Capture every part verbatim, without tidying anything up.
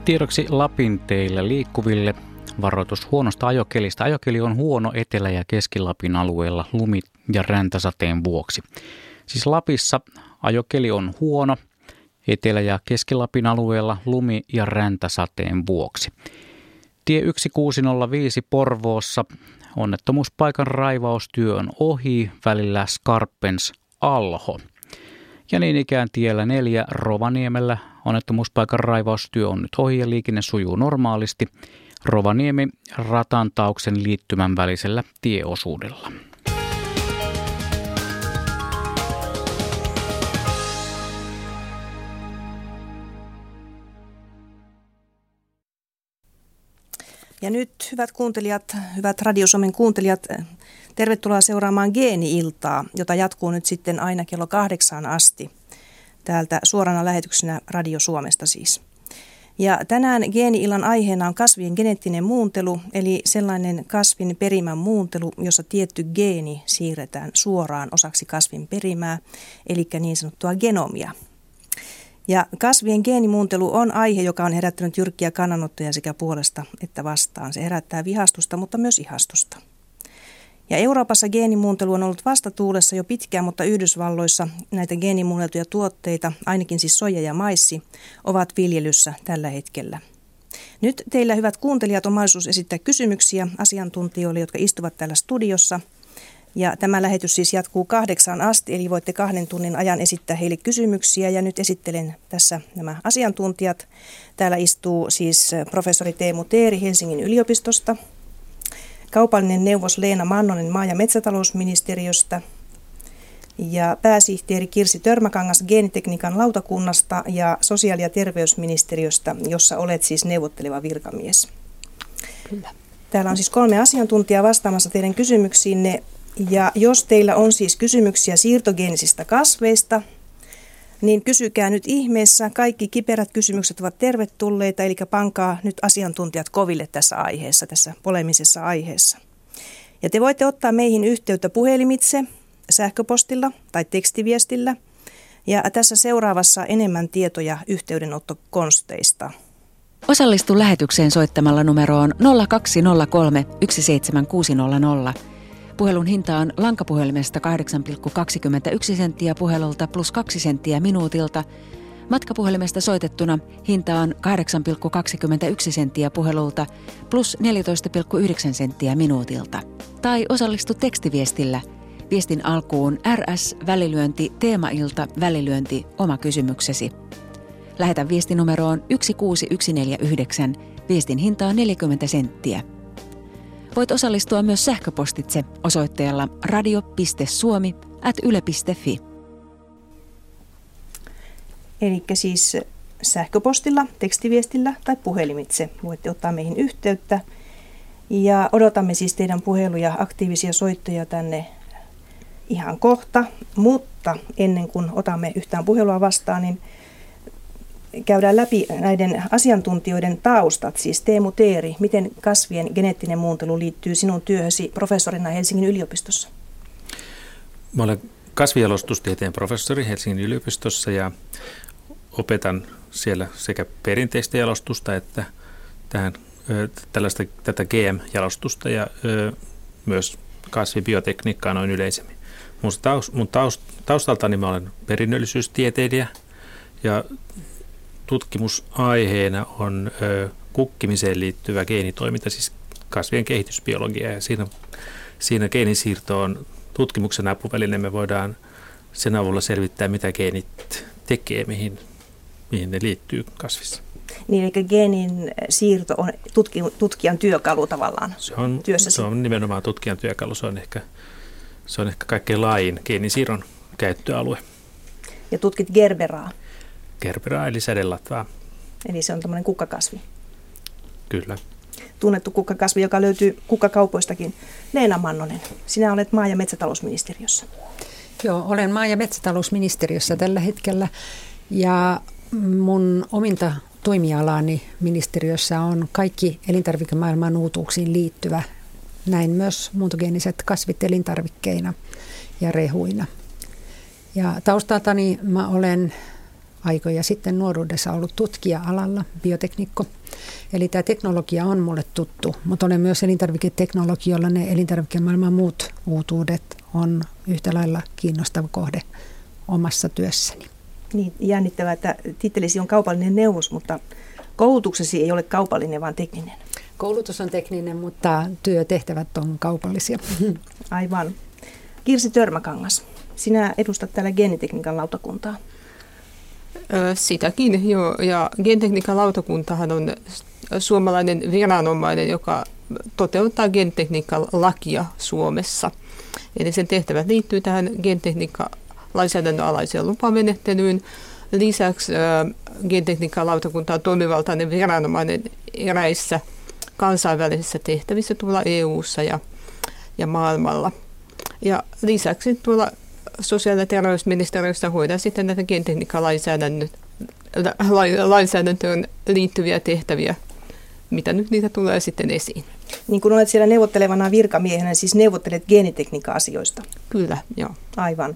Tiedoksi Lapin teillä liikkuville varoitus huonosta ajokelistä. Ajokeli on huono Etelä- ja Keski-Lapin alueella lumi- ja räntäsateen vuoksi. Siis Lapissa ajokeli on huono Etelä- ja Keski-Lapin alueella lumi- ja räntäsateen vuoksi. Tie yksi kuusi nolla viisi Porvoossa onnettomuuspaikan raivaustyö on ohi välillä Skarpens-Alho. Ja niin ikään tiellä neljä Rovaniemellä onnettomuuspaikan raivaustyö on nyt ohi ja liikenne sujuu normaalisti Rovaniemi Ratantauksen liittymän välisellä tieosuudella. Ja nyt, hyvät kuuntelijat, hyvät Radio Suomen kuuntelijat, tervetuloa seuraamaan Geeni-iltaa, jota jatkuu nyt sitten aina kello kahdeksaan asti. Täältä suorana lähetyksenä Radio Suomesta siis. Ja tänään Geeni-illan aiheena on kasvien geneettinen muuntelu, eli sellainen kasvin perimän muuntelu, jossa tietty geeni siirretään suoraan osaksi kasvin perimää, eli niin sanottua genomia. Ja kasvien geenimuuntelu on aihe, joka on herättänyt jyrkkiä kannanottoja sekä puolesta että vastaan. Se herättää vihastusta, mutta myös ihastusta. Ja Euroopassa geenimuuntelu on ollut vastatuulessa jo pitkään, mutta Yhdysvalloissa näitä geenimuunneltuja tuotteita, ainakin siis soija ja maissi, ovat viljelyssä tällä hetkellä. Nyt teillä, hyvät kuuntelijat, on mahdollisuus esittää kysymyksiä asiantuntijoille, jotka istuvat täällä studiossa. Ja tämä lähetys siis jatkuu kahdeksaan asti, eli voitte kahden tunnin ajan esittää heille kysymyksiä. Ja nyt esittelen tässä nämä asiantuntijat. Täällä istuu siis professori Teemu Teeri Helsingin yliopistosta, kaupallinen neuvos Leena Mannonen maa- ja metsätalousministeriöstä ja pääsihteeri Kirsi Törmäkangas geenitekniikan lautakunnasta ja sosiaali- ja terveysministeriöstä, jossa olet siis neuvotteleva virkamies. Kyllä. Täällä on siis kolme asiantuntijaa vastaamassa teidän kysymyksiinne. Ja jos teillä on siis kysymyksiä siirtogeenisistä kasveista, niin kysykää nyt ihmeessä. Kaikki kiperät kysymykset ovat tervetulleita, eli pankaa nyt asiantuntijat koville tässä aiheessa, tässä polemisessa aiheessa. Ja te voitte ottaa meihin yhteyttä puhelimitse, sähköpostilla tai tekstiviestillä. Ja tässä seuraavassa enemmän tietoja yhteydenottokonsteista. Osallistu lähetykseen soittamalla numeroon nolla kaksi nolla kolme yksi seitsemän kuusi nolla nolla. Puhelun hinta on lankapuhelimesta kahdeksan pilkku kaksikymmentäyksi senttiä puhelulta plus kaksi senttiä minuutilta. Matkapuhelimesta soitettuna hinta on kahdeksan pilkku kaksikymmentäyksi senttiä puhelulta plus neljätoista pilkku yhdeksän senttiä minuutilta. Tai osallistu tekstiviestillä. Viestin alkuun R S välilyönti teemailta välilyönti oma kysymyksesi. Lähetä viestinumeroon yksi kuusi yksi neljä yhdeksän. Viestin hinta on neljäkymmentä senttiä. Voit osallistua myös sähköpostitse osoitteella radio piste suomi ät yle piste fi. Eli siis sähköpostilla, tekstiviestillä tai puhelimitse voitte ottaa meihin yhteyttä. Ja odotamme siis teidän puheluja, aktiivisia soittoja tänne ihan kohta. Mutta ennen kuin otamme yhtään puhelua vastaan, niin käydään läpi näiden asiantuntijoiden taustat, siis Teemu Teeri, miten kasvien geneettinen muuntelu liittyy sinun työhösi professorina Helsingin yliopistossa? Mä olen kasvijalostustieteen professori Helsingin yliopistossa ja opetan siellä sekä perinteistä jalostusta että tähän, tällaista, tätä G M-jalostusta ja ö, myös kasvibiotekniikkaa noin yleisemmin. Mun, taust, mun taust, taustaltani mä olen perinnöllisyystieteilijä ja tutkimusaiheena on ö, kukkimiseen liittyvä geenitoiminta, siis kasvien kehitysbiologia. Ja siinä, siinä geenisiirto on tutkimuksen apuväline. Me voidaan sen avulla selvittää, mitä geenit tekee, mihin, mihin ne liittyy kasvissa. Niin, eli geenin siirto on tutki, tutkijan työkalu tavallaan se on, työssäsi. Se on nimenomaan tutkijan työkalu. Se on ehkä, se on ehkä kaikkein laajin geenisiirron käyttöalue. Ja tutkit gerberaa. Gerberaa eli sädelatvaa. Eli se on tämmöinen kukkakasvi. Kyllä. Tunnettu kukkakasvi, joka löytyy kukkakaupoistakin. Leena Mannonen, sinä olet maa- ja metsätalousministeriössä. Joo, olen maa- ja metsätalousministeriössä tällä hetkellä. Ja mun ominta toimialaani ministeriössä on kaikki elintarvikemaailman uutuuksiin liittyvä, näin myös muuntogeeniset kasvit elintarvikkeina ja rehuina. Ja taustaltani mä olen aikoja sitten nuoruudessa ollut tutkija-alalla, bioteknikko. Eli tämä teknologia on mulle tuttu, mutta olen myös elintarviketeknologi, jolla ne elintarvikemaailman muut uutuudet on yhtä lailla kiinnostava kohde omassa työssäni. Niin, jännittävää, että tittelisi on kaupallinen neuvos, mutta koulutuksesi ei ole kaupallinen, vaan tekninen. Koulutus on tekninen, mutta työtehtävät on kaupallisia. Aivan. Kirsi Törmäkangas, sinä edustat täällä geenitekniikan lautakuntaa. Sitäkin, joo. Ja geenitekniikan lautakuntahan on suomalainen viranomainen, joka toteuttaa geenitekniikan lakia Suomessa. Eli sen tehtävät liittyy tähän geenitekniikan lainsäädännön alaiseen lupamenettelyyn. Lisäksi geenitekniikan lautakunta on toimivaltainen viranomainen eräissä kansainvälisissä tehtävissä tuolla E U:ssa ja, ja maailmalla. Ja lisäksi tuolla sosiaali- ja terveysministeriössä hoidaa sitten näitä geenitekniikan lainsäädäntöön liittyviä tehtäviä, mitä nyt niitä tulee sitten esiin. Niin kun olet siellä neuvottelevana virkamiehenä, siis neuvottelet geenitekniikka-asioista. Kyllä, joo. Aivan.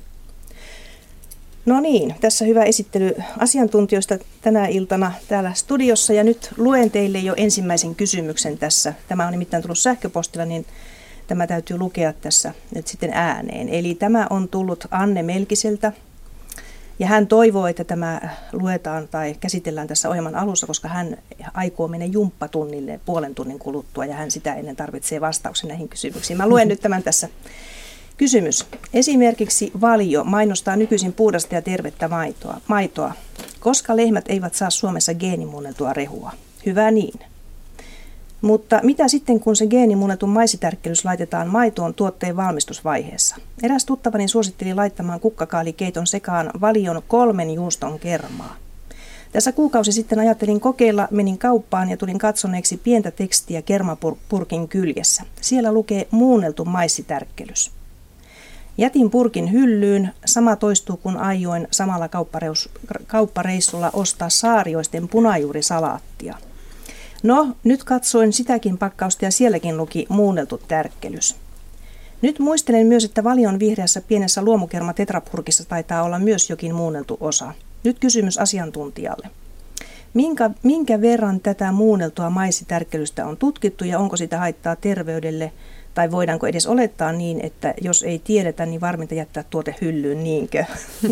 No niin, tässä hyvä esittely asiantuntijoista tänä iltana täällä studiossa ja nyt luen teille jo ensimmäisen kysymyksen tässä. Tämä on nimittäin tullut sähköpostilla, niin tämä täytyy lukea tässä nyt sitten ääneen. Eli tämä on tullut Anne Melkiseltä ja hän toivoo, että tämä luetaan tai käsitellään tässä ohjelman alussa, koska hän aikoo mennä jumppatunnille puolen tunnin kuluttua ja hän sitä ennen tarvitsee vastauksen näihin kysymyksiin. Mä luen nyt tämän tässä. Kysymys. Esimerkiksi Valio mainostaa nykyisin puhdasta ja tervettä maitoa. maitoa. Koska lehmät eivät saa Suomessa geenimuunneltua rehua? Hyvä niin. Mutta mitä sitten, kun se geenimuunneltu maissitärkkelys laitetaan maitoon tuotteen valmistusvaiheessa? Eräs tuttavani suositteli laittamaan kukkakaalikeiton sekaan Valion kolmen juuston kermaa. Tässä kuukausi sitten ajattelin kokeilla, menin kauppaan ja tulin katsoneeksi pientä tekstiä kermapurkin kyljessä. Siellä lukee muunneltu maissitärkkelys. Jätin purkin hyllyyn. Sama toistuu, kun aioin samalla kauppareissulla ostaa saarioisten punajuurisalaattia. No, nyt katsoin sitäkin pakkausta ja sielläkin luki muunneltu tärkkelys. Nyt muistelen myös, että Valion vihreässä pienessä luomukerma tetrapurkissa taitaa olla myös jokin muunneltu osa. Nyt kysymys asiantuntijalle. Minkä, minkä verran tätä muunneltua maissitärkkelystä on tutkittu ja onko sitä haittaa terveydelle? Tai voidaanko edes olettaa niin, että jos ei tiedetä, niin varminta jättää tuote hyllyyn, niinkö?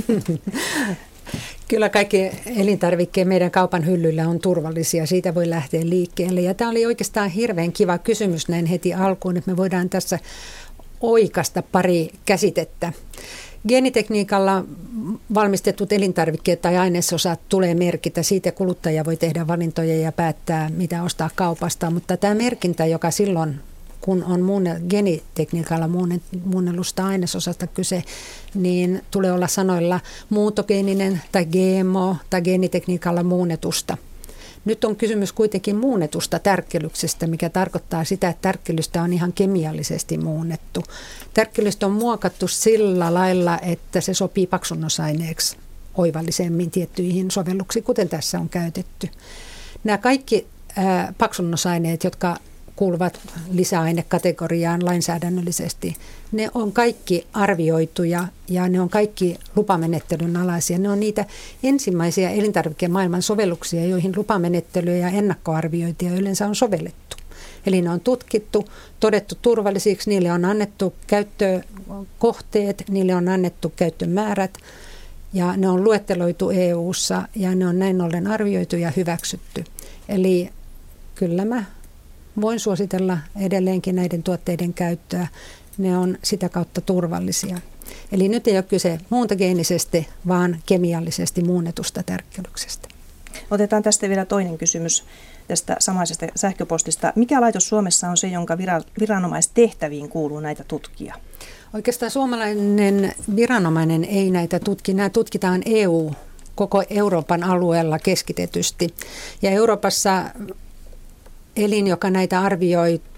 Kyllä kaikki elintarvikkeet meidän kaupan hyllyllä on turvallisia, siitä voi lähteä liikkeelle. Ja tämä oli oikeastaan hirveän kiva kysymys näin heti alkuun, että me voidaan tässä oikasta pari käsitettä. Geenitekniikalla valmistetut elintarvikkeet tai ainesosat tulee merkitä, siitä kuluttaja voi tehdä valintoja ja päättää, mitä ostaa kaupasta, mutta tämä merkintä, joka silloin kun on muunne, geenitekniikalla muunnellusta ainesosasta kyse, niin tulee olla sanoilla muuntogeeninen tai G M O tai geenitekniikalla muunnetusta. Nyt on kysymys kuitenkin muunnetusta tärkkelyksestä, mikä tarkoittaa sitä, että tärkkelystä on ihan kemiallisesti muunnettu. Tärkkelystä on muokattu sillä lailla, että se sopii paksunnosaineeksi oivallisemmin tiettyihin sovelluksiin, kuten tässä on käytetty. Nämä kaikki ää, paksunnosaineet, jotka kuuluvat lisäainekategoriaan lainsäädännöllisesti. Ne on kaikki arvioituja ja ne on kaikki lupamenettelyn alaisia. Ne on niitä ensimmäisiä elintarvikemaailman sovelluksia, joihin lupamenettelyä ja ennakkoarviointia yleensä on sovellettu. Eli ne on tutkittu, todettu turvallisiksi, niille on annettu käyttökohteet, niille on annettu käyttömäärät ja ne on luetteloitu E U:ssa ja ne on näin ollen arvioitu ja hyväksytty. Eli kyllä mä voin suositella edelleenkin näiden tuotteiden käyttöä. Ne on sitä kautta turvallisia. Eli nyt ei ole kyse muuntogeenisesti, vaan kemiallisesti muunnetusta tärkkelyksestä. Otetaan tästä vielä toinen kysymys tästä samaisesta sähköpostista. Mikä laitos Suomessa on se, jonka viranomaistehtäviin kuuluu näitä tutkia? Oikeastaan suomalainen viranomainen ei näitä tutki. Nämä tutkitaan E U, koko Euroopan alueella keskitetysti. Ja Euroopassa elin, joka näitä arvioi,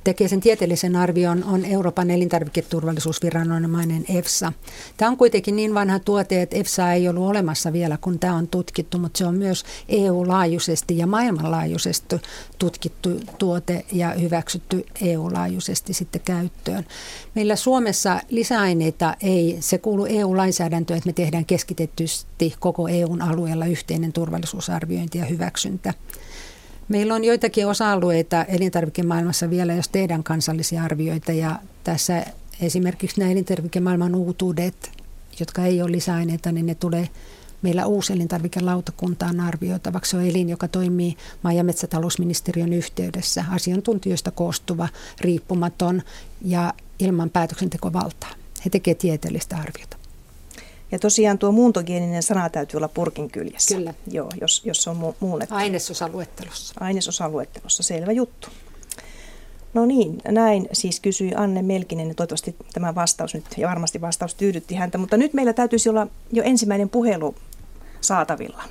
tekee sen tieteellisen arvion, on Euroopan elintarviketurvallisuusviranomainen EFSA. Tämä on kuitenkin niin vanha tuote, että EFSA ei ollut olemassa vielä, kun tämä on tutkittu, mutta se on myös E U-laajuisesti ja maailmanlaajuisesti tutkittu tuote ja hyväksytty E U-laajuisesti sitten käyttöön. Meillä Suomessa lisäaineita ei, se kuuluu E U-lainsäädäntöön, että me tehdään keskitettysti koko E U:n alueella yhteinen turvallisuusarviointi ja hyväksyntä. Meillä on joitakin osa-alueita elintarvikemaailmassa vielä, jos tehdään kansallisia arvioita, ja tässä esimerkiksi nämä elintarvikemaailman uutuudet, jotka ei ole lisäaineita, niin ne tulee meillä uusi elintarvikelautakuntaan arvioitavaksi. Se on elin, joka toimii maa- ja metsätalousministeriön yhteydessä, asiantuntijoista koostuva, riippumaton ja ilman päätöksentekovaltaa. He tekevät tieteellistä arviota. Ja tosiaan tuo muuntogeeninen sana täytyy olla purkin kyljessä. Kyllä. Joo, jos, jos se on mu- muunnettu. Ainesosaluettelossa. Ainesosaluettelossa, selvä juttu. No niin, näin siis kysyi Anne Melkinen, ja toivottavasti tämä vastaus nyt, ja varmasti vastaus tyydytti häntä, mutta nyt meillä täytyisi olla jo ensimmäinen puhelu saatavilla.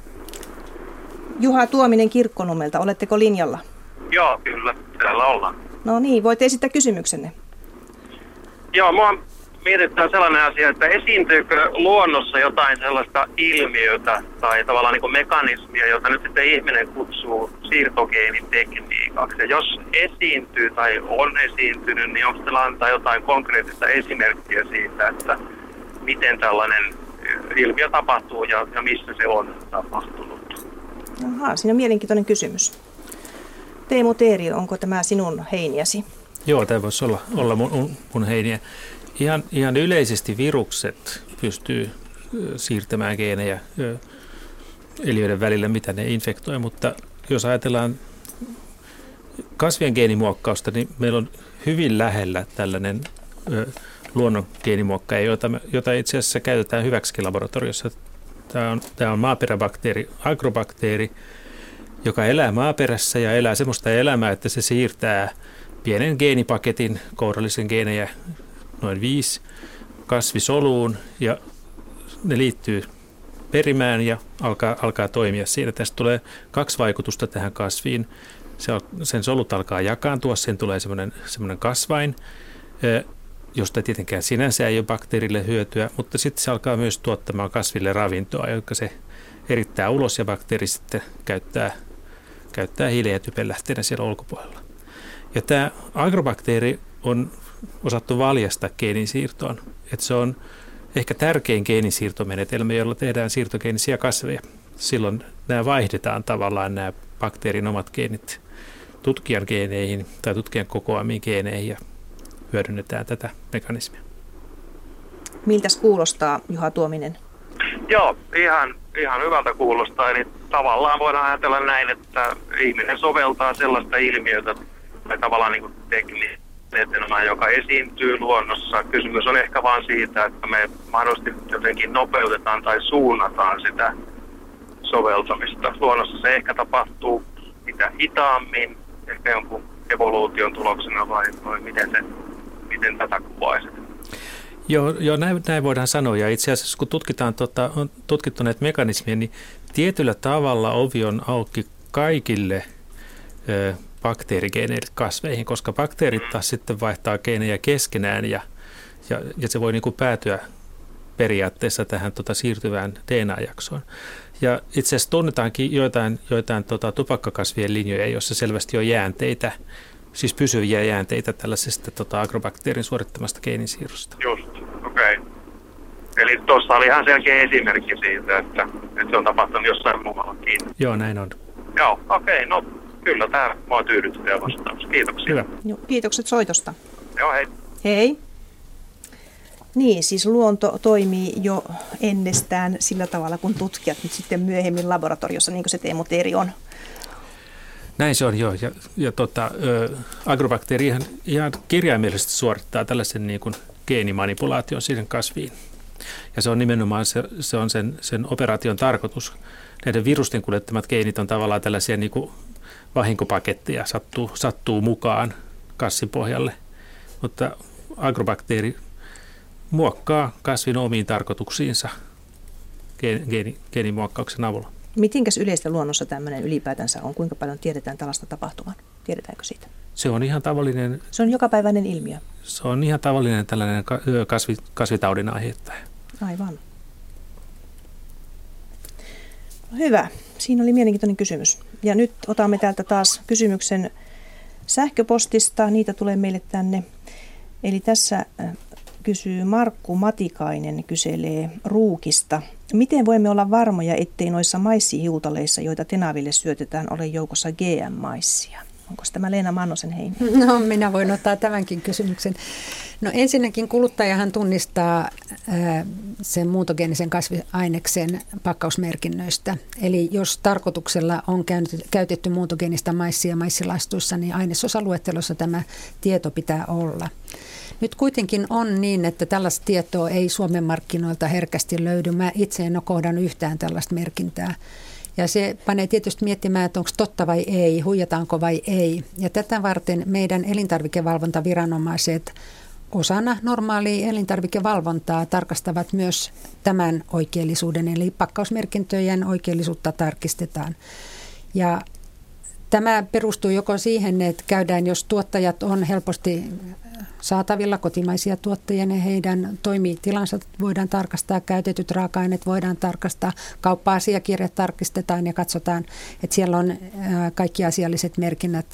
Juha Tuominen Kirkkonummelta, oletteko linjalla? Joo, kyllä, täällä ollaan. No niin, voitte esittää kysymyksenne. Joo, mua mietittää sellainen asia, että esiintyykö luonnossa jotain sellaista ilmiötä tai tavallaan niin kuin mekanismia, jota nyt sitten ihminen kutsuu siirtogeenitekniikaksi. Ja jos esiintyy tai on esiintynyt, niin onko teillä antaa jotain konkreettista esimerkkiä siitä, että miten tällainen ilmiö tapahtuu ja, ja missä se on tapahtunut? Ahaa, siinä on mielenkiintoinen kysymys. Teemu Teeri, onko tämä sinun heiniäsi? Joo, tämä voisi olla, olla mun, mun heiniä. Ihan, ihan yleisesti virukset pystyy siirtämään geenejä eliöiden välillä, mitä ne infektoi, mutta jos ajatellaan kasvien geenimuokkausta, niin meillä on hyvin lähellä tällainen luonnon geenimuokkaaja, jota, jota itse asiassa käytetään hyväksi laboratoriossa. Tämä on, tämä on maaperäbakteeri, agrobakteeri, joka elää maaperässä ja elää sellaista elämää, että se siirtää pienen geenipaketin, kourallisen geenejä, noin viisi kasvisoluun, ja ne liittyy perimään ja alkaa, alkaa toimia siinä. Tästä tulee kaksi vaikutusta tähän kasviin. Se, sen solut alkaa jakaantua, sen tulee semmoinen, semmoinen kasvain, josta tietenkään sinänsä ei ole bakteerille hyötyä, mutta sitten se alkaa myös tuottamaan kasville ravintoa, joka se erittää ulos, ja bakteeri sitten käyttää, käyttää hiilen ja typen lähteenä siellä ulkopuolella. Ja tämä agrobakteeri on osattu valjastaa geeninsiirtoon, että se on ehkä tärkein geeninsiirtomenetelmä, jolla tehdään siirtogeenisiä kasveja. Silloin nämä vaihdetaan tavallaan nämä bakteerin omat geenit tutkijan geeneihin tai tutkijan kokoamiin geeneihin ja hyödynnetään tätä mekanismia. Miltäs kuulostaa, Juha Tuominen? Joo, ihan, ihan hyvältä kuulostaa. Eli tavallaan voidaan ajatella näin, että ihminen soveltaa sellaista ilmiötä tai tavallaan niin kuin tekniikkaa, joka esiintyy luonnossa. Kysymys on ehkä vain siitä, että me mahdollisesti jotenkin nopeutetaan tai suunnataan sitä soveltamista. Luonnossa se ehkä tapahtuu mitä hitaammin, ehkä jonkun evoluution tuloksena vai, vai miten, se, miten tätä kuvaisit? Joo, joo näin, näin voidaan sanoa. Ja itse asiassa kun tutkitaan, tota, on tutkittu näitä mekanismeja, niin tietyllä tavalla ovi on auki kaikille ö, bakteerigeeneille kasveihin, koska bakteerit taas sitten vaihtaa geenejä keskenään ja, ja, ja se voi niin kuin päätyä periaatteessa tähän tota, siirtyvään D N A-jaksoon. Ja itse asiassa tunnetaankin joitain, joitain tota, tupakkakasvien linjoja, joissa selvästi on jäänteitä, siis pysyviä jäänteitä tällaisesta tota, agrobakteerin suorittamasta geeninsiirrosta. Just, okei. Okay. Eli tuossa oli ihan selkeä esimerkki siitä, että, että se on tapahtunut jossain muuallakin. Joo, näin on. Joo, okei, okay, no kyllä tämä mua tyydyttää vastaus. Kiitoksia. Hyvä. Joo, kiitokset soitosta. Joo, hei. Hei. Niin, siis luonto toimii jo ennestään sillä tavalla, kun tutkijat nyt sitten myöhemmin laboratoriossa, niin kuin se Teemu Teeri on. Näin se on, joo. Ja, ja tota, ö, agrobakteeri ihan, ihan kirjaimellisesti suorittaa tällaisen niin kuin geenimanipulaation siihen kasviin. Ja se on nimenomaan se, se on sen, sen operaation tarkoitus. Näiden virusten kuljettamat geenit on tavallaan tällaisia niin kuin vahinkopaketteja, sattuu, sattuu mukaan kassin pohjalle. Mutta agrobakteeri muokkaa kasvin omiin tarkoituksiinsa geeni, geenimuokkauksen avulla. Mitenkäs yleistä luonnossa tämmöinen ylipäätänsä on? Kuinka paljon tiedetään tällaista tapahtuvan? Tiedetäänkö siitä? Se on ihan tavallinen. Se on jokapäiväinen ilmiö. Se on ihan tavallinen tällainen kasvi, kasvitaudin aiheuttaja. Aivan. Hyvä. Siinä oli mielenkiintoinen kysymys. Ja nyt otamme täältä taas kysymyksen sähköpostista. Niitä tulee meille tänne. Eli tässä kysyy Markku Matikainen, kyselee ruukista. Miten voimme olla varmoja, ettei noissa maissihiutaleissa, joita tenaville syötetään, ole joukossa G M-maissia? Onko tämä Leena Mannosen heini? No, minä voin ottaa tämänkin kysymyksen. No ensinnäkin kuluttajahan tunnistaa ää, sen muuntogeenisen kasviaineksen pakkausmerkinnöistä. Eli jos tarkoituksella on käytetty muuntogeenistä maissia maissilastuissa, niin ainesosaluettelossa tämä tieto pitää olla. Nyt kuitenkin on niin, että tällaista tietoa ei Suomen markkinoilta herkästi löydy. Mä itse en ole kohdannut yhtään tällaista merkintää. Ja se panee tietysti miettimään, että onko totta vai ei, huijataanko vai ei. Ja tätä varten meidän elintarvikevalvontaviranomaiset osana normaalia elintarvikevalvontaa tarkastavat myös tämän oikeellisuuden, eli pakkausmerkintöjen oikeellisuutta tarkistetaan. Ja tämä perustuu joko siihen, että käydään, jos tuottajat on helposti saatavilla kotimaisia tuottajia, ja heidän toimitilansa voidaan tarkastaa, käytetyt raaka-aineet voidaan tarkastaa, kauppa-asiakirjat tarkistetaan ja katsotaan, että siellä on kaikki asialliset merkinnät,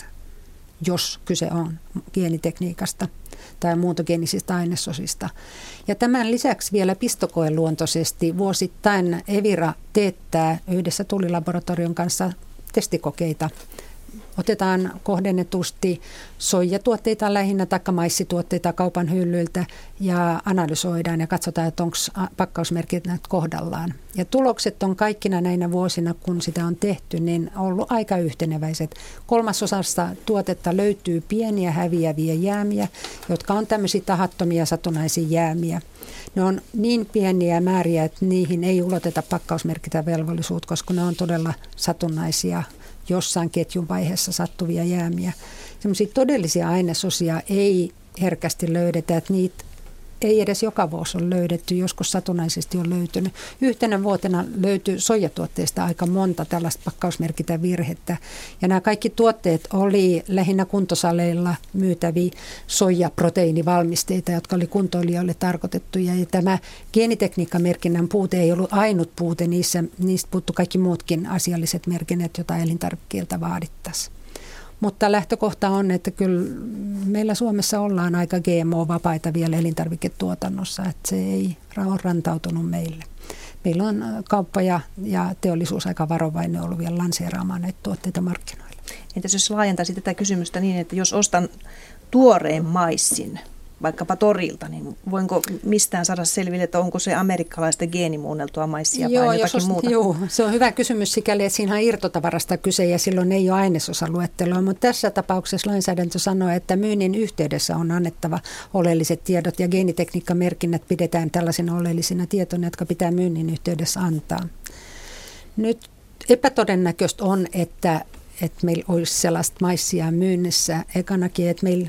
jos kyse on geenitekniikasta tai muuntogeenisistä ainesosista. Ja tämän lisäksi vielä pistokoeluontoisesti vuosittain Evira teettää yhdessä Tullilaboratorion kanssa testikokeita. Otetaan kohdennetusti soijatuotteita lähinnä tai maissituotteita kaupan hyllyiltä ja analysoidaan ja katsotaan, että onko pakkausmerkinnät kohdallaan. Ja tulokset on kaikkina näinä vuosina, kun sitä on tehty, niin ollut aika yhteneväiset. Kolmasosassa tuotetta löytyy pieniä häviäviä jäämiä, jotka on tämmöisiä tahattomia satunnaisia jäämiä. Ne on niin pieniä määriä, että niihin ei uloteta pakkausmerkintävelvollisuutta, koska ne on todella satunnaisia jossain ketjun vaiheessa sattuvia jäämiä. Sellaisia todellisia ainesosia ei herkästi löydetä, että niitä ei edes joka vuosi ole löydetty, joskus satunnaisesti on löytynyt. Yhtenä vuotena löytyi soijatuotteista aika monta tällaista pakkausmerkintävirhettä. Ja nämä kaikki tuotteet oli lähinnä kuntosaleilla myytäviä soijaproteiinivalmisteita, jotka oli kuntoilijoille tarkoitettuja. Ja tämä geenitekniikkamerkinnän puute ei ollut ainut puute, niissä, niistä puuttu kaikki muutkin asialliset merkinnät, joita elintarvikkeilta vaadittaisiin. Mutta lähtökohta on, että kyllä meillä Suomessa ollaan aika G M O-vapaita vielä elintarviketuotannossa, että se ei ole rantautunut meille. Meillä on kauppa ja, ja teollisuus aika varovainen ollut vielä lanseeraamaan näitä tuotteita markkinoille. Entäs jos laajentaisi tätä kysymystä niin, että jos ostan tuoreen maissin, vaikkapa torilta, niin voinko mistään saada selville, että onko se amerikkalaista geenimuunneltua maissia joo, vai jotakin jos, muuta? Joo, se on hyvä kysymys sikäli, että siinä on irtotavarasta kyse ja silloin ei ole ainesosaluettelua, mutta tässä tapauksessa lainsäädäntö sanoo, että myynnin yhteydessä on annettava oleelliset tiedot ja geenitekniikkamerkinnät pidetään tällaisina oleellisina tietoina, jotka pitää myynnin yhteydessä antaa. Nyt epätodennäköistä on, että, että meillä olisi sellaista maissia myynnissä ekanakin, että meillä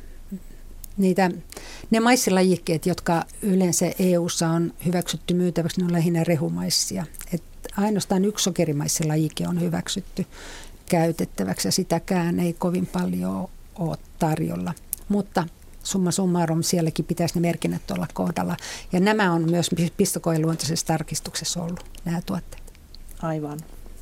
Niitä, ne maissilajikkeet, jotka yleensä E U:ssa on hyväksytty myytäväksi, ne on lähinnä rehumaissia. Et ainoastaan yksi sokerimaisilajike on hyväksytty käytettäväksi ja sitäkään ei kovin paljon ole tarjolla. Mutta summa summarum sielläkin pitäisi ne merkinnät olla kohdalla. Ja nämä on myös pistokoeluontoisessa tarkistuksessa ollut, nämä tuotteet. Aivan.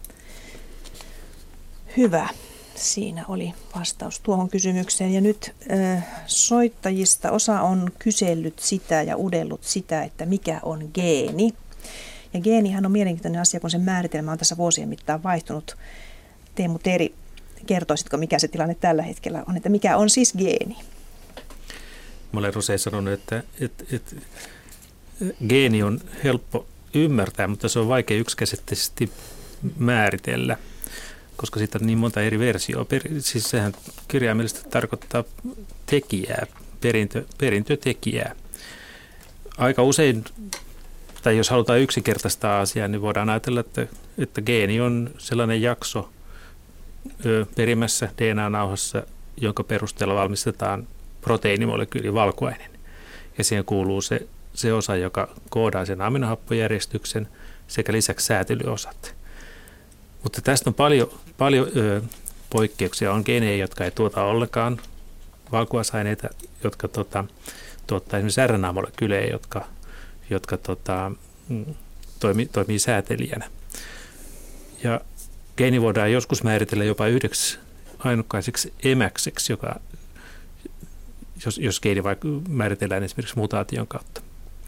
Hyvä. Siinä oli vastaus tuohon kysymykseen. Ja nyt äh, soittajista osa on kysellyt sitä ja udellut sitä, että mikä on geeni. Ja geenihän on mielenkiintoinen asia, kun sen määritelmä on tässä vuosien mittaan vaihtunut. Teemu Teeri, kertoisitko, mikä se tilanne tällä hetkellä on, että mikä on siis geeni? Mä olen usein sanonut, että, että, että geeni on helppo ymmärtää, mutta se on vaikea yksikäsitteisesti määritellä, koska siitä on niin monta eri versioa. Siis sehän kirjaimellisesti tarkoittaa tekijää, perintö, perintötekijää. Aika usein, tai jos halutaan yksinkertaistaa asiaa, niin voidaan ajatella, että, että geeni on sellainen jakso ö, perimässä D N A-nauhassa, jonka perusteella valmistetaan proteiinimolekyyli valkuainen. Ja siihen kuuluu se, se osa, joka koodaa sen aminohappojärjestyksen sekä lisäksi säätelyosat. Mutta tästä on paljon, paljon ö, poikkeuksia. On geenejä, jotka ei tuota ollenkaan valkuaisaineita, jotka tota, tuottaa esimerkiksi R N A-molekyylejä, jotka, jotka tota, toimii, toimii säätelijänä. Ja geeni voidaan joskus määritellä jopa yhdeksi ainukkaiseksi emäkseksi, joka, jos, jos geeni vaikka määritellään esimerkiksi mutaation kautta.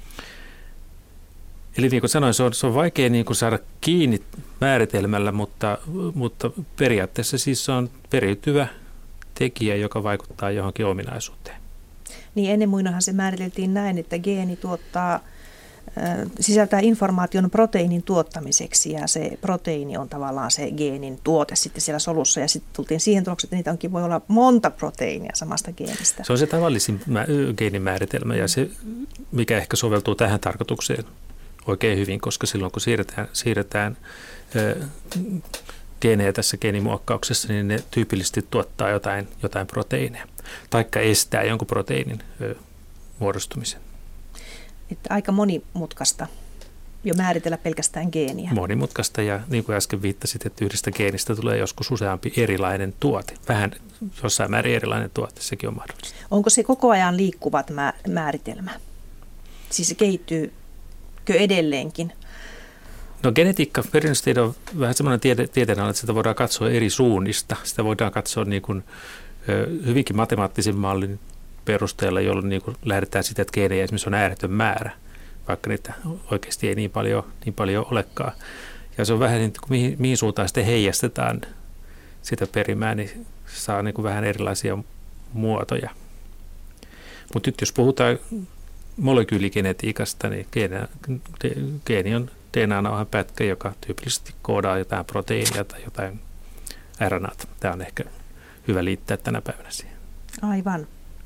Eli niin kuin sanoin, se on, se on vaikea niin kuin saada kiinni määritelmällä, mutta, mutta periaatteessa siis se on periytyvä tekijä, joka vaikuttaa johonkin ominaisuuteen. Niin ennen muinoinhan se määriteltiin näin, että geeni tuottaa, äh, sisältää informaation proteiinin tuottamiseksi ja se proteiini on tavallaan se geenin tuote sitten siellä solussa ja sitten tultiin siihen tulokseen, että niitä onkin voi olla monta proteiinia samasta geenistä. Se on se tavallisin mä, geenimääritelmä ja se, mikä ehkä soveltuu tähän tarkoitukseen oikein hyvin, koska silloin kun siirretään, siirretään ö, geenejä tässä geenimuokkauksessa, niin ne tyypillisesti tuottaa jotain, jotain proteiineja, taikka estää jonkun proteiinin ö, muodostumisen. Että aika monimutkaista jo määritellä pelkästään geeniä. Monimutkaista ja niin kuin äsken viittasit, että yhdestä geenistä tulee joskus useampi erilainen tuote. Vähän jossain määrin erilainen tuote, sekin on mahdollista. Onko se koko ajan liikkuvat määritelmä? Siis se kehittyy edelleenkin? No genetiikka, perinnöstiede on vähän semmoinen tiede, tieteenala, että sitä voidaan katsoa eri suunnista. Sitä voidaan katsoa niin kuin, ö, hyvinkin matemaattisen mallin perusteella, jolloin niin kuin lähdetään siitä, että geenejä esimerkiksi on ääretön määrä, vaikka niitä oikeasti ei niin paljon, niin paljon olekaan. Ja se on vähän niin kuin mihin, mihin suuntaan sitten heijastetaan sitä perimää, niin saa niin kuin vähän erilaisia muotoja. Mutta nyt jos puhutaan molekyyligenetiikasta, niin geeni on D N A-nauhan pätkä, joka tyypillisesti koodaa jotain proteiinia tai jotain R N A:ta. Tämä on ehkä hyvä liittää tänä päivänä siihen. Aivan.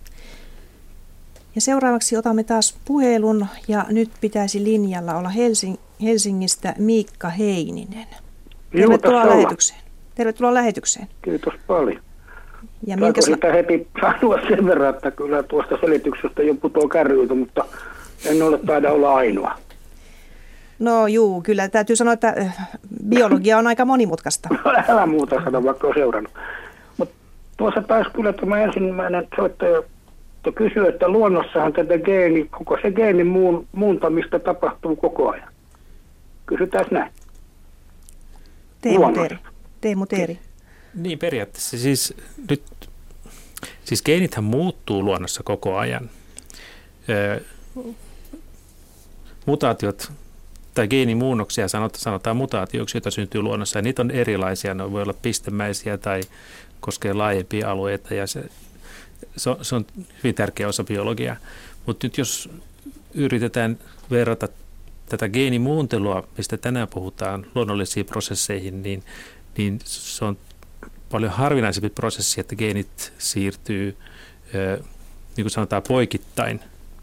Ja seuraavaksi otamme taas puhelun ja nyt pitäisi linjalla olla Helsing- Helsingistä Miikka Heininen. Tervetuloa lähetykseen. Tervetuloa lähetykseen. Kiitos paljon. Ja Saanko minkäs... sitä heti sanoa sen verran, että kyllä tuosta selityksestä jo putoo kärryiltä, mutta en ole taida olla ainoa. No juu, kyllä täytyy sanoa, että biologia on aika monimutkaista. Älä muuta sano, vaikka on seurannut. Mutta tuossa taisi kyllä tämä ensimmäinen soittaja kysyä, että luonnossahan tätä geeni, koko se geenin muun, muuntamista tapahtuu koko ajan. Kysytään näin. Teemu Teeri. Teemu Teeri. Niin periaatteessa siis nyt, siis geenithän muuttuu luonnossa koko ajan. Ö, mutaatiot tai geenimuunnoksia sanotaan, sanotaan mutaatioiksi, joita syntyy luonnossa ja niitä on erilaisia. Ne voi olla pistemäisiä tai koskee laajempia alueita ja se, se, on, se on hyvin tärkeä osa biologiaa. Mutta nyt jos yritetään verrata tätä geenimuuntelua, mistä tänään puhutaan, luonnollisiin prosesseihin, niin, niin se on paljon harvinaisempi prosessi, että geenit siirtyy, niin kuin sanotaan, poikittain.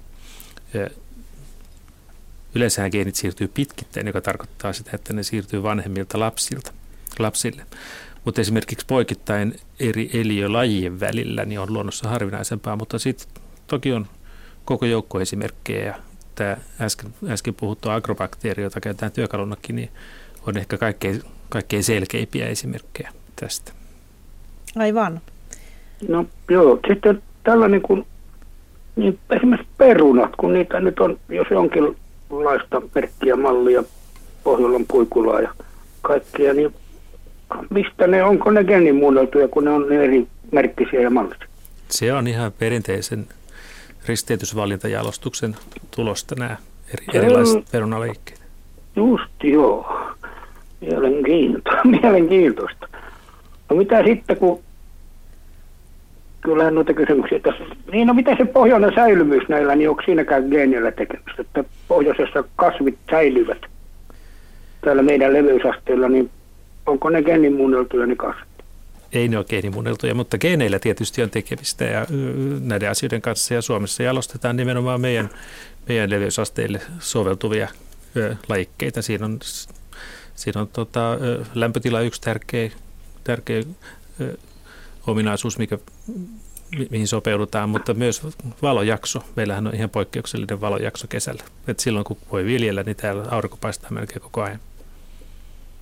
Yleensähän geenit siirtyy pitkittäin, joka tarkoittaa sitä, että ne siirtyy vanhemmilta lapsilta, lapsille. Mutta esimerkiksi poikittain eri eliölajien välillä niin on luonnossa harvinaisempaa, mutta sitten toki on koko joukko esimerkkejä. Ja tämä äsken, äsken puhuttu agrobakteeri, jota käytetään työkalunakin, niin on ehkä kaikkein, kaikkein selkeimpiä esimerkkejä tästä. Aivan. No joo, sitten tällainen kuin niin esimerkiksi perunat, kun niitä nyt on, jos jonkinlaista merkkiä, mallia, Pohjolan puikulaa ja kaikkia, niin mistä ne, onko ne geenimuunneltuja, kun ne on ne eri merkkisiä ja mallisia? Se on ihan perinteisen risteytysvalintajalostuksen tulosta nämä eri, erilaiset perunalajikkeet. Just joo. Mielenkiintoista. Mielenkiintoista. No mitä sitten, kun kyllähän noita kysymyksiä tässä. Niin no mitä se pohjoinen säilymys näillä, niin onko siinäkään geenillä tekemistä, että pohjoisessa kasvit säilyvät täällä meidän leveysasteella, niin onko ne geenimuunneltuja ne kasvit? Ei ne ole geenimuunneltuja, mutta geeneillä tietysti on tekemistä ja näiden asioiden kanssa ja Suomessa jalostetaan nimenomaan meidän, meidän leveysasteille soveltuvia ö, lajikkeita. Siinä on, siinä on tota, ö, lämpötila yksi tärkeä, tärkeä ö, ominaisuus, mikä, mi, mihin sopeudutaan, mutta myös valojakso. Meillähän on ihan poikkeuksellinen valojakso kesällä. Et silloin kun voi viljellä, niin täällä aurinko paistaa melkein koko ajan.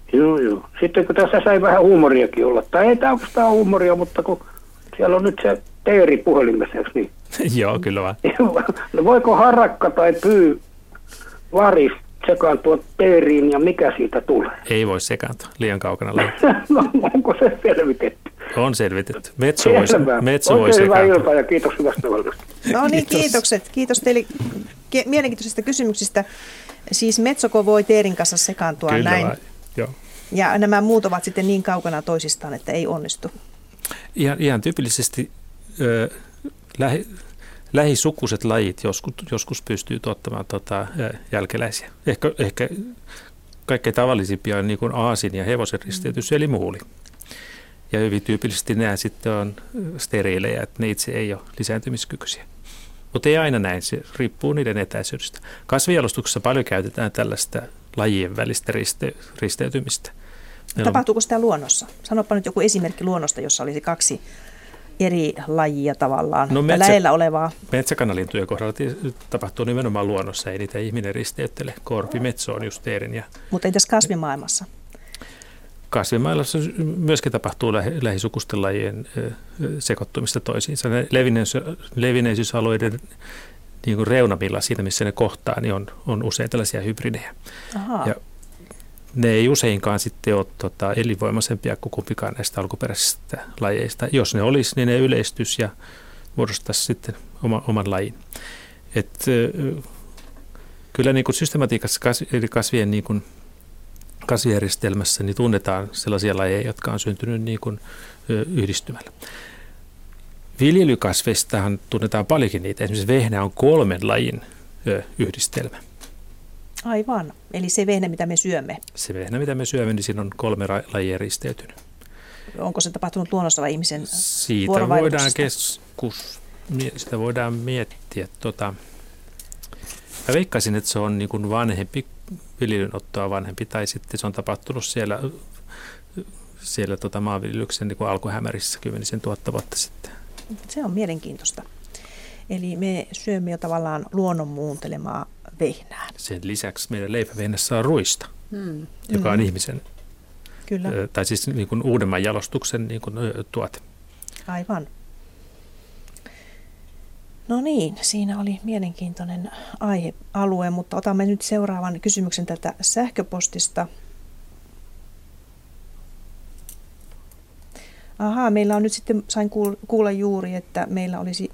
Joo, joo. Sitten kun tässä sai vähän huumoriakin olla, tai ei tämä oikeastaan huumoria, mutta kun siellä on nyt se teeri puhelimessa, eikö niin? Joo, kyllä vaan. No voiko harakka tai pyy varis sekaantua teeriin ja mikä siitä tulee? Ei voi sekaantua, liian kaukana laji. No onko se selvitetty? On selvitetty. Metso voi, metso voi Oikein sekaantua. hyvää iltaa ja kiitos hyvästä valmista. No niin, Kiitos. kiitokset. Kiitos teille ke- mielenkiintoisista kysymyksistä. Siis metsoko voi teerin kanssa sekaantua Kyllä näin. vaan, joo. Ja nämä muut ovat sitten niin kaukana toisistaan, että ei onnistu. Ihan, ihan tyypillisesti ö, lähi, lähisukuiset lajit joskus, joskus pystyy tuottamaan tota, ö, jälkeläisiä. Ehkä, ehkä kaikkein tavallisimpia on niin kuin aasin ja hevosen risteytys, eli muuli. Ja hyvin tyypillisesti nämä sitten on steriilejä, että ne itse ei ole lisääntymiskykyisiä. Mutta ei aina näin, se riippuu niiden etäisyydestä. Kasvijalostuksessa paljon käytetään tällaista lajien välistä riste, risteytymistä. Meillä Tapahtuuko sitä luonnossa? Sanopa nyt joku esimerkki luonnosta, jossa olisi kaksi eri lajia tavallaan, No no, metsä- lähellä olevaa. Metsäkanalintujen kohdalla tapahtuu nimenomaan luonnossa, ei niitä ihminen risteyttele. Korpi, metso on just teerin. Ja Mutta entäs kasvimaailmassa? kasvimaailmassa myöskin tapahtuu lähi, lähisukusten lajien ö, sekoittumista toisiinsa. Ne levinneis, levinneisyysalueiden niin kuin reunamilla, siinä missä ne kohtaa, niin on, on usein tällaisia hybridejä. Ahaa. Ja ne ei useinkaan sitten ole tota, elinvoimaisempia kuin kumpikaan näistä alkuperäisistä lajeista. Jos ne olisi, niin ne yleistys ja muodostaisi sitten oma, oman lajin. Et, ö, kyllä niin kuin systematiikassa kas, eri kasvien niin kuin kasvijärjestelmässä niin tunnetaan sellaisia lajeja, jotka on syntynyt niin kuin, ö, yhdistymällä. Viljelykasveistahan tunnetaan paljonkin niitä. Esimerkiksi vehnä on kolmen lajin ö, yhdistelmä. Aivan. Eli se vehnä, mitä me syömme. Se vehnä, mitä me syömme, niin siinä on kolme ra- lajia risteytynyt. Onko se tapahtunut luonnossa vai ihmisen Siitä voidaan, vuorovaikutuksesta? keskus, sitä voidaan miettiä. Tota, mä veikkaisin, että se on niin kuin vanhempi, viljelynottoa vanhempi, tai sitten se on tapahtunut siellä, siellä tota maanviljelyksen niin kuin alkuhämärissä kymmenisen tuhatta vuotta sitten. Se on mielenkiintoista. Eli me syömme jo tavallaan luonnon muuntelemaa vehnää. Sen lisäksi meidän leipävehnässä on ruista, Hmm. joka on Mm. ihmisen, Kyllä, ö, tai siis niin kuin uudemman jalostuksen niin kuin, ö, tuote. aivan. No niin, siinä oli mielenkiintoinen aihealue, mutta otamme nyt seuraavan kysymyksen tätä sähköpostista. Ahaa, meillä on nyt sitten, sain kuulla juuri, että meillä olisi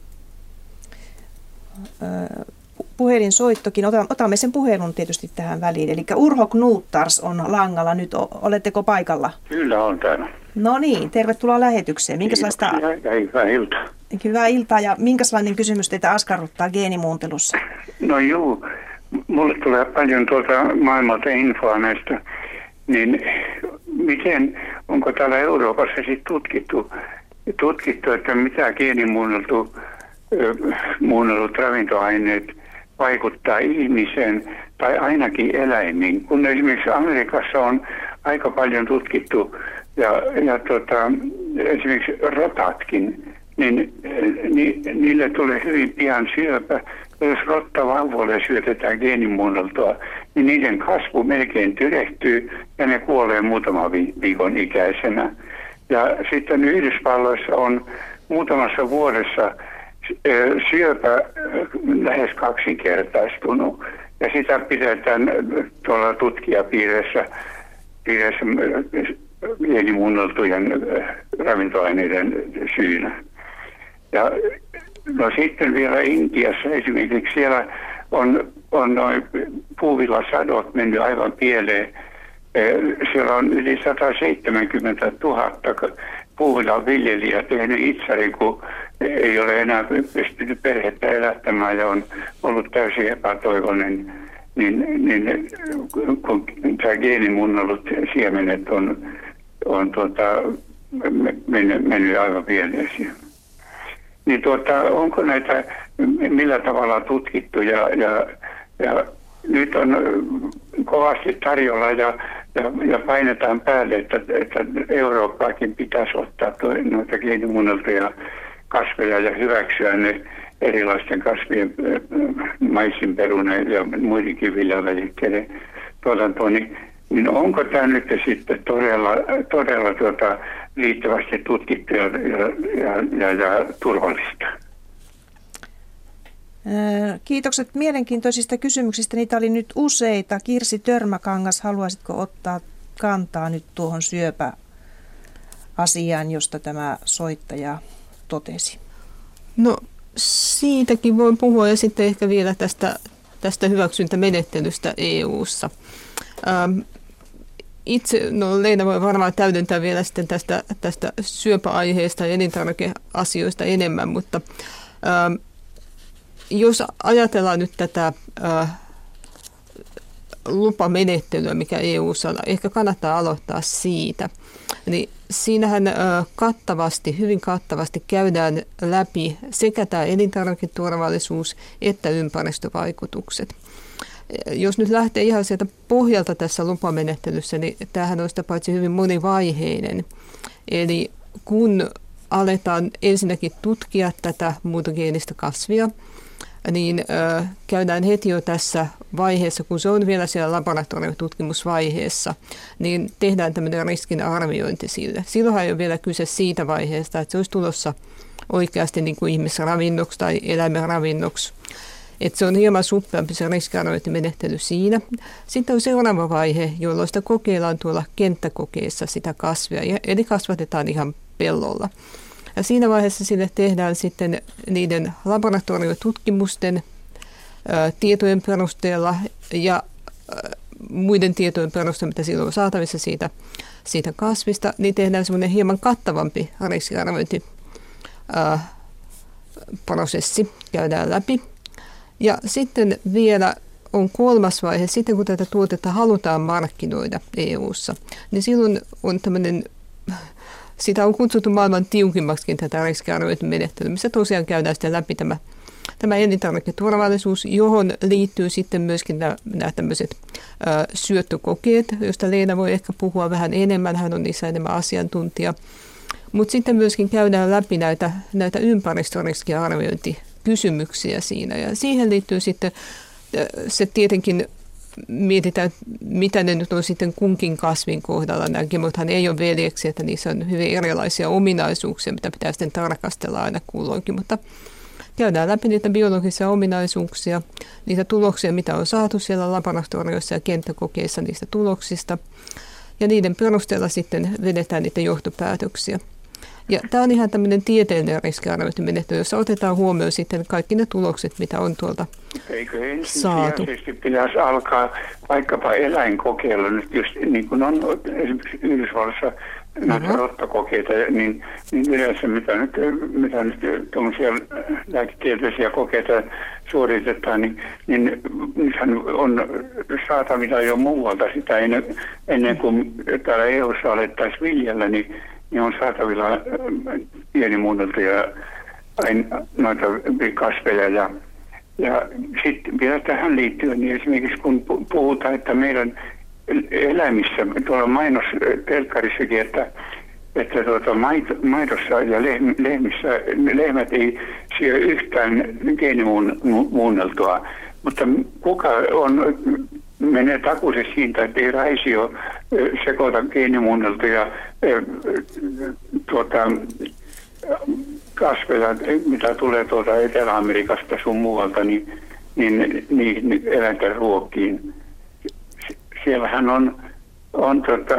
ö, puhelinsoittokin. Otamme sen puhelun tietysti tähän väliin. Eli Urho Knuuttars on langalla nyt. Oletteko paikalla? Kyllä on täällä. No niin, tervetuloa lähetykseen. Minkälaista, Kiitoksia ja hyvää iltaa. hyvää iltaa ja minkälainen kysymys teitä askarruttaa geenimuuntelussa? No juu, mulle tulee paljon tuolta maailmalta infoa näistä, niin miten, onko täällä Euroopassa sitten tutkittu, tutkittu, että mitä geenimuunneltu, ö, muunnellut ravintoaineet vaikuttaa ihmiseen tai ainakin eläimiin, kun esimerkiksi Amerikassa on aika paljon tutkittu ja, ja tota, esimerkiksi rotatkin, niin ni, niille tulee hyvin pian syöpä. Jos rottavauvoille syötetään geenimuunneltua, niin niiden kasvu melkein tyrehtyy ja ne kuolee muutaman viikon ikäisenä. Ja sitten Yhdysvalloissa on muutamassa vuodessa syöpä lähes kaksinkertaistunut. Ja sitä pidetään tuolla tutkijapiirissä piirissä geenimuunneltujen ravintoaineiden syynä. Ja no sitten vielä Intiassa esimerkiksi siellä on, on noin puuvillasadot mennyt aivan pieleen. Siellä on yli sata seitsemänkymmentä tuhatta puuvillan viljelijää tehnyt itseäni, kun ei ole enää pystynyt perhettä elättämään ja on ollut täysin epätoivoinen. Niin, niin kun tämä geenimuunnellut siemenet on, on tuota, mennyt, mennyt aivan pieleen siellä. Niin tuota, onko näitä millä tavalla tutkittu ja, ja, ja nyt on kovasti tarjolla ja, ja, ja painetaan päälle, että, että Eurooppaakin pitäisi ottaa toi, noita geenimuunneltuja kasveja ja hyväksyä ne erilaisten kasvien, maisin, perunan ja muidenkin viljalajikkeiden tuotantoon. Niin niin onko tämä nyt sitten todella, todella tuota, riittävästi tutkittu ja, ja, ja, ja turvallista? Kiitokset mielenkiintoisista kysymyksistä. Niitä oli nyt useita. Kirsi Törmäkangas, haluaisitko ottaa kantaa nyt tuohon syöpäasiaan, josta tämä soittaja totesi? No siitäkin voi puhua ja sitten ehkä vielä tästä, tästä hyväksyntämenettelystä E U:ssa. Ähm, itse, no Leena voi varmaan täydentää vielä sitten tästä, tästä syöpäaiheesta ja elintarvikeasioista enemmän, mutta ähm, jos ajatellaan nyt tätä äh, lupamenettelyä, mikä E U:ssa on, ehkä kannattaa aloittaa siitä. Niin siinähän äh, kattavasti, hyvin kattavasti käydään läpi sekä tämä elintarviketurvallisuus että ympäristövaikutukset. Jos nyt lähtee ihan sieltä pohjalta tässä lupamenettelyssä, niin tämähän on sitä paitsi hyvin monivaiheinen. Eli kun aletaan ensinnäkin tutkia tätä muuntogeenistä kasvia, niin ö, käydään heti jo tässä vaiheessa, kun se on vielä siellä laboratoriotutkimusvaiheessa, niin tehdään tämmöinen riskinarviointi sille. Silloinhan ei ole vielä kyse siitä vaiheesta, että se olisi tulossa oikeasti niin kuin ihmisravinnoksi tai eläimen ravinnoksi. Että se on hieman suppeampi se riskiarviointimenettely siinä. Sitten on seuraava vaihe, jolloin sitä kokeillaan tuolla kenttäkokeessa sitä kasvia, eli kasvatetaan ihan pellolla. Ja siinä vaiheessa sille tehdään sitten niiden laboratoriotutkimusten ä, tietojen perusteella ja ä, muiden tietojen perusteella, mitä silloin on saatavissa siitä, siitä kasvista, niin tehdään semmoinen hieman kattavampi riskiarviointiprosessi, käydään läpi. Ja sitten vielä on kolmas vaihe, sitten kun tätä tuotetta halutaan markkinoida E U:ssa, niin silloin on tämmöinen, sitä on kutsuttu maailman tiukimmaksikin tätä riskiarviointimenettelyä, missä tosiaan käydään sitten läpi tämä, tämä elintarviketurvallisuus, johon liittyy sitten myöskin nämä, nämä tämmöiset ä, syöttökokeet, joista Leena voi ehkä puhua vähän enemmän, hän on niissä enemmän asiantuntija. Mutta sitten myöskin käydään läpi näitä, näitä ympäristöriskiarviointikysymyksiä siinä. Ja siihen liittyy sitten, se tietenkin mietitään, mitä ne nyt on sitten kunkin kasvin kohdalla. Nämä gemothan ei ole veljeksi, että niissä on hyvin erilaisia ominaisuuksia, mitä pitää sitten tarkastella aina kulloinkin. Mutta käydään läpi niitä biologisia ominaisuuksia, niitä tuloksia, mitä on saatu siellä laboratorioissa ja kenttäkokeissa niistä tuloksista. Ja niiden perusteella sitten vedetään niitä johtopäätöksiä. Ja tämä on ihan tämmöinen tieteellinen riskiarviointimenettely, jossa otetaan huomioon sitten kaikki ne tulokset, mitä on tuolta Eikö saatu. Ensisijaisesti pitäisi alkaa vaikkapa eläinkokeilla, nyt just niin kuin on esimerkiksi Yhdysvalloissa näitä uh-huh. rottakokeita, niin, niin yleensä mitä nyt, mitä nyt tuollaisia lääketieteellisiä kokeita suoritetaan, niin, niin nythän on saatavilla jo muualta sitä ennen, ennen kuin täällä E U:ssa alettaisiin viljellä, niin niin on saatavilla pienimuunneltuja noita kasveja. Ja, ja sitten vielä tähän liittyen, niin esimerkiksi kun puhutaan, että meidän eläimissä, tuolla mainostelkkarissakin, että, että tuota, maidossa ja lehmissä lehmät ei syö yhtään geenimuunneltua, mutta kuka on... menee takuisesti siitä, että ei raisio sekoita geenimuunneltuja tuota, kasveja, mitä tulee tuolta Etelä-Amerikasta sun muualta, niin, niin, niin eläinten ruokkiin. Siellähän on, on tota,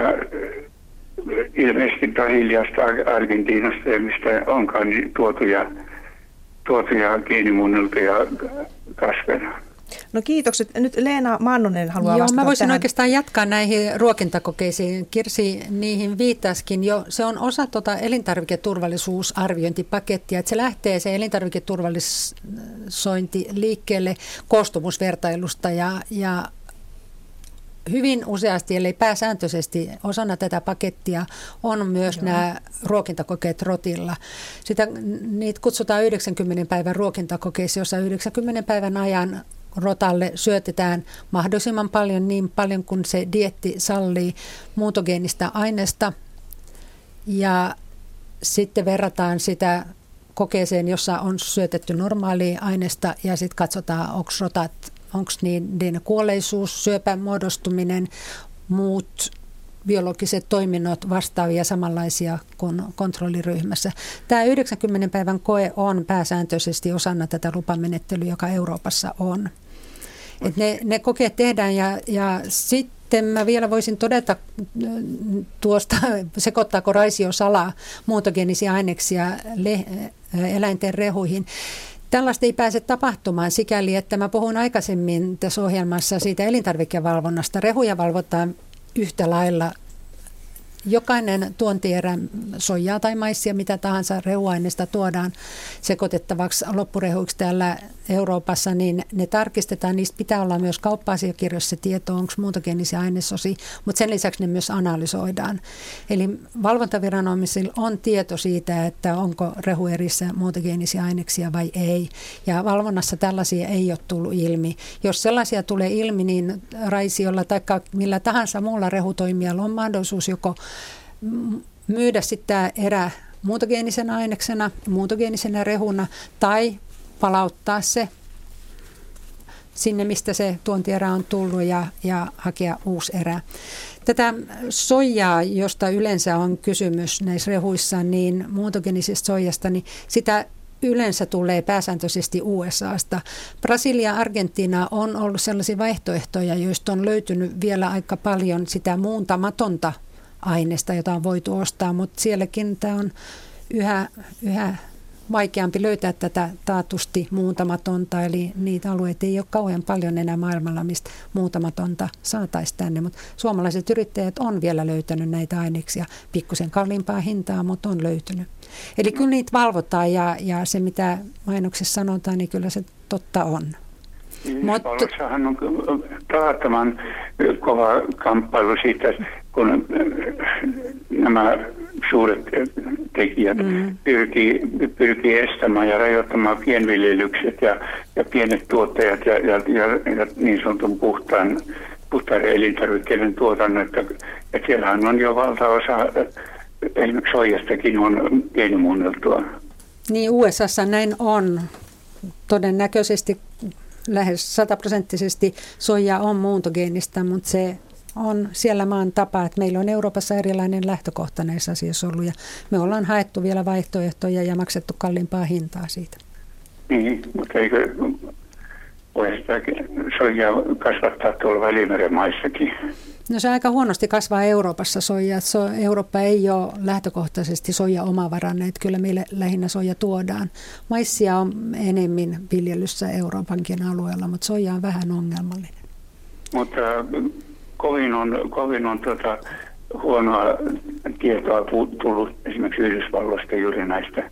ilmeisesti Brasiliasta, Argentiinasta ja mistä onkaan niin tuotuja, tuotuja geenimuunneltuja kasveja. No kiitokset. Nyt Leena Mannonen haluaa Joo, vastata mä voisin tähän. oikeastaan jatkaa näihin ruokintakokeisiin. Kirsi niihin viittasikin jo. Se on osa tuota elintarviketurvallisuusarviointipakettia, että se lähtee se elintarviketurvallisointi liikkeelle koostumusvertailusta ja, ja hyvin useasti, ellei pääsääntöisesti osana tätä pakettia on myös Joo. nämä ruokintakokeet rotilla. Sitä, niitä kutsutaan yhdeksänkymmentä päivän ruokintakokeissa, jossa yhdeksänkymmentä päivän ajan rotalle syötetään mahdollisimman paljon, niin paljon kuin se dieetti sallii muuntogeenistä aineesta. Ja sitten verrataan sitä kokeeseen, jossa on syötetty normaalia aineesta ja sitten katsotaan, onko rotat, onko niiden kuolleisuus, syöpän muodostuminen, muut biologiset toiminnot vastaavia samanlaisia kuin kontrolliryhmässä. Tämä yhdeksänkymmentä päivän koe on pääsääntöisesti osana tätä lupamenettelyä, joka Euroopassa on. Et ne, ne kokeet tehdään ja, ja sitten mä vielä voisin todeta tuosta, sekoittaako raisio salaa muuntogeenisiä aineksia le, eläinten rehuihin. Tällaista ei pääse tapahtumaan sikäli, että mä puhun aikaisemmin tässä ohjelmassa siitä elintarvikevalvonnasta. Rehuja valvotaan yhtä lailla. Jokainen tuontierä, soijaa tai maissia, mitä tahansa rehuaineista tuodaan sekoitettavaksi loppurehuiksi täällä Euroopassa, niin ne tarkistetaan. Niistä pitää olla myös kauppa-asiakirjoissa tieto, onko muuntogeenisiä ainesosia, mutta sen lisäksi ne myös analysoidaan. Eli valvontaviranomaisilla on tieto siitä, että onko rehuerissä muuntogeenisiä aineksia vai ei. Ja valvonnassa tällaisia ei ole tullut ilmi. Jos sellaisia tulee ilmi, niin raisiolla tai millä tahansa muulla rehutoimijalla on mahdollisuus joko myydä sitten tämä erä muuntogeenisenä aineksena, muuntogeenisenä rehuna tai palauttaa se sinne, mistä se tuontierä on tullut ja, ja hakea uusi erä. Tätä soijaa, josta yleensä on kysymys näissä rehuissa, niin muuntogeenisistä soijasta, niin sitä yleensä tulee pääsääntöisesti U S A:sta. Brasilia ja Argentiina on ollut sellaisia vaihtoehtoja, joista on löytynyt vielä aika paljon sitä muuntamatonta aineesta, jota on voitu ostaa, mutta sielläkin tämä on yhä, yhä vaikeampi löytää tätä taatusti muuntamatonta, eli niitä alueita ei ole kauhean paljon enää maailmalla, mistä muuntamatonta saataisiin tänne, mutta suomalaiset yrittäjät on vielä löytänyt näitä aineksia, pikkusen kalliimpaa hintaa, mutta on löytynyt. Eli kyllä niitä valvotaan ja, ja se, mitä mainoksessa sanotaan, niin kyllä se totta on. Yhdysvalloissahan on tavattoman kova kamppailu siitä, kun nämä suuret tekijät mm. pyrkii, pyrkii estämään ja rajoittamaan pienviljelykset ja, ja pienet tuottajat ja, ja, ja, ja niin sanotun puhtaan, puhtaiden elintarvikkeiden tuotannon. Että, että siellähän on jo valtaosa, esimerkiksi soijastakin on geenimuunneltua. Niin U S A:ssa näin on. Todennäköisesti lähes sataprosenttisesti soija on muuntogeenistä, mutta se on siellä maan tapa, että meillä on Euroopassa erilainen lähtökohta näissä asioissa ollut ja me ollaan haettu vielä vaihtoehtoja ja maksettu kalliimpaa hintaa siitä. Niin, mutta eikö voi sitä soijaa kasvattaa tuolla Välimeren maissakin? No se aika huonosti kasvaa Euroopassa soija. So, Eurooppa ei ole lähtökohtaisesti soija omavarainen, että kyllä meille lähinnä soija tuodaan. Maissia on enemmän viljelyssä Euroopankin alueella, mutta soija on vähän ongelmallinen. Mutta kovin on, kovin on tuota huonoa tietoa tullut esimerkiksi Yhdysvalloista juuri näistä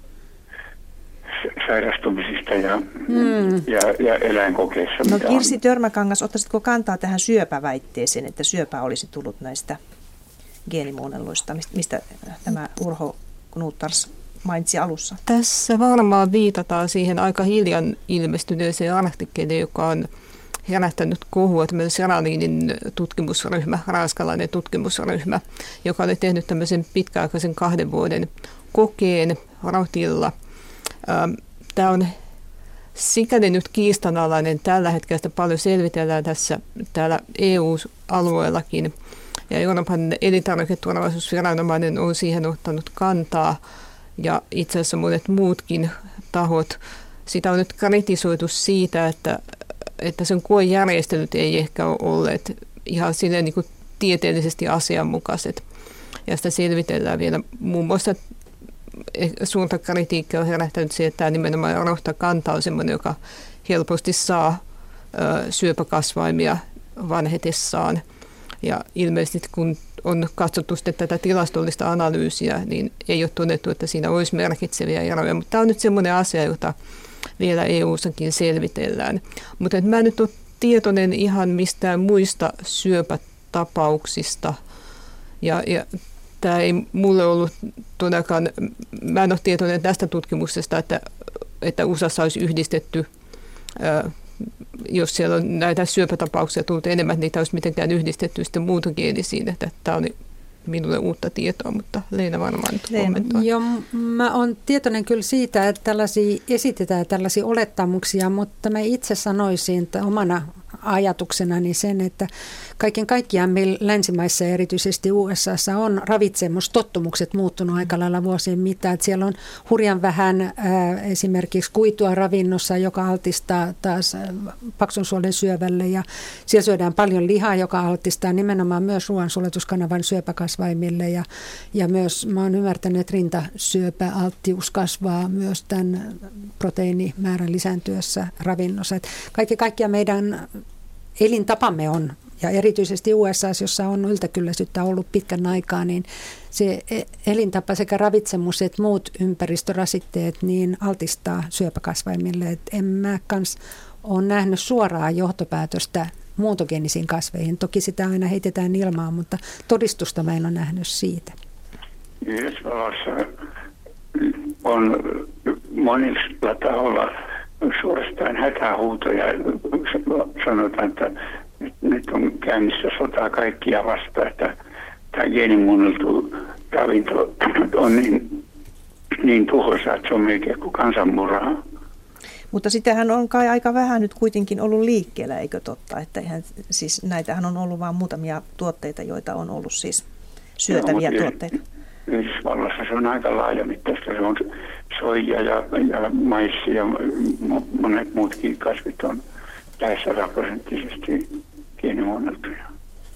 sairastumisista ja, mm. ja, ja eläinkokeissa. No Kirsi Törmäkangas, ottaisitko kantaa tähän syöpäväitteeseen, että syöpä olisi tullut näistä geenimuunnelluista, mistä tämä Urho Knuuttars mainitsi alussa? Tässä varmaan viitataan siihen aika hiljan ilmestyneeseen artikkeliin, joka on herättänyt kohua, tämmöinen Seralinin tutkimusryhmä, ranskalainen tutkimusryhmä, joka oli tehnyt tämmöisen pitkäaikaisen kahden vuoden kokeen rautilla. Tämä on sikäli nyt kiistanalainen. Tällä hetkellä sitä paljon selvitellään tässä täällä E U-alueellakin. Ja Euroopan elintarviketurvallisuusviranomainen on siihen ottanut kantaa. Ja itse asiassa monet muutkin tahot. Sitä on nyt kritisoitu siitä, että, että sen koejärjestelyt ei ehkä ole olleet ihan silleen niin kuin tieteellisesti asianmukaiset. Ja sitä selvitellään vielä muun muassa. Suurta kritiikkiä on herättänyt se, että tämä nimenomaan rohtakanta on sellainen, joka helposti saa ö, syöpäkasvaimia vanhetessaan. Ja ilmeisesti kun on katsottu sitten tätä tilastollista analyysiä, niin ei ole todettu, että siinä olisi merkitseviä eroja. Mutta tämä on nyt sellainen asia, jota vielä E U-sakin selvitellään. Mutta mä en nyt ole tietoinen ihan mistään muista syöpätapauksista. Ja, ja tämä ei mulle ollut todellakaan, mä en ole tietoinen tästä tutkimuksesta, että, että U S A:ssa olisi yhdistetty, ää, jos siellä on näitä syöpätapauksia tullut enemmän, niitä olisi mitenkään yhdistetty sitten muuntogeenisiin, että tämä on minulle uutta tietoa, mutta Leena varmaan nyt kommentoi. Joo, mä olen tietoinen kyllä siitä, että tällaisia esitetään tällaisia olettamuksia, mutta mä itse sanoisin, että omana ajatuksena niin sen, että kaiken kaikkiaan meillä länsimaissa ja erityisesti U S A:ssa on ravitsemustottumukset muuttunut aika lailla vuosien mittaan. Että siellä on hurjan vähän ää, esimerkiksi kuitua ravinnossa, joka altistaa taas paksun suolen syövälle, ja siellä syödään paljon lihaa, joka altistaa nimenomaan myös ruoansulatuskanavan syöpäkasvaimille, ja, ja myös mä oon ymmärtänyt, että rintasyöpäalttius kasvaa myös tämän proteiinimäärän lisääntyessä ravinnossa. Että kaikki kaikkiaan meidän elintapamme on, ja erityisesti U S A:ssa, jossa on yltäkylläisyyttä ollut pitkän aikaa, niin se elintapa sekä ravitsemus että muut ympäristörasitteet niin altistaa syöpäkasvaimille. Et en mä kans ole nähnyt suoraa johtopäätöstä muuntogeenisiin kasveihin. Toki sitä aina heitetään ilmaan, mutta todistusta meillä on nähnyt siitä. Yhdysvalloissa on monilla taholla suorastaan hätähuutoja. Sanotaan, että nyt on käynnissä sotaa kaikkia vastaan, että tämä geenimuunneltu ravinto on niin, niin tuhoisa, että se on melkein kuin kansanmurhaa. Mutta sitähän on kai aika vähän nyt kuitenkin ollut liikkeellä, eikö totta? Että ihan, siis näitähän on ollut vain muutamia tuotteita, joita on ollut siis syötäviä no, tuotteita. Yhdysvalloissa se on aika laajamittaista. Se on soija ja, ja maissi ja monet muutkin kasvit on lähes sataprosenttisesti geenimuunneltuja.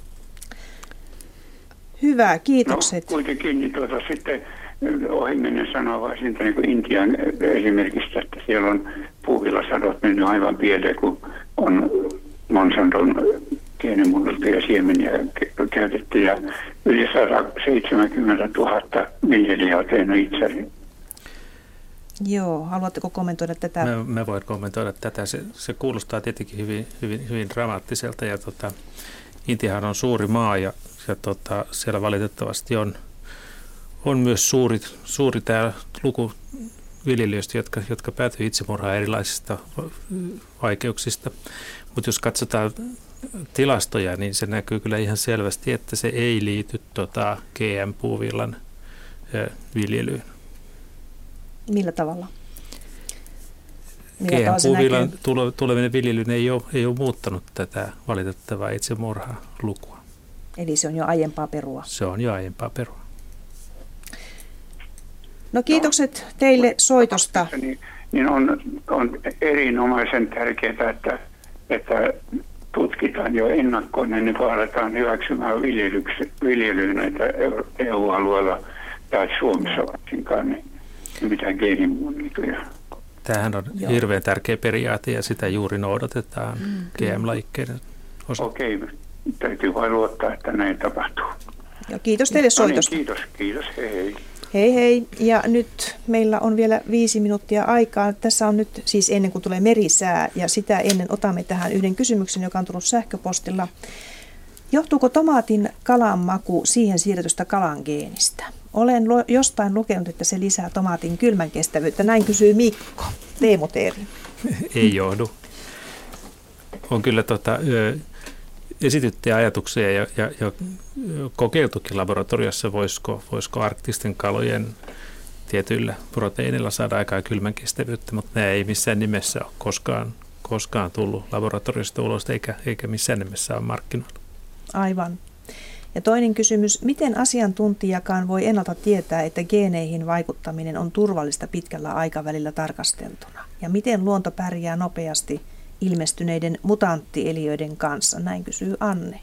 Hyvä, kiitokset. No, kuitenkin niin tuota, sitten ohimennen sanoa vain siitä niin kuin Intian esimerkistä, että siellä on puuvillasadot mennyt aivan pieleen, kun on Monsanton geenimuunneltuja siemeniä käytetty, ja yli sata seitsemänkymmentätuhatta viljelijää on tehnyt itse. Joo, haluatteko kommentoida tätä? Mä, mä voin kommentoida tätä. Se, se kuulostaa tietenkin hyvin, hyvin, hyvin dramaattiselta, ja tota, Intiahan on suuri maa, ja, ja tota, siellä valitettavasti on, on myös suuri, suuri tämä luku viljelijöistä, jotka, jotka päätyy itsemurhaan erilaisista vaikeuksista. Mutta jos katsotaan tilastoja, niin se näkyy kyllä ihan selvästi, että se ei liity tota, G M-puuvillan ö, viljelyyn. Millä tavalla? G M-puuvillan tuleminen viljelyyn ei ole, ei ole muuttanut tätä valitettavaa itsemurhaa lukua. Eli se on jo aiempaa perua. Se on jo aiempaa perua. No kiitokset teille soitosta. Niin, niin on, on erinomaisen tärkeää, että, että tutkitaan jo ennakkoon, ennen kuin aletaan hyväksymään viljelyyn näitä E U-alueella tai Suomessa varsinkaan, niin mitään geenimuunneltuja. Tämähän on Joo. hirveän tärkeä periaate, ja sitä juuri noudatetaan mm. G M-lajikkeiden osalta. Okei, täytyy vain luottaa, että näin tapahtuu. Ja kiitos teille soitosta. No niin, kiitos, kiitos, hei hei. Hei hei, ja nyt meillä on vielä viisi minuuttia aikaa. Tässä on nyt siis ennen kuin tulee merisää, ja sitä ennen otamme tähän yhden kysymyksen, joka on tullut sähköpostilla. Johtuuko tomaatin kalan maku siihen siirretystä kalan geenistä? Olen lo- jostain lukenut, että se lisää tomaatin kylmän kestävyyttä. Näin kysyy Mikko. Teemu Teeri. Ei johdu. On kyllä tota, esityttyjä ajatuksia ja, ja, ja kokeiltukin laboratoriossa, voisiko, voisiko arktisten kalojen tietyillä proteiineilla saada aikaan kylmän kestävyyttä, mutta ne ei missään nimessä ole koskaan, koskaan tullut laboratoriosta ulos, eikä, eikä missään nimessä ole markkinoilla. Aivan. Ja toinen kysymys, miten asiantuntijakaan voi ennalta tietää, että geeneihin vaikuttaminen on turvallista pitkällä aikavälillä tarkasteltuna? Ja miten luonto pärjää nopeasti ilmestyneiden mutanttieliöiden kanssa? Näin kysyy Anne.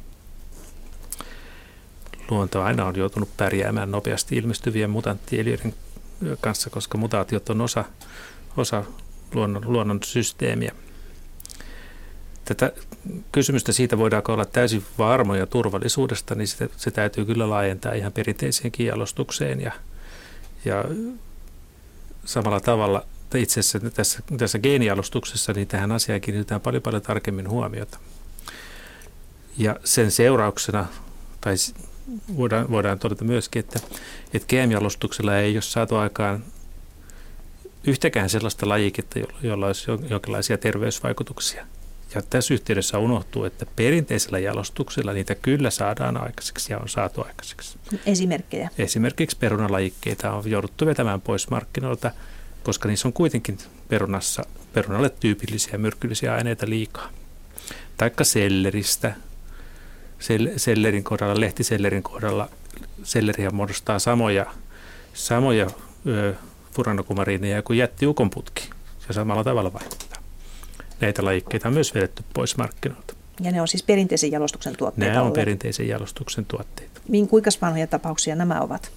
Luonto aina on joutunut pärjäämään nopeasti ilmestyvien mutanttieliöiden kanssa, koska mutaatiot on osa, osa luonnon, luonnon systeemiä. Tätä kysymystä siitä, voidaanko olla täysin varmoja turvallisuudesta, niin sitä, se täytyy kyllä laajentaa ihan perinteiseenkin jalostukseen. Ja, ja samalla tavalla itse asiassa tässä, tässä geenijalostuksessa niin tähän asiaan kiinnitetään paljon paljon tarkemmin huomiota. Ja sen seurauksena, tai voidaan, voidaan todeta myöskin, että, että G M-jalostuksella ei ole saatu aikaan yhtäkään sellaista lajiketta, jolla olisi jonkinlaisia terveysvaikutuksia. Ja tässä yhteydessä unohtuu, että perinteisellä jalostuksella niitä kyllä saadaan aikaiseksi ja on saatu aikaiseksi. Esimerkkejä. Esimerkiksi perunalajikkeita on jouduttu vetämään pois markkinoilta, koska niissä on kuitenkin perunassa, perunalle tyypillisiä myrkyllisiä aineita liikaa. taikka selleristä. Sellerin kohdalla, lehtisellerin kohdalla selleriä muodostaa samoja, samoja ö, furanokumariineja kuin jättiukonputki. Se samalla tavalla vaikuttaa. Näitä lajikkeita on myös vedetty pois markkinoilta. Ja ne on siis perinteisen jalostuksen tuotteita? Ne on olleet. perinteisen jalostuksen tuotteita. Min, kuinka vanhoja tapauksia nämä ovat?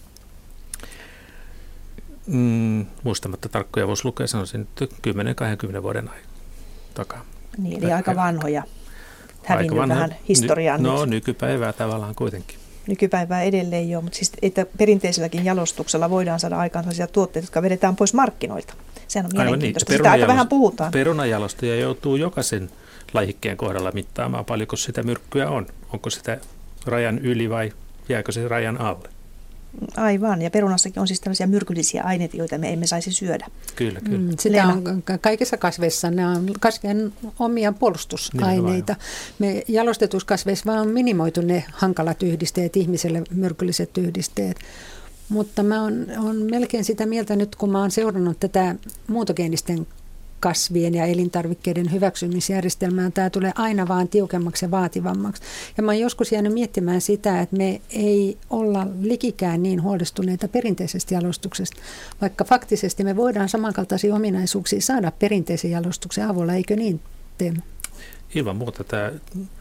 Mm, muistamatta tarkkoja vuosilukuja sanoisin nyt kymmenen kaksikymmentä vuoden ajan takaa. Niin, eli aika vanhoja. Hävinnyt vanha, vähän historiaan. Ny, no nykypäivää tavallaan kuitenkin. Nykypäivää edelleen jo, mutta siis että perinteisellä jalostuksella voidaan saada aikaan sellaisia tuotteita, jotka vedetään pois markkinoilta. Sehän on mielenkiintoista. Niin. Sitä aika vähän puhutaan. Perunajalostaja joutuu jokaisen lajikkeen kohdalla mittaamaan, paljonko sitä myrkkyä on. Onko sitä rajan yli vai jääkö se rajan alle? Aivan, ja perunassakin on siis tällaisia myrkyllisiä aineita, joita me emme saisi syödä. Kyllä, kyllä. Mm, sitä Leena. On kaikissa kasveissa, ne on kasvien omia puolustusaineita. Me jalostetuissa kasveissa vaan on minimoitu ne hankalat yhdisteet, ihmiselle myrkylliset yhdisteet. Mutta mä oon, oon melkein sitä mieltä nyt, kun mä oon seurannut tätä muuntogeenisten kasvien ja elintarvikkeiden hyväksymisjärjestelmään, tämä tulee aina vaan tiukemmaksi ja vaativammaksi. Ja mä oon joskus jäänyt miettimään sitä, että me ei olla likikään niin huolestuneita perinteisestä jalostuksesta, vaikka faktisesti me voidaan samankaltaisia ominaisuuksia saada perinteisen jalostuksen avulla, eikö niin, Teemu? Ilman muuta tämä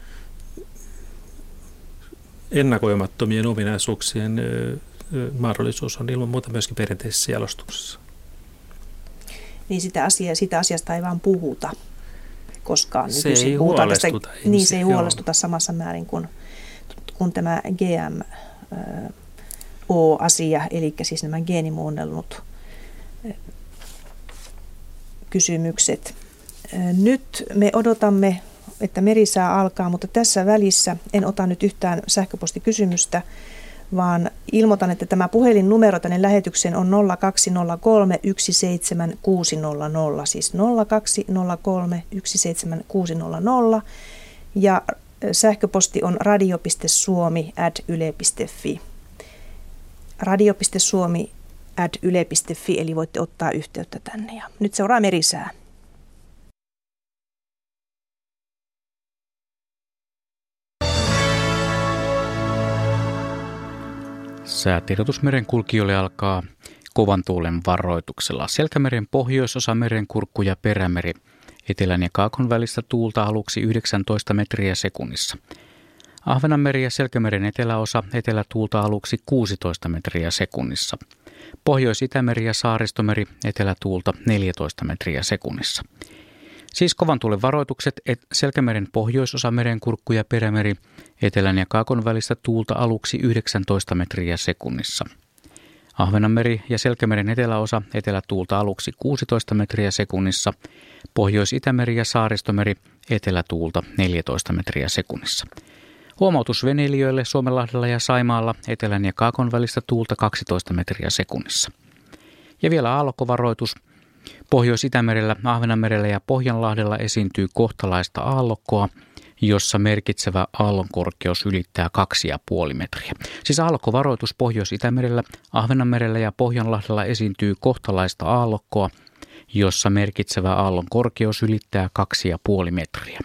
ennakoimattomien ominaisuuksien mahdollisuus on ilman muuta myöskin perinteisessä jalostuksessa. Niin sitä, asia, sitä asiasta ei vaan puhuta koskaan. Se ei huolestuta tästä, Niin se ei huolestuta samassa määrin kuin, kuin tämä G M O-asia, eli siis nämä geenimuunnellut kysymykset. Nyt me odotamme, että merisää alkaa, mutta tässä välissä en ota nyt yhtään sähköpostikysymystä, vaan ilmoitan, että tämä puhelinnumero tänne lähetykseen on nolla kaksi nolla kolme yksi seitsemän kuusi nolla nolla, siis nolla kaksi nolla kolme yksi seitsemän kuusi nolla nolla, ja sähköposti on radio piste suomi ät yle piste fi. radio piste suomi ät yle piste fi, eli voitte ottaa yhteyttä tänne. Ja nyt seuraa merisää. Säätiedotus merenkulkijoille alkaa kovan tuulen varoituksella. Selkämeren pohjoisosa, merenkurkku ja perämeri. Etelän ja kaakon välistä tuulta aluksi yhdeksäntoista metriä sekunnissa. Ahvenanmeri ja Selkämeren eteläosa, etelätuulta aluksi kuusitoista metriä sekunnissa. Pohjois-Itämeri ja Saaristomeri, etelätuulta neljätoista metriä sekunnissa. Siis kovan tuulen varoitukset, et Selkämeren pohjoisosa, merenkurkku ja perämeri, etelän ja kaakon välistä tuulta aluksi yhdeksäntoista metriä sekunnissa. Ahvenanmeri ja Selkämeren eteläosa, etelätuulta aluksi kuusitoista metriä sekunnissa. Pohjois-Itämeri ja Saaristomeri, etelätuulta neljätoista metriä sekunnissa. Huomautus veneilijöille Suomenlahdella ja Saimaalla, etelän ja kaakon välistä tuulta kaksitoista metriä sekunnissa. Ja vielä aallokkovaroitus. Pohjois-Itämerellä, Ahvenanmerellä ja Pohjanlahdella esiintyy kohtalaista aallokkoa, jossa merkitsevä aallonkorkeus ylittää kaksi pilkku viisi metriä. Siis aallokkovaroitus Pohjois-Itämerellä, Ahvenanmerellä ja Pohjanlahdella esiintyy kohtalaista aallokkoa, jossa merkitsevä aallonkorkeus ylittää kaksi pilkku viisi metriä.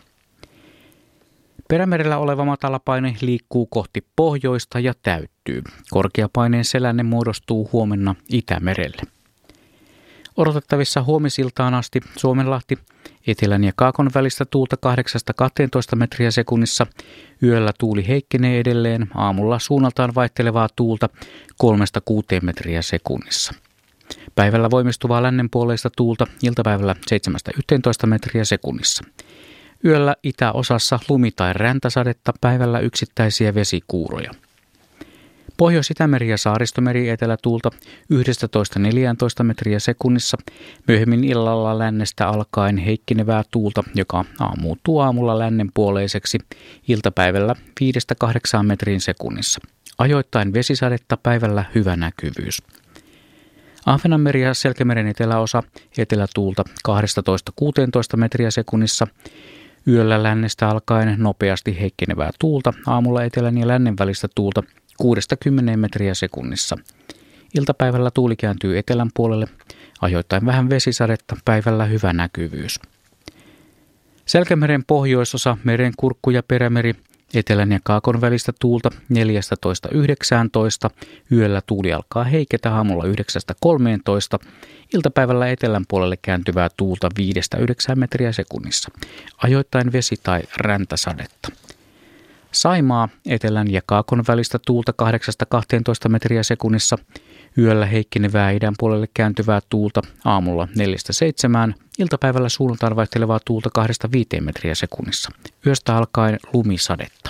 Perämerellä oleva matalapaine liikkuu kohti pohjoista ja täyttyy. Korkeapaineen selänne muodostuu huomenna Itämerelle. Odotettavissa huomisiltaan asti Suomenlahti, etelän ja kaakon välistä tuulta kahdeksasta kahteentoista metriä sekunnissa. Yöllä tuuli heikkenee edelleen, aamulla suunnaltaan vaihtelevaa tuulta kolmesta kuuteen metriä sekunnissa. Päivällä voimistuvaa lännenpuoleista tuulta, iltapäivällä seitsemästä yhteentoista metriä sekunnissa. Yöllä itäosassa lumi- tai räntäsadetta, päivällä yksittäisiä vesikuuroja. Pohjois-Itämeri ja Saaristomeri etelätuulta yksitoista neljätoista metriä sekunnissa, myöhemmin illalla lännestä alkaen heikkenevää tuulta, joka aamuutuu aamulla lännenpuoleiseksi, iltapäivällä viidestä kahdeksaan metriin sekunnissa. Ajoittain vesisadetta, päivällä hyvä näkyvyys. Ahvenanmeri ja Selkämeren eteläosa etelätuulta kaksitoista kuusitoista metriä sekunnissa, yöllä lännestä alkaen nopeasti heikkenevää tuulta, aamulla etelän ja lännen välistä tuulta kuudesta kymmeneen metriä sekunnissa. Iltapäivällä tuuli kääntyy etelän puolelle, ajoittain vähän vesisadetta, päivällä hyvä näkyvyys. Selkämeren pohjoisosa, merenkurkku ja perämeri, etelän ja kaakon välistä tuulta neljätoista yhdeksäntoista, yöllä tuuli alkaa heiketä aamulla yhdeksästä kolmeentoista, iltapäivällä etelän puolelle kääntyvää tuulta viidestä yhdeksään metriä sekunnissa, ajoittain vesi- tai räntäsadetta. Saimaa, etelän ja kaakon välistä tuulta kahdeksasta kahteentoista metriä sekunnissa, yöllä heikkenevää idän puolelle kääntyvää tuulta aamulla neljästä seitsemään, iltapäivällä suunnaltaan vaihtelevaa tuulta kahdesta viiteen metriä sekunnissa, yöstä alkaen lumisadetta.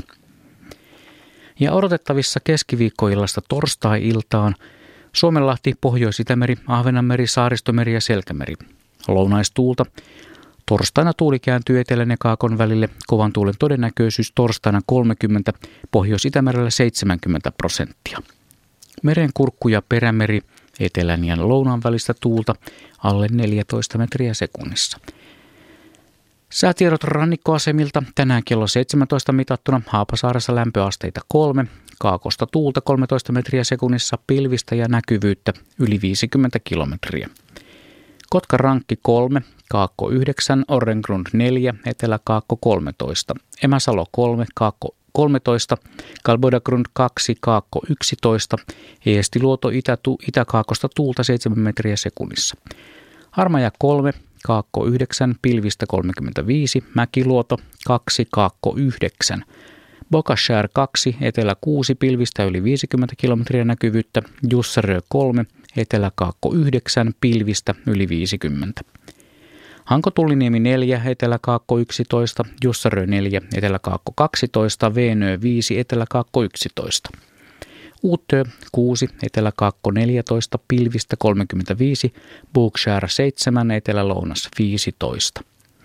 Ja odotettavissa keskiviikkoillasta torstai-iltaan Suomenlahti, Pohjois-Itämeri, Ahvenanmeri, Saaristomeri ja Selkämeri. Lounaistuulta. Torstaina tuuli kääntyy etelän ja kaakon välille, kovan tuulen todennäköisyys torstaina kolmekymmentä, Pohjois-Itämerellä seitsemänkymmentä prosenttia. Merenkurkku ja perämeri, etelän ja lounaan välistä tuulta alle neljätoista metriä sekunnissa. Säätiedot rannikkoasemilta tänään kello seitsemäntoista mitattuna Haapasaaressa lämpöasteita kolme, kaakosta tuulta kolmetoista metriä sekunnissa, pilvistä ja näkyvyyttä yli viisikymmentä kilometriä. Kotka rankki kolme, Kaakko yhdeksän, Orrengrund neljä, Etelä-Kaakko kolmetoista, Emäsalo kolme, Kaakko kolmetoista, Kalbodagrund kaksi, Kaakko yksitoista, Eestiluoto itä, Itä-Kaakosta tuulta seitsemän metriä sekunnissa. Harmaja kolme, Kaakko yhdeksän, pilvistä kolmekymmentäviisi, Mäkiluoto kaksi, Kaakko yhdeksän. Bokashär kaksi, Etelä kuusi, pilvistä yli viisikymmentä kilometriä näkyvyyttä, Jussarö kolme, Etelä-Kaakko yhdeksän, pilvistä yli viisikymmentä. Hanko-Tulliniemi neljä, Etelä-Kaakko yksitoista, Jussarö neljä, Etelä-Kaakko kaksitoista, Veenö viisi, Etelä-Kaakko yksitoista. Uutö kuusi, Etelä-Kaakko neljätoista, pilvistä kolmekymmentäviisi, Bokashär seitsemän, Etelä-Lounas viisitoista.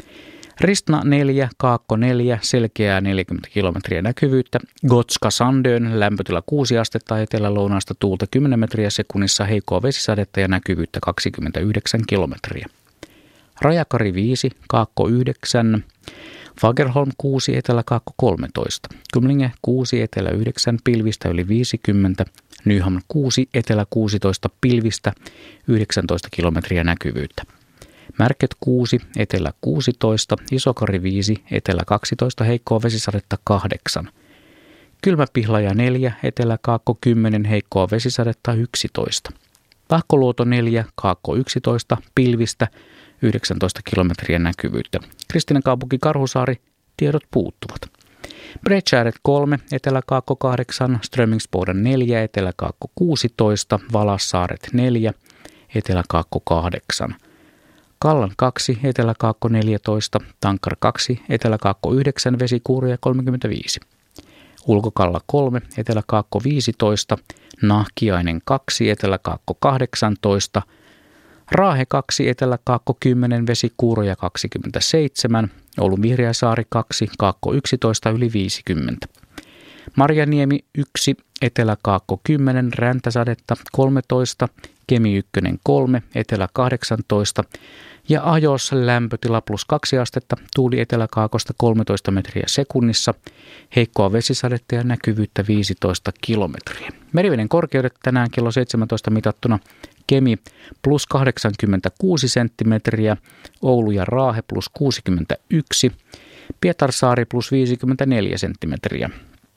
Ristna neljä, Kaakko neljä, selkeää neljäkymmentä kilometriä näkyvyyttä, Gotska Sandön, lämpötila kuusi astetta, etelä-lounaasta tuulta kymmenen metriä sekunnissa, heikkoa vesisadetta ja näkyvyyttä kaksikymmentäyhdeksän kilometriä. Rajakari viisi, Kaakko yhdeksän, Fagerholm kuusi, Etelä-Kaakko kolmetoista, Kumlinge kuusi, Etelä yhdeksän, pilvistä yli viisikymmentä, Nyhamn kuusi, Etelä kuusitoista, pilvistä yhdeksäntoista kilometriä näkyvyyttä. Märket kuusi, Etelä kuusitoista, Isokari viisi, Etelä kaksitoista, heikkoa vesisadetta kahdeksan. Kylmäpihlaja neljä, Etelä-Kaakko kymmenen, heikkoa vesisadetta yksitoista. Tahkoluoto neljä, Kaakko yksitoista, pilvistä yhdeksäntoista kilometriä näkyvyyttä. Kristiinankaupunki Karhusaari, tiedot puuttuvat. Bredgäret kolme, Etelä-Kaakko kahdeksan, Strömingsboden neljä, Etelä-Kaakko kuusitoista, Valassaaret neljä, Etelä-Kaakko kahdeksan. Kallan kaksi, Etelä-Kaakko neljätoista, Tankar kaksi, Etelä-Kaakko yhdeksän, Vesikuuria kolmekymmentäviisi. Ulkokalla kolme, Etelä-Kaakko viisitoista, Nahkiainen kaksi, Etelä-Kaakko kahdeksantoista, Raahe kaksi, Etelä-Kaakko kymmenen, Vesikuuria kaksikymmentäseitsemän, Oulun Vihreäsaari kaksi, Kaakko yksitoista, yli viisikymmentä. Marjaniemi yksi, Etelä-Kaakko kymmenen, Räntäsadetta kolmetoista, Kemi yksi kolme, Etelä kahdeksantoista ja Ajossa lämpötila plus kaksi astetta, tuuli Etelä-Kaakosta kolmetoista metriä sekunnissa, heikkoa vesisadetta ja näkyvyyttä viisitoista kilometriä. Meriveden korkeudet tänään kello seitsemäntoista mitattuna Kemi plus kahdeksankymmentäkuusi senttimetriä, Oulu ja Raahe plus kuusikymmentäyksi, Pietarsaari plus viisikymmentäneljä senttimetriä.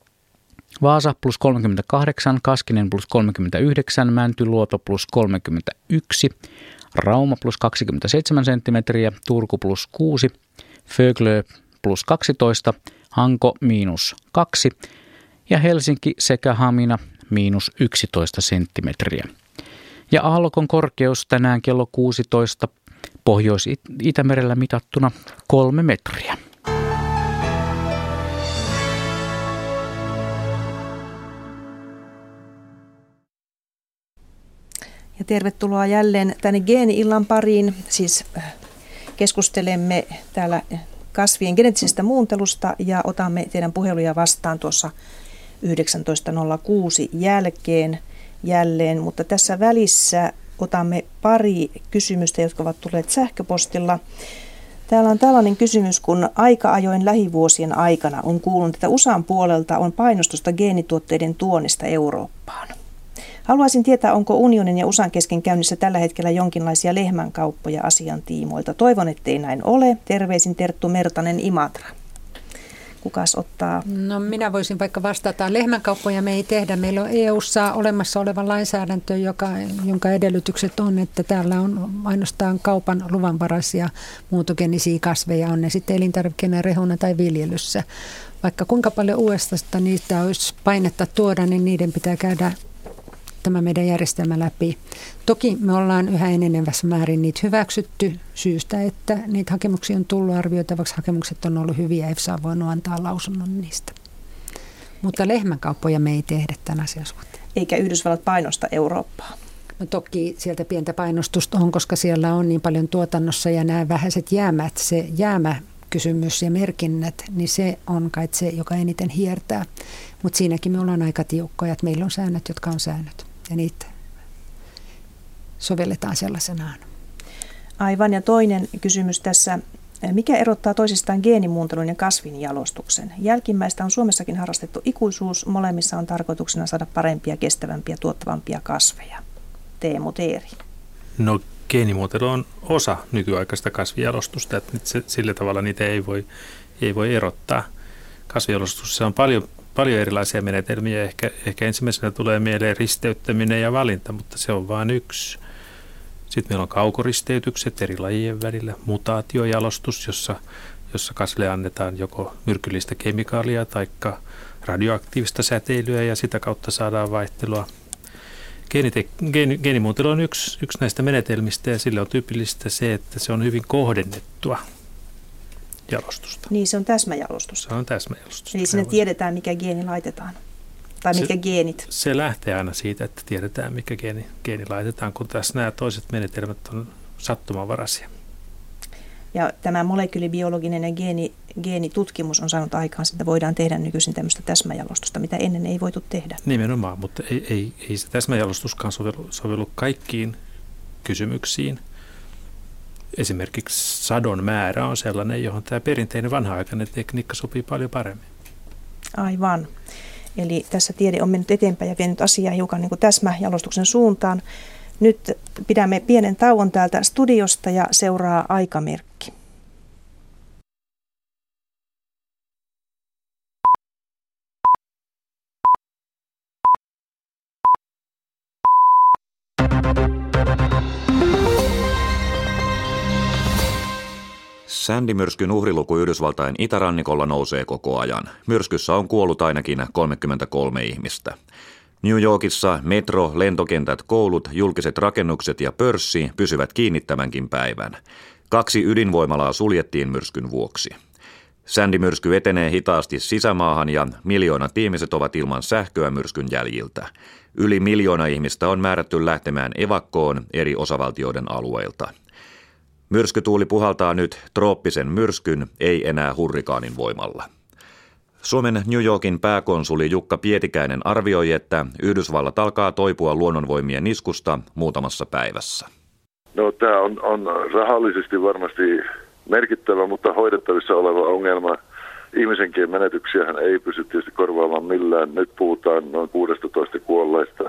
Vaasa plus kolmekymmentäkahdeksan, Kaskinen plus kolmekymmentäyhdeksän, Mäntyluoto plus kolmekymmentäyksi, Rauma plus kaksikymmentäseitsemän senttimetriä, Turku plus kuusi, Föglö plus kaksitoista, Hanko miinus kaksi ja Helsinki sekä Hamina miinus yksitoista senttimetriä. Ja aallokon korkeus tänään kello kuusitoista Pohjois-Itämerellä mitattuna kolme metriä. Ja tervetuloa jälleen tänne Geeni-illan pariin. Siis keskustelemme täällä kasvien geneettisestä muuntelusta ja otamme teidän puheluja vastaan tuossa yhdeksäntoista nolla kuusi jälkeen jälleen. Mutta tässä välissä otamme pari kysymystä, jotka ovat tulleet sähköpostilla. Täällä on tällainen kysymys, kun aika-ajoin lähivuosien aikana on kuulunut, että U S A:n puolelta on painostusta geenituotteiden tuonnista Eurooppaan. Haluaisin tietää, onko unionin ja U S A:n kesken käynnissä tällä hetkellä jonkinlaisia lehmänkauppoja asian tiimoilta. Toivon, ettei näin ole. Terveisin Terttu Mertanen, Imatra. Kukas ottaa? No minä voisin vaikka vastata. Lehmänkauppoja me ei tehdä. Meillä on E U:ssa olemassa oleva lainsäädäntö, joka, jonka edellytykset on, että täällä on ainoastaan kaupan luvanvaraisia muuntogeenisiä kasveja, on ne sitten elintarvikkeena, rehuna tai viljelyssä. Vaikka kuinka paljon U S A:sta niitä olisi painetta tuoda, niin niiden pitää käydä tämä meidän järjestelmä läpi. Toki me ollaan yhä enenevässä määrin niitä hyväksytty syystä, että niitä hakemuksia on tullut arvioitavaksi. Hakemukset on ollut hyviä, E F S A on voinut antaa lausunnon niistä. Mutta lehmänkauppoja me ei tehdä tämän asian suhteen. Eikä Yhdysvallat painosta Eurooppaa. No toki sieltä pientä painostusta on, koska siellä on niin paljon tuotannossa ja nämä vähäiset jäämät, se jäämäkysymys ja merkinnät, niin se on kai se, joka eniten hiertää. Mutta siinäkin me ollaan aika tiukkoja, että meillä on säännöt, jotka on säännöt ja niitä sovelletaan sellaisenaan. Aivan, ja toinen kysymys tässä. Mikä erottaa toisistaan geenimuuntelun ja kasvinjalostuksen? Jälkimmäistä on Suomessakin harrastettu ikuisuus. Molemmissa on tarkoituksena saada parempia, kestävämpiä, tuottavampia kasveja. Teemu Teeri. No geenimuuntelu on osa nykyaikaista kasvinjalostusta, että se, sillä tavalla niitä ei voi, ei voi erottaa. Kasvinjalostuksessa on paljon, paljon erilaisia menetelmiä. Ehkä, ehkä ensimmäisenä tulee mieleen risteyttäminen ja valinta, mutta se on vain yksi. Sitten meillä on kaukoristeytykset eri lajien välillä, mutaatiojalostus, jossa, jossa kasville annetaan joko myrkyllistä kemikaalia tai radioaktiivista säteilyä ja sitä kautta saadaan vaihtelua. Geenite- geeni, geenimuuntelu on yksi, yksi näistä menetelmistä ja sille on tyypillistä se, että se on hyvin kohdennettua jalostusta. Niin, se on täsmäjalostusta. Se on täsmäjalostusta. Eli sinne tiedetään, mikä geeni laitetaan. Tai mitkä se, geenit? Se lähtee aina siitä, että tiedetään, mikä geeni, geeni laitetaan, kun tässä nämä toiset menetelmät on sattumanvaraisia. Ja tämä molekyylibiologinen ja geeni, geenitutkimus on saanut aikaan, että voidaan tehdä nykyisin tämmöistä täsmäjalostusta, mitä ennen ei voitu tehdä. Nimenomaan, mutta ei, ei, ei se täsmäjalostuskaan sovellu, sovellu kaikkiin kysymyksiin. Esimerkiksi sadon määrä on sellainen, johon tämä perinteinen vanha-aikainen tekniikka sopii paljon paremmin. Aivan. Eli tässä tiede on mennyt eteenpäin ja vienyt asiaa hiukan niin kuin täsmäjalostuksen suuntaan. Nyt pidämme pienen tauon täältä studiosta ja seuraa aikamerkki. Sandy-myrskyn uhriluku Yhdysvaltain itärannikolla nousee koko ajan. Myrskyssä on kuollut ainakin kolmekymmentäkolme ihmistä. New Yorkissa metro, lentokentät, koulut, julkiset rakennukset ja pörssi pysyvät kiinni tämänkin päivän. Kaksi ydinvoimalaa suljettiin myrskyn vuoksi. Sandy-myrsky etenee hitaasti sisämaahan ja miljoonat ihmiset ovat ilman sähköä myrskyn jäljiltä. Yli miljoona ihmistä on määrätty lähtemään evakkoon eri osavaltioiden alueilta. Myrskytuuli puhaltaa nyt trooppisen myrskyn, ei enää hurrikaanin voimalla. Suomen New Yorkin pääkonsuli Jukka Pietikäinen arvioi, että Yhdysvallat alkaa toipua luonnonvoimien iskusta muutamassa päivässä. No, tämä on, on rahallisesti varmasti merkittävä, mutta hoidettavissa oleva ongelma. Ihmisenkien menetyksiähän ei pysty tietysti korvaamaan millään. Nyt puhutaan noin kuusitoista kuolleista.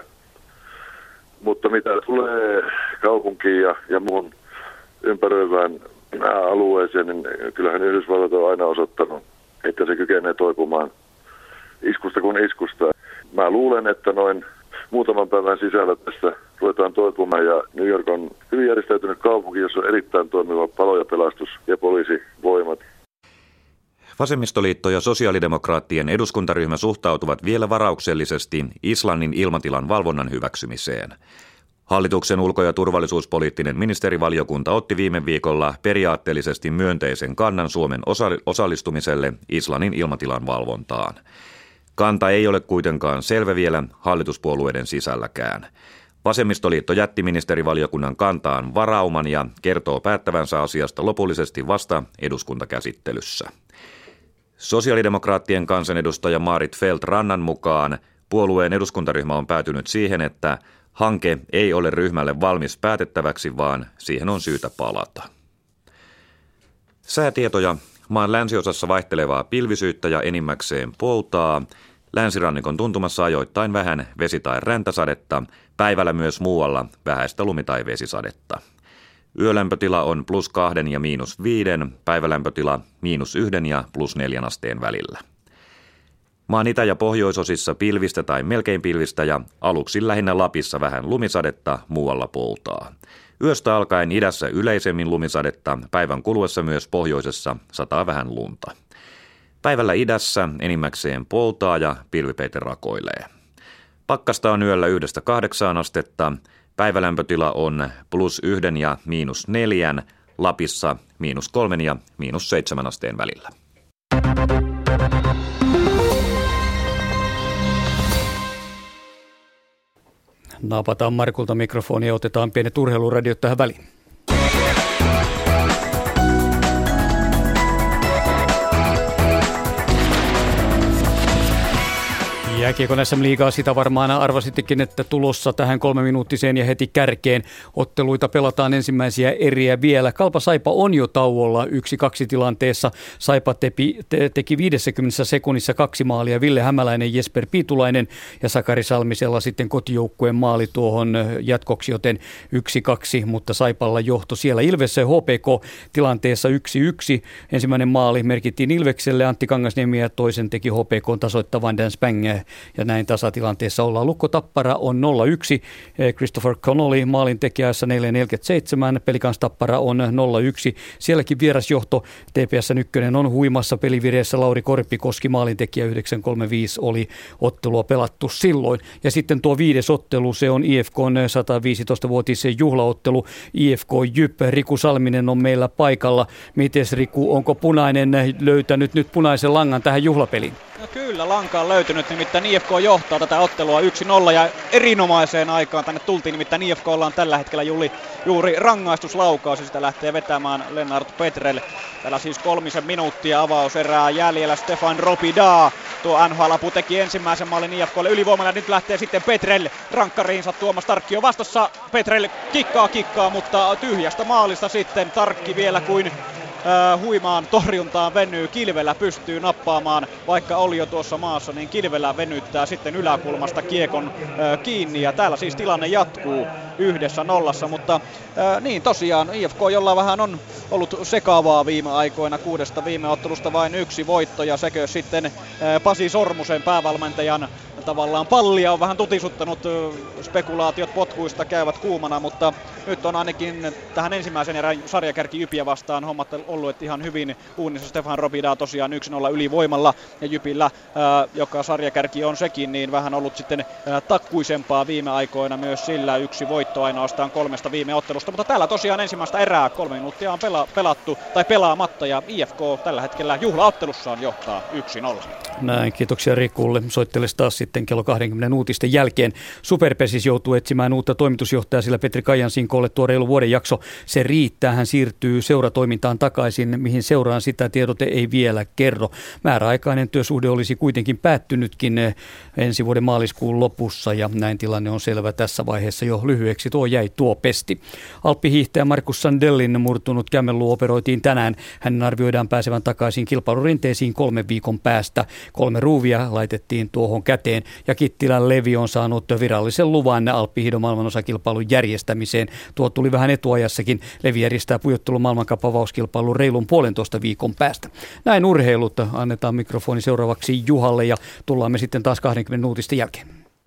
Mutta mitä tulee kaupunkiin ja, ja muun ympäröivään alueeseen, niin kyllähän Yhdysvallat on aina osoittanut, että se kykenee toipumaan iskusta kuin iskusta. Mä luulen, että noin muutaman päivän sisällä tästä ruvetaan toipumaan ja New York on hyvin järjestäytynyt kaupunki, jossa on erittäin toimiva palo- ja pelastus- ja poliisivoimat. Vasemmistoliitto ja sosiaalidemokraattien eduskuntaryhmä suhtautuvat vielä varauksellisesti Islannin ilmatilan valvonnan hyväksymiseen. Hallituksen ulko- ja turvallisuuspoliittinen ministerivaliokunta otti viime viikolla periaatteellisesti myönteisen kannan Suomen osallistumiselle Islannin ilmatilan valvontaan. Kanta ei ole kuitenkaan selvä vielä hallituspuolueiden sisälläkään. Vasemmistoliitto jätti ministerivaliokunnan kantaan varauman ja kertoo päättävänsä asiasta lopullisesti vasta eduskuntakäsittelyssä. Sosiaalidemokraattien kansanedustaja Maarit Feldt-Rannan mukaan puolueen eduskuntaryhmä on päätynyt siihen, että hanke ei ole ryhmälle valmis päätettäväksi, vaan siihen on syytä palata. Säätietoja. Maan länsiosassa vaihtelevaa pilvisyyttä ja enimmäkseen poutaa. Länsirannikon tuntumassa ajoittain vähän vesi- tai räntäsadetta, päivällä myös muualla vähäistä lumi- tai vesisadetta. Yölämpötila on plus kahden ja miinus viiden, päivälämpötila miinus yhden ja plus neljän asteen välillä. Maan itä- ja pohjoisosissa pilvistä tai melkein pilvistä ja aluksi lähinnä Lapissa vähän lumisadetta, muualla poutaa. Yöstä alkaen idässä yleisemmin lumisadetta, päivän kuluessa myös pohjoisessa sataa vähän lunta. Päivällä idässä enimmäkseen poutaa ja pilvipeite rakoilee. Pakkasta on yöllä yhdestä kahdeksaan astetta, päivälämpötila on plus yhden ja miinus neljän, Lapissa miinus kolmen ja miinus seitsemän asteen välillä. Naapataan Markulta mikrofonia ja otetaan pienet urheiluradiot tähän väliin. Jääkiekon S M-liigaa sitä varmaan arvasittekin, että tulossa tähän kolmeminuuttiseen ja heti kärkeen. Otteluita pelataan ensimmäisiä eriä vielä. Kalpa Saipa on jo tauolla yksi kaksi tilanteessa. Saipa tepi, te, teki viidessäkymmenessä sekunnissa kaksi maalia. Ville Hämäläinen, Jesper Piitulainen ja Sakari Salmisella sitten kotijoukkueen maali tuohon jatkoksi, joten yksi kaksi, mutta Saipalla johto siellä. Ilves ja H P K tilanteessa yksi yksi. Ensimmäinen maali merkittiin Ilvekselle, Antti Kangasniemi ja toisen teki H P K tasoittavan Dan Spang. Ja näin tasatilanteessa ollaan. Lukko Tappara on nolla yksi. Christopher Connolly maalintekijässä neljä neljäkymmentäseitsemän. Pelikans Tappara on nolla yksi. Sielläkin vierasjohto. T P S ykkönen on huimassa pelivireessä. Lauri Korppikoski maalintekijä yhdeksän kolmekymmentäviisi oli ottelua pelattu silloin. Ja sitten tuo viides ottelu, se on I F K:n sata viisitoista-vuotisen juhlaottelu. I F K Jyp. Riku Salminen on meillä paikalla. Mites Riku, onko punainen löytänyt nyt punaisen langan tähän juhlapeliin? No kyllä, lanka on löytynyt, nimittäin I F K johtaa tätä ottelua yksi nolla ja erinomaiseen aikaan tänne tultiin, nimittäin I F K:lla on tällä hetkellä juuri, juuri rangaistuslaukaus ja sitä lähtee vetämään Lennart Petrel. Täällä siis kolmisen minuuttia avauserää jäljellä. Stefan Ropida, tuo N H L-apu teki ensimmäisen maalin I F K:lle ylivoimalla ja nyt lähtee sitten Petrel rankkariinsa. Tuomas Tarkki on vastassa, Petrel kikkaa kikkaa, mutta tyhjästä maalista sitten Tarkki vielä kuin Uh, huimaan torjuntaan venyy, Kilvelä pystyy nappaamaan, vaikka oli jo tuossa maassa, niin Kilvelä venyttää sitten yläkulmasta kiekon uh, kiinni ja täällä siis tilanne jatkuu yhdessä nollassa, mutta uh, niin tosiaan I F K, jolla vähän on ollut sekaavaa viime aikoina, kuudesta viime ottelusta vain yksi voitto ja sekö sitten uh, Pasi Sormusen päävalmentajan tavallaan pallia on vähän tutisuttanut, spekulaatiot potkuista käyvät kuumana, mutta nyt on ainakin tähän ensimmäisen erän sarjakärki Jypiä vastaan hommat ollut ihan hyvin uunissa. Stefan Ropida tosiaan yksi nolla ylivoimalla ja Jypillä, ää, joka sarjakärki on sekin, niin vähän ollut sitten ää, takkuisempaa viime aikoina myös sillä yksi voitto ainoastaan kolmesta viime ottelusta, mutta täällä tosiaan ensimmäistä erää kolme minuuttia on pela, pelattu tai pelaamatta ja I F K tällä hetkellä juhlaottelussaan johtaa yksi nolla. Näin, kiitoksia Rikulle. Soitteles taas sitten kello kaksikymmentä uutisten jälkeen. Superpesis joutuu etsimään uutta toimitusjohtajaa, sillä Petri Kajansinkolle tuo reilu vuoden jakso, se riittää. Hän siirtyy seuratoimintaan takaisin, mihin seuraan sitä tiedote ei vielä kerro. Määräaikainen työsuhde olisi kuitenkin päättynytkin ensi vuoden maaliskuun lopussa ja näin tilanne on selvä tässä vaiheessa jo lyhyeksi. Tuo jäi tuo pesti. Alppihiihtäjä Markus Sandellin murtunut kämmenluu operoitiin tänään. Hänen arvioidaan pääsevän takaisin kilpailurinteisiin kolmen viikon päästä. Kolme ruuvia laitettiin tuohon käteen ja Kittilän Levi on saanut virallisen luvan alppihiidon maailmanosakilpailun järjestämiseen. Tuo tuli vähän etuajassakin. Levi järjestää pujottelun maailmankapavauskilpailun reilun puolentoista viikon päästä. Näin urheilut. Annetaan mikrofoni seuraavaksi Juhalle ja tullaan me sitten taas kaksikymmentä uutisten jälkeen.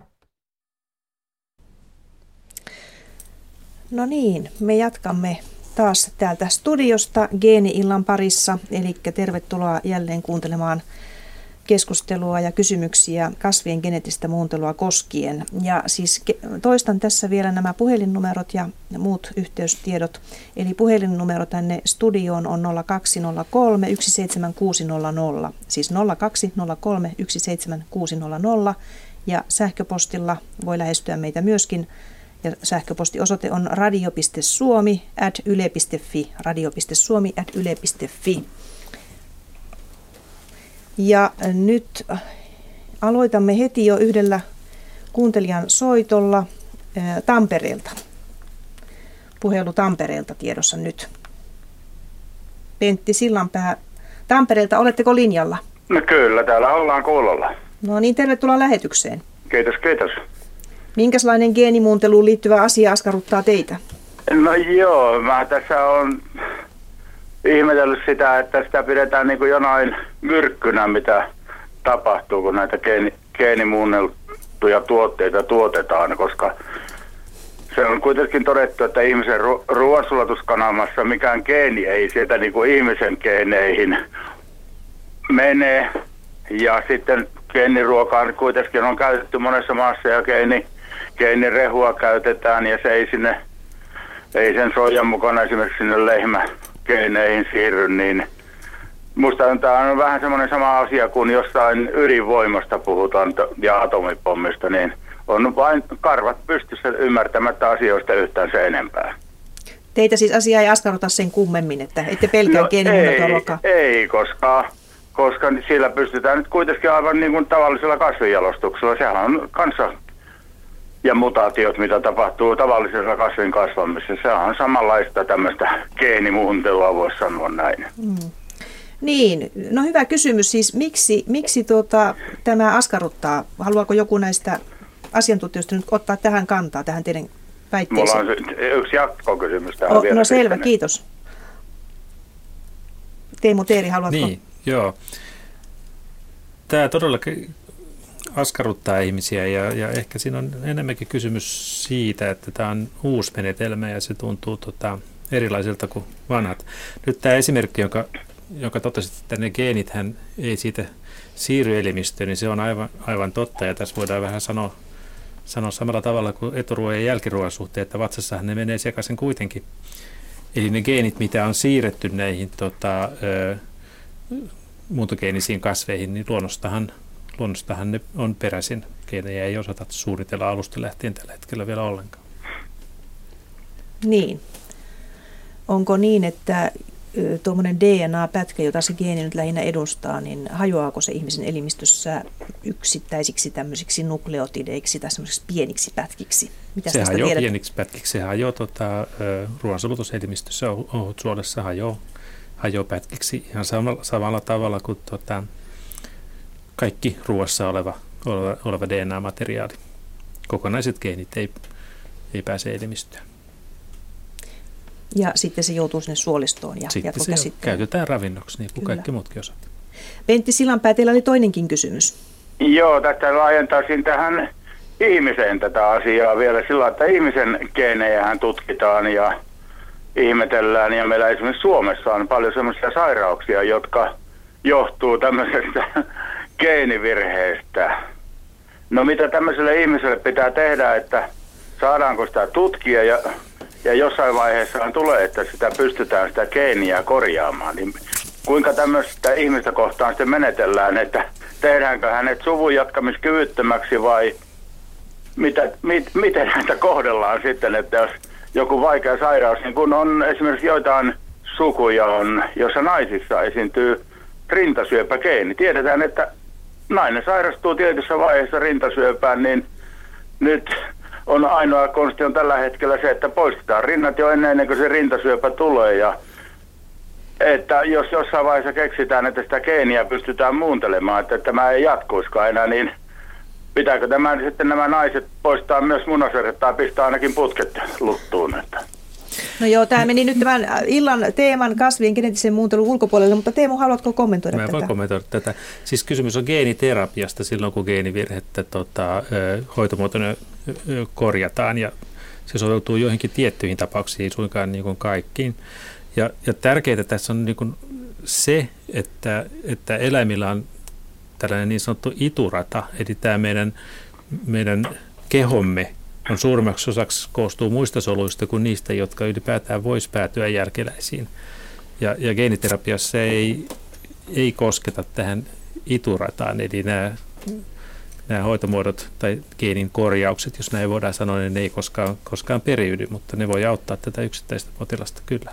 No niin, me jatkamme taas täältä studiosta Geeni-illan parissa, eli tervetuloa jälleen kuuntelemaan keskustelua ja kysymyksiä kasvien geneettistä muuntelua koskien. Ja siis toistan tässä vielä nämä puhelinnumerot ja muut yhteystiedot. Eli puhelinnumero tänne studioon on nolla kaksi nolla kolme yksi seitsemän kuusi nolla nolla, siis nolla kaksi nolla kolme yksi seitsemän kuusi nolla nolla ja sähköpostilla voi lähestyä meitä myöskin. Ja sähköpostiosoite on radio piste suomi ät yle piste fi, radio piste suomi ät yle piste fi. Ja nyt aloitamme heti jo yhdellä kuuntelijan soitolla ää, Tampereelta. Puhelu Tampereelta tiedossa nyt. Pentti Sillanpää Tampereelta, oletteko linjalla? No kyllä, täällä ollaan kuulolla. No niin, tervetuloa lähetykseen. Kiitos, kiitos. Minkälainen geenimuunteluun liittyvä asia askarruttaa teitä? No joo, mä tässä on ihmetellyt sitä, että sitä pidetään niin kuin jonain myrkkynä, mitä tapahtuu, kun näitä geeni, geenimuunneltuja tuotteita tuotetaan, koska se on kuitenkin todettu, että ihmisen ru- ruoansulatuskanavassa mikään geeni ei sieltä niin kuin ihmisen geeneihin mene. Ja sitten geeniruokaa kuitenkin on käytetty monessa maassa ja geeni, geenirehua käytetään ja se ei sinne, ei sen soijan mukana esimerkiksi sinne lehmägeeneihin siirry, niin musta tämä on vähän semmoinen sama asia kuin jostain ydinvoimasta puhutaan ja atomipommista, niin on vain karvat pystyssä ymmärtämättä asioista yhtään se enempää. Teitä siis asia ei askarruta sen kummemmin, että ette pelkää no geenimuunneltua ruokaa? Ei, koska, koska sillä pystytään nyt kuitenkin aivan niin kuin tavallisella kasvinjalostuksella. Sehän on kanssa, ja mutaatiot, mitä tapahtuu tavallisessa kasvin kasvamisessa, sehän on samanlaista tämmöistä geenimuuntelua, voisi sanoa näin. Mm. Niin, no hyvä kysymys. Siis miksi, miksi tuota, tämä askarruttaa? Haluaako joku näistä asiantuntijoista nyt ottaa tähän kantaa, tähän teidän väitteeseen? Mulla on yksi jatkokysymys tähän oh, vielä. No selvä, sitten. Kiitos. Teemu Teeri, haluatko? Niin, joo. Tämä todellakin askarruttaa ihmisiä ja, ja ehkä siinä on enemmänkin kysymys siitä, että tämä on uusi menetelmä ja se tuntuu tota, erilaisilta kuin vanhat. Nyt tämä esimerkki, jonka, jonka totesit, että ne geenithän ei siitä siirry elimistöön, niin se on aivan, aivan totta ja tässä voidaan vähän sanoa, sanoa samalla tavalla kuin eturuoan ja jälkiruoan suhteen, että vatsassahan ne menee sekaisin kuitenkin. Eli ne geenit, mitä on siirretty näihin tota, ö, muuntogeenisiin kasveihin, niin luonnostahan, luonnostahan ne on peräisin. Geenejä ei osata suunnitella alusta lähtien tällä hetkellä vielä ollenkaan. Niin. Onko niin, että tuommoinen D N A-pätkä, jota se geeni nyt lähinnä edustaa, niin hajoaako se ihmisen elimistössä yksittäisiksi tämmöisiksi nukleotideiksi tai semmoisiksi pieniksi pätkiksi? Mitäs se hajoaa tiedät? pieniksi pätkiksi. Se hajoaa tota, ruoansulutuselimistössä, ohutsuolessa hajoaa hajoaa pätkiksi ihan samalla, samalla tavalla kuin tota, kaikki ruoassa oleva, oleva, oleva D N A-materiaali. Kokonaiset geenit ei, ei pääse elimistöön. Ja sitten se joutuu sinne suolistoon ja sitten se käytetään ravinnoksi, niin kuin Kyllä. kaikki muutkin osat. Pentti Sillanpää, teillä oli toinenkin kysymys. Joo, tästä laajentaisin tähän ihmiseen tätä asiaa vielä sillä, että ihmisen geenejähän tutkitaan ja ihmetellään. Ja meillä esimerkiksi Suomessa on paljon sellaisia sairauksia, jotka johtuu tämmöisestä geenivirheestä. No mitä tämmöiselle ihmiselle pitää tehdä, että saadaanko sitä tutkia ja Ja jossain vaiheessa tulee, että sitä pystytään sitä geeniä korjaamaan. Niin kuinka tämmöistä ihmistä kohtaan sitten menetellään, että tehdäänkö hänet suvun jatkamiskyvyttömäksi vai mitä, mit, miten häntä kohdellaan sitten, että jos joku vaikea sairaus, niin kun on esimerkiksi joitain sukuja, on, jossa naisissa esiintyy rintasyöpägeeni. Tiedetään, että nainen sairastuu tietyssä vaiheessa rintasyöpään, niin nyt on ainoa konsti on tällä hetkellä se, että poistetaan rinnat jo ennen kuin se rintasyöpä tulee. Ja että jos jossain vaiheessa keksitään, että sitä geeniä pystytään muuntelemaan, että tämä ei jatkuiskaan enää, niin pitääkö tämän sitten nämä naiset poistaa myös munaserret tai pistää ainakin putket luttuun? Että. No joo, tämä meni nyt tämän illan teeman kasvien geneettisen muuntelun ulkopuolelle, mutta Teemu, haluatko kommentoida Mä tätä? Mä voin kommentoida tätä. Siis kysymys on geeniterapiasta silloin, kun geenivirhettä tota, hoitomuotona korjataan ja se soveltuu joihinkin tiettyihin tapauksiin, suinkaan niin kuin kaikkiin. Ja, ja tärkeää tässä on niin kuin se, että, että eläimillä on tällainen niin sanottu iturata, eli tämä meidän, meidän kehomme on suurimmaksi osaksi koostuu muista soluista kuin niistä, jotka ylipäätään voisi päätyä jälkeläisiin. Ja, ja geeniterapiassa ei, ei kosketa tähän iturataan, eli nämä, nämä hoitomuodot tai geenin korjaukset, jos näin voidaan sanoa, niin ne ei koskaan, koskaan periydy, mutta ne voi auttaa tätä yksittäistä potilasta kyllä.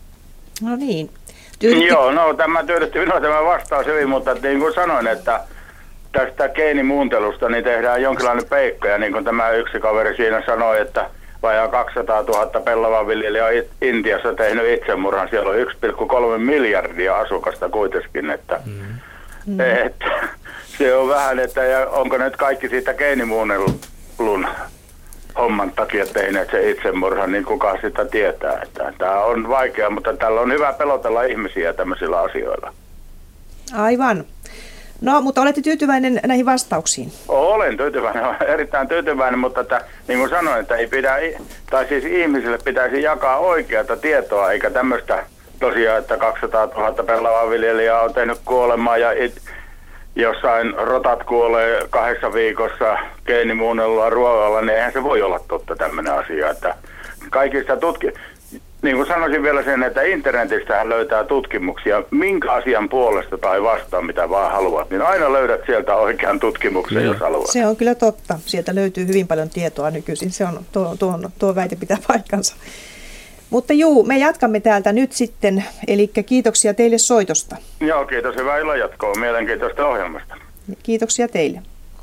No niin. Tyydytti... Joo, no tämä tyydytti minua tämä vastaus hyvin, mutta niin kuin sanoin, että tästä geenimuuntelusta niin tehdään jonkinlainen peikko, ja niin kuin tämä yksi kaveri siinä sanoi, että vajaa kaksisataatuhatta pellavanviljelijää on Intiassa tehnyt itsemurhan. Siellä on yksi pilkku kolme miljardia asukasta kuitenkin, että, mm. että se on vähän, että ja onko nyt kaikki siitä geenimuunnelun homman takia tehneet se itsemurha, niin kukaan sitä tietää. Että tämä on vaikea, mutta tällä on hyvä pelotella ihmisiä tämmöisillä asioilla. Aivan. No, mutta olette tyytyväinen näihin vastauksiin? Olen tyytyväinen, olen erittäin tyytyväinen, mutta että, niin kuin sanoin, että ei pidä, tai siis ihmisille pitäisi jakaa oikeata tietoa, eikä tämmöistä tosiaan, että kaksisataatuhatta pellavaa viljelijää on tehnyt kuolemaa ja it, jossain rotat kuolee kahdessa viikossa geenimuunnellulla ruoalla, niin eihän se voi olla totta tämmöinen asia, että kaikista tutki... Niin kuin sanoisin vielä sen, että internetistähän löytää tutkimuksia, minkä asian puolesta tai vastaan, mitä vaan haluat, niin aina löydät sieltä oikean tutkimuksen, mm. jos haluat. Se on kyllä totta. Sieltä löytyy hyvin paljon tietoa nykyisin. Se on, tuo, tuo, tuo väite pitää paikkansa. Mutta juu, me jatkamme täältä nyt sitten, eli kiitoksia teille soitosta. Joo, kiitos. Hyvää illan jatkoa. Mielenkiintoista ohjelmasta. Kiitoksia teille.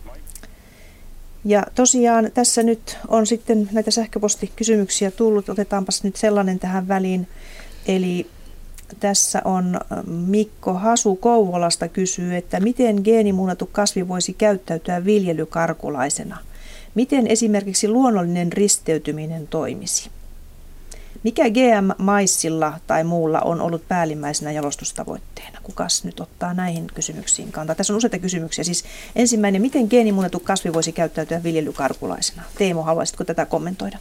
Ja tosiaan tässä nyt on sitten näitä sähköpostikysymyksiä tullut. Otetaanpas nyt sellainen tähän väliin. Eli tässä on Mikko Hasu Kouvolasta kysyy, että miten geenimuunneltu kasvi voisi käyttäytyä viljelykarkulaisena? Miten esimerkiksi luonnollinen risteytyminen toimisi? Mikä G M-maissilla tai muulla on ollut päällimmäisenä jalostustavoitteena? Kukas nyt ottaa näihin kysymyksiin kantaa? Tässä on useita kysymyksiä. Siis ensimmäinen, miten geenimuunneltu kasvi voisi käyttäytyä viljelykarkulaisena? Teemu, haluaisitko tätä kommentoida?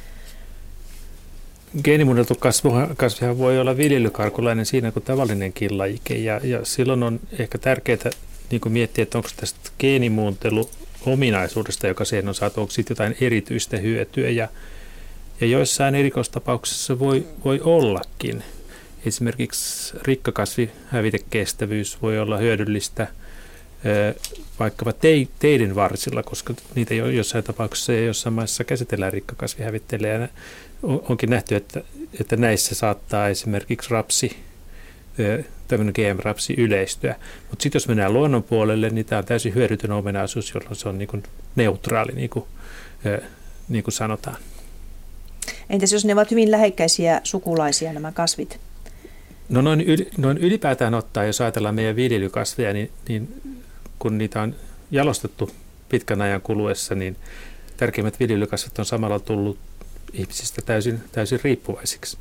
Geenimuunneltu kasvihan voi olla viljelykarkulainen siinä kuin tavallinenkin lajike. Ja, ja silloin on ehkä tärkeää niin kuin miettiä, että onko tästä geenimuuntelu-ominaisuudesta, joka siihen on saatu, onko siitä jotain erityistä hyötyä. Ja Ja joissain erikoistapauksissa voi, voi ollakin. Esimerkiksi rikkakasvihävitekestävyys voi olla hyödyllistä vaikkapa teiden varsilla, koska niitä jossain tapauksissa ja jossain maissa käsitellään rikkakasvihävitteillä. Ja onkin nähty, että, että näissä saattaa esimerkiksi rapsi, tämmöinen G M-rapsi yleistyä. Mutta sitten jos mennään luonnon puolelle, niin tämä on täysin hyödytön ominaisuus, jolloin se on niin kuin neutraali, niin kuin, niin kuin sanotaan. Entäs jos ne ovat hyvin lähekkäisiä sukulaisia nämä kasvit? No noin, yl, noin ylipäätään ottaen, jos ajatellaan meidän viljelykasveja, niin, niin kun niitä on jalostettu pitkän ajan kuluessa, niin tärkeimmät viljelykasvit on samalla tullut ihmisistä täysin, täysin riippuvaisiksi.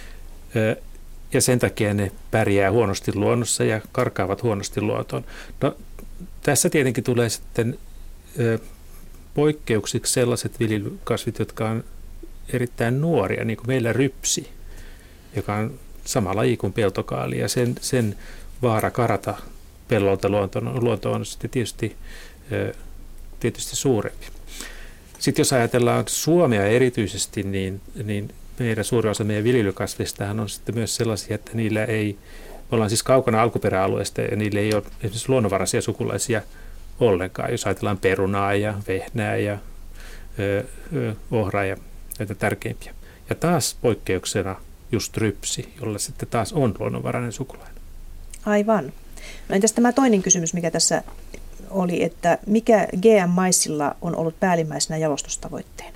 Ja sen takia ne pärjää huonosti luonnossa ja karkaavat huonosti luontoon. No, tässä tietenkin tulee sitten poikkeuksiksi sellaiset viljelykasvit, jotka on erittäin nuoria, niin kuin meillä rypsi, joka on sama laji kuin peltokaali, ja sen, sen vaara karata pellolta luontoon, luonto on sitten tietysti, tietysti suurempi. Sitten jos ajatellaan Suomea erityisesti, niin, niin meidän suuri osa meidän viljelykasvistahan on sitten myös sellaisia, että niillä ei, ollaan siis kaukana alkuperäalueesta, ja niillä ei ole esimerkiksi luonnonvaraisia sukulaisia ollenkaan, jos ajatellaan perunaa ja vehnää ja ö, ö, ohraa ja näitä tärkeimpiä. Ja taas poikkeuksena just rypsi, jolla sitten taas on luonnonvarainen sukulainen. Aivan. No entäs tämä toinen kysymys, mikä tässä oli, että mikä G M-maissilla on ollut päällimmäisenä jalostustavoitteena?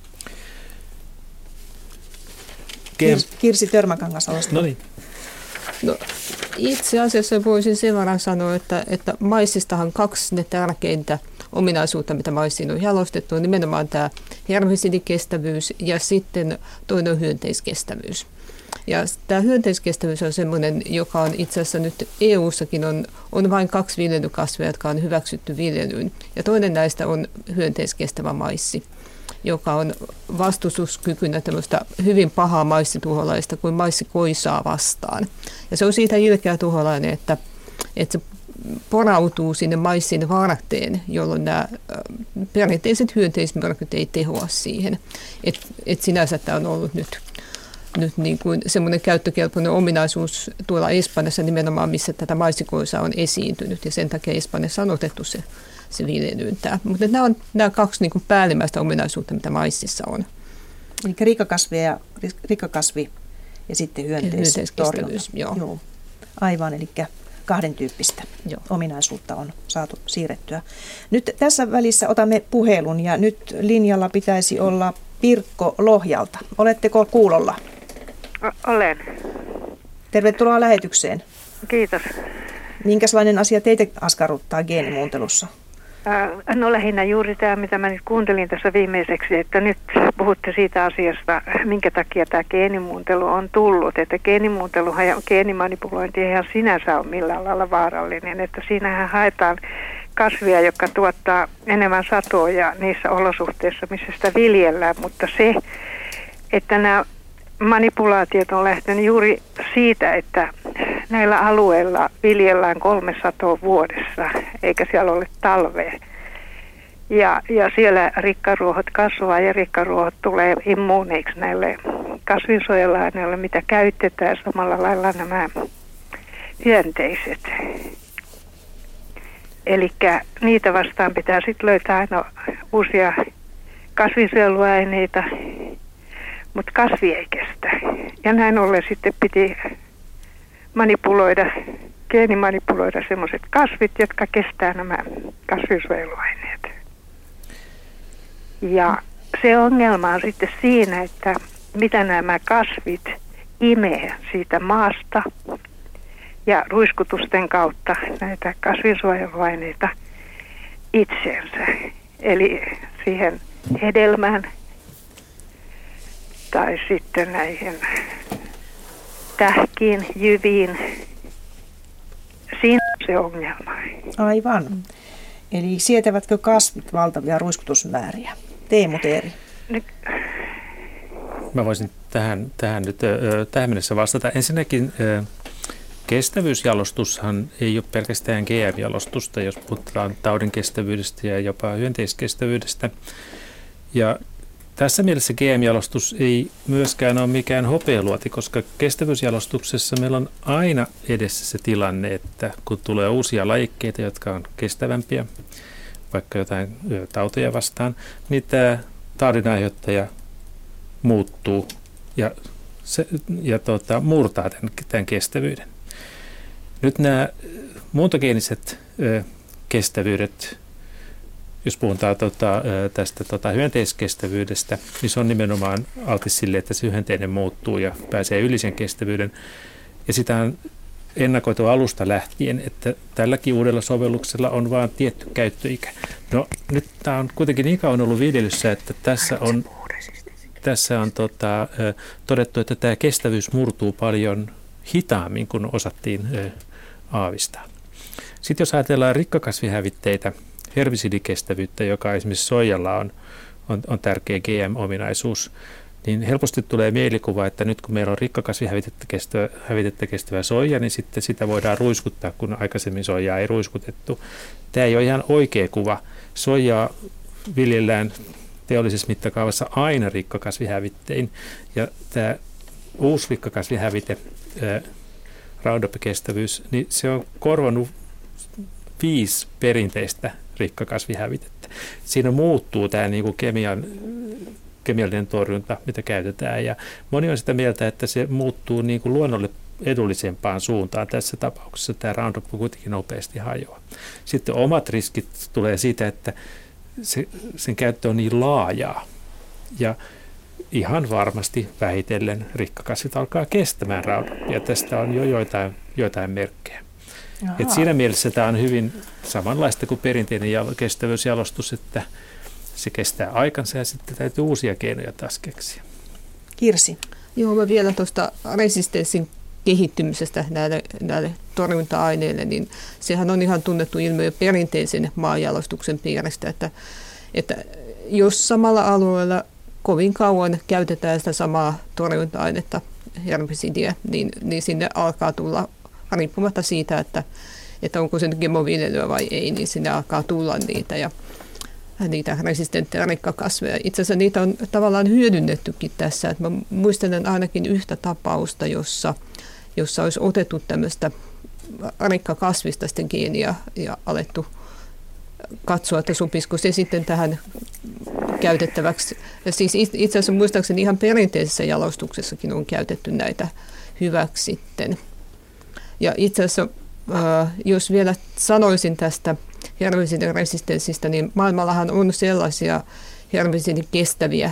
Kirs, Kirsi Törmäkangas aloittaa. No niin. No, itse asiassa voisin sen verran sanoa, että, että maissistahan kaksi ne tärkeintä ominaisuutta, mitä maissiin on jalostettu, on nimenomaan tämä herbisidikestävyys ja sitten toinen on hyönteiskestävyys. Ja tämä hyönteiskestävyys on sellainen, joka on itse asiassa nyt E U-sakin on, on vain kaksi viljelykasvia, jotka on hyväksytty viljelyyn. Ja toinen näistä on hyönteiskestävä maissi, joka on vastustuskykynä tämmöistä hyvin pahaa maissituholaista kuin maissikoisaa vastaan. Ja se on siitä ilkeä tuholainen, että, että se porautuu sinne maissin varteen, jolloin nämä perinteiset hyönteismyrkyt ei tehoa siihen. Et, et sinänsä tämä on ollut nyt, nyt niin kuin semmoinen käyttökelpoinen ominaisuus tuolla Espanjassa nimenomaan, missä tätä maissikoisaa on esiintynyt, ja sen takia Espanjassa on otettu se, se viljelyyn. Mutta nämä on nämä kaksi niin kuin päällimmäistä ominaisuutta, mitä maississa on. Eli rikkakasvi ja, rikkakasvi ja sitten hyönteiskestävyys. Joo. Joo. Aivan, eli kahden tyyppistä Joo. ominaisuutta on saatu siirrettyä. Nyt tässä välissä otamme puhelun, ja nyt linjalla pitäisi olla Pirkko Lohjalta. Oletteko kuulolla? O- olen. Tervetuloa lähetykseen. Kiitos. Minkälainen asia teitä askarruttaa geenimuuntelussa? No lähinnä juuri tämä, mitä mä nyt kuuntelin tässä viimeiseksi, että nyt puhutte siitä asiasta, minkä takia tämä geenimuuntelu on tullut. Että geenimuunteluhan ja geenimanipulointi ei ihan sinänsä ole millään lailla vaarallinen, että siinähän haetaan kasvia, joka tuottaa enemmän satoja niissä olosuhteissa, missä sitä viljellään, mutta se, että nämä manipulaatiot on lähtenyt juuri siitä, että näillä alueilla viljellään kolme satoa vuodessa, eikä siellä ole talvea. Ja, ja siellä rikkaruohot kasvaa ja rikkaruohot tulee immuuneiksi näille kasvinsuojeluaineille, mitä käytetään samalla lailla nämä hyönteiset. Eli niitä vastaan pitää sitten löytää aina uusia kasvinsuojeluaineita, mutta kasvi ei kestä. Ja näin ollen sitten piti manipuloida, geenimanipuloida sellaiset kasvit, jotka kestää nämä kasvinsuojeluaineet. Ja se ongelma on sitten siinä, että mitä nämä kasvit imee siitä maasta ja ruiskutusten kautta näitä kasvinsuojeluaineita itseensä. Eli siihen hedelmään tai sitten näihin tähkiin, jyviin. Siinä on se ongelma. Aivan. Eli sietävätkö kasvit valtavia ruiskutusmääriä? Teemu Teeri. Mä voisin tähän, tähän nyt tähän mennessä vastata. Ensinnäkin kestävyysjalostushan ei ole pelkästään G M-jalostusta, jos puhutaan taudin kestävyydestä ja jopa hyönteiskestävyydestä. Ja tässä mielessä G M-jalostus ei myöskään ole mikään hopealuoti, koska kestävyysjalostuksessa meillä on aina edessä se tilanne, että kun tulee uusia lajikkeita, jotka on kestävämpiä, vaikka jotain tauteja vastaan, niin tämä taudinaiheuttaja muuttuu ja, se, ja tuota, murtaa tämän, tämän kestävyyden. Nyt nämä muuntogeeniset ö, kestävyydet, jos puhutaan tota, tästä tota, hyönteiskestävyydestä, niin se on nimenomaan altis sille, että se hyönteinen muuttuu ja pääsee yli sen kestävyyden. Ja sitä on ennakoitu alusta lähtien, että tälläkin uudella sovelluksella on vain tietty käyttöikä. No nyt tämä on kuitenkin niin kauan ollut viljelyssä, että tässä on, tässä on tota, todettu, että tämä kestävyys murtuu paljon hitaammin kuin osattiin aavistaa. Sitten jos ajatellaan rikkakasvihävitteitä, herbisidikestävyyttä, joka esimerkiksi soijalla on, on, on tärkeä G M-ominaisuus, niin helposti tulee mielikuva, että nyt kun meillä on rikkakasvihävitettä kestävä, hävitettä kestävä soija, niin sitten sitä voidaan ruiskuttaa, kun aikaisemmin soijaa ei ruiskutettu. Tämä ei ole ihan oikea kuva. Soijaa viljellään teollisessa mittakaavassa aina rikkakasvihävittein, ja tämä uusi rikkakasvihävite, Roundup-kestävyys, niin se on korvannut viisi perinteistä rikkakasvihävitettä. Siinä muuttuu tämä niin kuin kemian, kemiallinen torjunta, mitä käytetään, ja moni on sitä mieltä, että se muuttuu niin kuin luonnolle edullisempaan suuntaan. Tässä tapauksessa tämä Roundup kuitenkin nopeasti hajoaa. Sitten omat riskit tulee siitä, että se, sen käyttö on niin laajaa, ja ihan varmasti vähitellen rikkakasvit alkaa kestämään Roundupia, ja tästä on jo joitain, joitain merkkejä. Et siinä mielessä tämä on hyvin samanlaista kuin perinteinen kestävyysjalostus, että se kestää aikansa ja sitten täytyy uusia keinoja taas keksiä. Kirsi. Joo, mä vielä tuosta resistenssin kehittymisestä näille, näille torjunta-aineille, niin sehän on ihan tunnettu ilmiö perinteisen maanjalostuksen piiristä, että, että jos samalla alueella kovin kauan käytetään sitä samaa torjunta-ainetta, herbisidia, niin, niin sinne alkaa tulla, riippumatta siitä, että, että onko se gemoviljelyä vai ei, niin sinne alkaa tulla niitä ja niitä resistenttejä rikkakasveja. Itse asiassa niitä on tavallaan hyödynnettykin tässä. Että mä muistelen ainakin yhtä tapausta, jossa, jossa olisi otettu tämmöistä rikkakasvista sitten geeniä ja alettu katsoa, että sopisiko se sitten tähän käytettäväksi. Ja siis itse asiassa muistaakseni ihan perinteisessä jalostuksessakin on käytetty näitä hyväksi sitten. Ja itse asiassa, jos vielä sanoisin tästä herbisidin resistenssistä, niin maailmallahan on sellaisia herbisidin kestäviä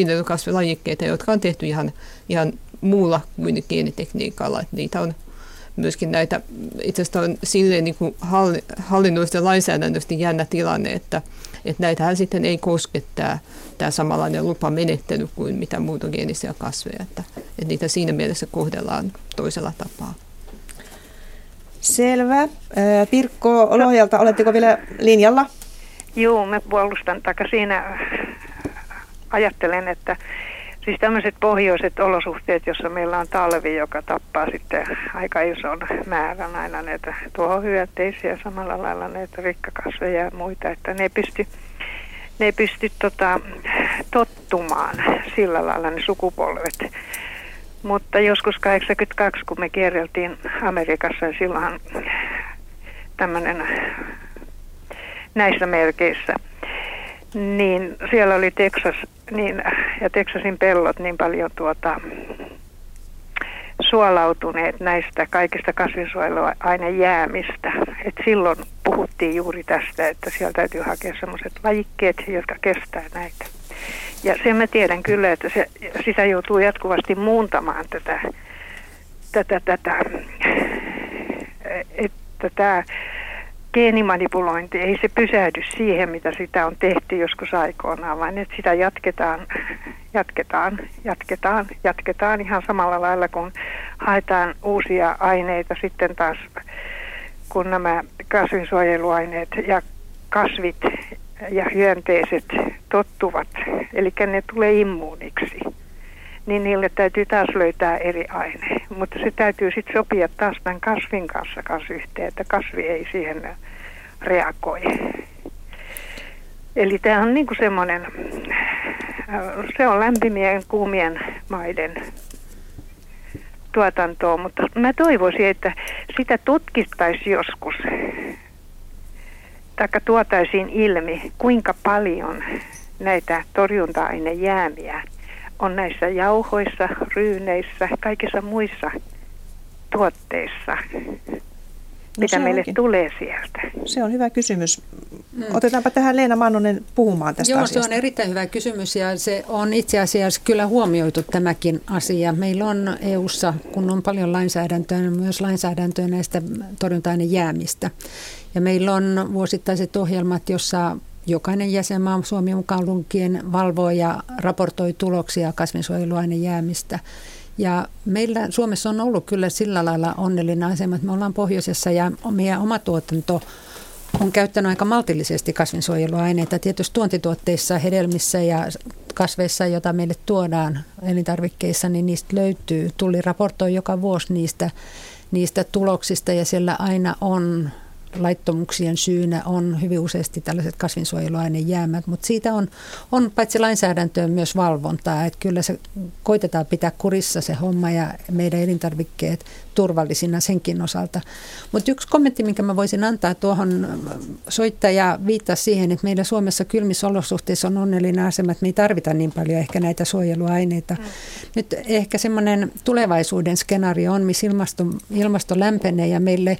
viljelykasvilajikkeita, jotka on tehty ihan, ihan muulla kuin geenitekniikalla. Että niitä on myöskin näitä, itse asiassa on silleen niin kuin hallinnollisesti ja lainsäädännöllisesti jännä tilanne, että, että näitähän sitten ei koske tämä, tämä samanlainen lupamenettely kuin mitä muutogeenisiä kasveja, että, että niitä siinä mielessä kohdellaan toisella tapaa. Selvä. Pirkko Lohjalta, oletteko vielä linjalla? Joo, mä puolustan, taikka siinä ajattelen, että siis tämmöiset pohjoiset olosuhteet, jossa meillä on talvi, joka tappaa sitten aika ison määrän aina näitä tuohonhyönteisiä ja samalla lailla näitä rikkakasveja ja muita, että ne ei pysty, ne ei pysty tota, tottumaan sillä lailla ne sukupolvet. Mutta joskus kahdeksankymmentäkaksi, kun me kierreltiin Amerikassa, ja silloinhan tämmöinen näissä merkeissä, niin siellä oli Texas niin, ja Texasin pellot niin paljon tuota, suolautuneet näistä kaikista kasvinsuojeluainejäämistä. Et silloin puhuttiin juuri tästä, että siellä täytyy hakea sellaiset lajikkeet, jotka kestää näitä. Ja sen mä tiedän kyllä, että se, sitä joutuu jatkuvasti muuntamaan tätä, tätä, tätä että tämä geenimanipulointi, ei se pysähdy siihen, mitä sitä on tehty joskus aikoinaan, vaan että sitä jatketaan, jatketaan, jatketaan, jatketaan ihan samalla lailla, kun haetaan uusia aineita sitten taas, kun nämä kasvinsuojeluaineet ja kasvit ja hyönteiset tottuvat, eli ne tulee immuuniksi, niin niille täytyy taas löytää eri aine. Mutta se täytyy sitten sopia taas tämän kasvin kanssa, kanssa yhteen, että kasvi ei siihen reagoi. Eli tämä on niinku semmoinen, se on lämpimien, kuumien maiden tuotantoa, mutta mä toivoisin, että sitä tutkittaisiin joskus, taikka tuotaisiin ilmi, kuinka paljon näitä torjunta-ainejäämiä on näissä jauhoissa, ryyneissä, kaikissa muissa tuotteissa, no mitä meille onkin. tulee sieltä. Se on hyvä kysymys. Otetaanpa tähän Leena Mannonen puhumaan tästä Joo, asiasta. se on erittäin hyvä kysymys ja se on itse asiassa kyllä huomioitu tämäkin asia. Meillä on E U:ssa, kun on paljon lainsäädäntöä, myös lainsäädäntöä näistä torjunta-ainejäämistä. Ja meillä on vuosittaiset ohjelmat, jossa jokainen jäsenmaa, Suomi mukaan lukien, valvoo ja raportoi tuloksia kasvinsuojeluainejäämistä. Ja meillä Suomessa on ollut kyllä sillä lailla onnellinen asema, että me ollaan pohjoisessa ja meidän oma tuotanto on käyttänyt aika maltillisesti kasvinsuojeluaineita. Tietysti tuontituotteissa, hedelmissä ja kasveissa, joita meille tuodaan elintarvikkeissa, niin niistä löytyy. Tulli raportoi joka vuosi niistä, niistä tuloksista ja siellä aina on laittomuuksien syynä on hyvin useasti tällaiset kasvinsuojeluainejäämät, mutta siitä on, on paitsi lainsäädäntöön myös valvontaa, että kyllä se koitetaan pitää kurissa se homma ja meidän elintarvikkeet turvallisina senkin osalta. Mutta yksi kommentti, minkä mä voisin antaa tuohon, soittaja viittaa siihen, että meillä Suomessa kylmissä olosuhteissa on onnellinen asema, että me ei tarvita niin paljon ehkä näitä suojeluaineita. Mm. Nyt ehkä semmoinen tulevaisuuden skenaario on, missä ilmasto, ilmasto lämpenee ja meille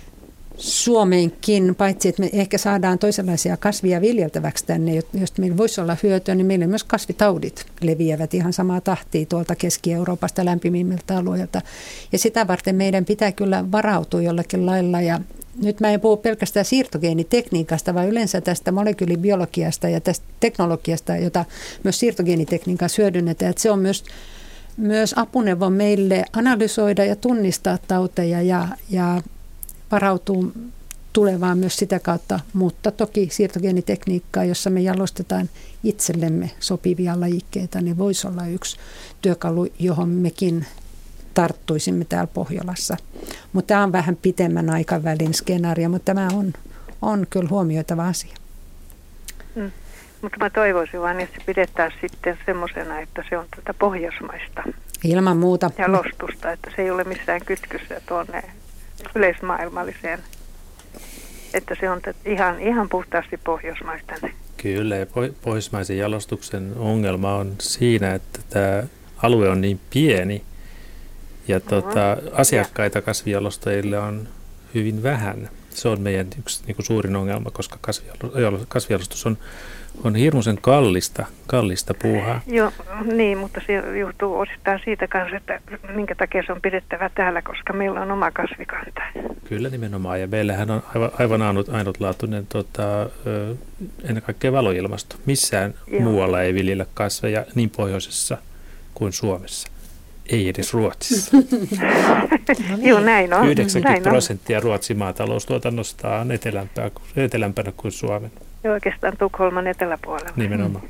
Suomeenkin, paitsi että me ehkä saadaan toisenlaisia kasvia viljeltäväksi tänne, josta meillä voisi olla hyötyä, niin meillä myös kasvitaudit leviävät ihan samaa tahtia tuolta Keski-Euroopasta lämpimimmiltä alueilta. Ja sitä varten meidän pitää kyllä varautua jollakin lailla. Ja nyt mä en puhu pelkästään siirtogeenitekniikasta, vaan yleensä tästä molekyylibiologiasta ja tästä teknologiasta, jota myös siirtogeenitekniikassa hyödynnetään. Että se on myös, myös apuneuvo meille analysoida ja tunnistaa tauteja ja, ja varautuu tulevaan myös sitä kautta, mutta toki siirtogeenitekniikkaa, jossa me jalostetaan itsellemme sopivia lajikkeita, niin voisi olla yksi työkalu, johon mekin tarttuisimme täällä Pohjolassa. Mutta tämä on vähän pitemmän aikavälin skenaario, mutta tämä on, on kyllä huomioitava asia. Mm. Mutta mä toivoisin vaan, että se pidetään sitten semmoisena, että se on tätä pohjoismaista ilman muuta jalostusta, että se ei ole missään kytkyssä tuonne yleismaailmalliseen, että se on ihan, ihan puhtaasti pohjoismaista. Kyllä, ja pohjoismaisen jalostuksen ongelma on siinä, että tämä alue on niin pieni ja tuota, asiakkaita kasvijalostajille on hyvin vähän. se on meidän yksi niin kuin suurin ongelma, koska kasvijalostus on, on hirmuisen kallista, kallista puuhaa. Joo, niin, mutta se johtuu osittain siitä kanssa, että minkä takia se on pidettävä täällä, koska meillä on oma kasvikanta. Kyllä nimenomaan, ja meillähän on aivan, aivan ainut, ainutlaatuinen tota, ennen kaikkea valoilmasto. Missään Joo. muualla ei viljellä kasveja niin pohjoisessa kuin Suomessa. Ei edes Ruotsissa. No niin. Joo, näin on. yhdeksänkymmentä prosenttia Ruotsin maataloustuotannosta on etelämpää, etelämpänä kuin Suomen. Joo, oikeastaan Tukholman eteläpuolella. Nimenomaan.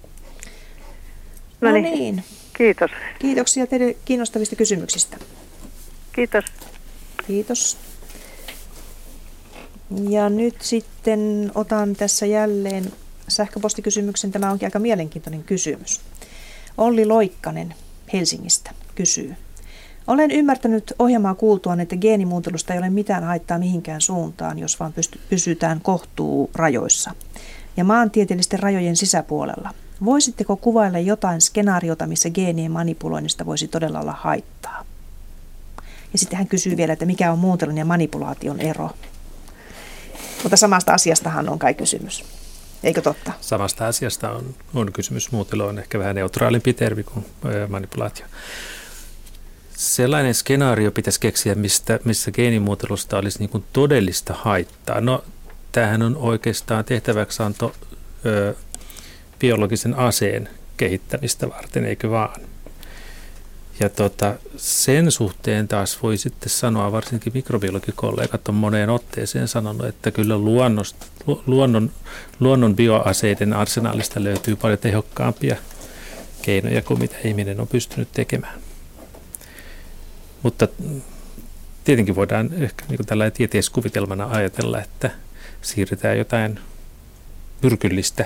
No niin. niin. Kiitos. Kiitoksia teille kiinnostavista kysymyksistä. Kiitos. Kiitos. Ja nyt sitten otan tässä jälleen sähköpostikysymyksen. Tämä onkin aika mielenkiintoinen kysymys. Olli Loikkanen Helsingistä kysyy. Olen ymmärtänyt ohjelmaa kuultuaan, että geenimuuntelusta ei ole mitään haittaa mihinkään suuntaan, jos vaan pysytään kohtuu rajoissa ja maantieteellisten rajojen sisäpuolella. Voisitteko kuvailla jotain skenaariota, missä geenien manipuloinnista voisi todella olla haittaa? Ja sitten hän kysyy vielä, että mikä on muuntelun ja manipulaation ero. Mutta samasta asiastahan on kai kysymys. Eikö totta? Samasta asiasta on, on kysymys. Muutelu on ehkä vähän neutraalimpi termi kuin manipulaatio. Sellainen skenaario pitäisi keksiä, mistä, missä geenimuutelusta olisi niin kuin todellista haittaa. No, tämähän on oikeastaan tehtäväksianto ö, biologisen aseen kehittämistä varten, eikö vaan? Ja tota, sen suhteen taas voi sitten sanoa, varsinkin mikrobiologikollegat on moneen otteeseen sanonut, että kyllä luonnosta, luonnon, luonnon bioaseiden arsenaalista löytyy paljon tehokkaampia keinoja kuin mitä ihminen on pystynyt tekemään. Mutta tietenkin voidaan ehkä niin kuin tällainen tieteiskuvitelmana ajatella, että siirretään jotain myrkyllistä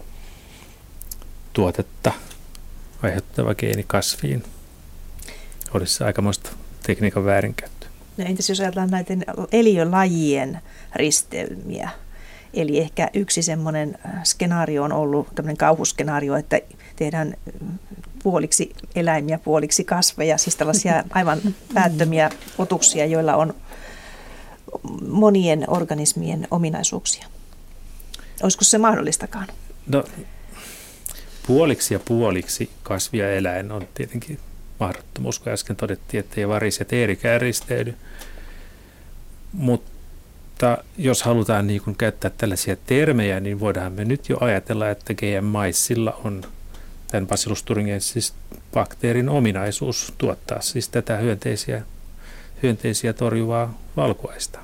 tuotetta aiheuttava geeni kasviin. Olisi se aikamoista tekniikan väärinkäyttöä. No entäs jos ajatellaan näiden eliölajien risteymiä? Eli ehkä yksi semmoinen skenaario on ollut, tämmöinen kauhuskenaario, että tehdään puoliksi eläimiä, puoliksi kasveja, siis tällaisia aivan päättömiä otuksia, joilla on monien organismien ominaisuuksia. Olisiko se mahdollistakaan? No, puoliksi ja puoliksi kasvi ja eläin on tietenkin mahdottomuus, kun äsken todettiin, että ei varis ja teerikään risteydy. Mutta jos halutaan niin kuin käyttää tällaisia termejä, niin voidaan me nyt jo ajatella, että G M-maissilla on tämän Bacillus thuringiensis bakteerin ominaisuus tuottaa siis tätä hyönteisiä, hyönteisiä torjuvaa valkuaista.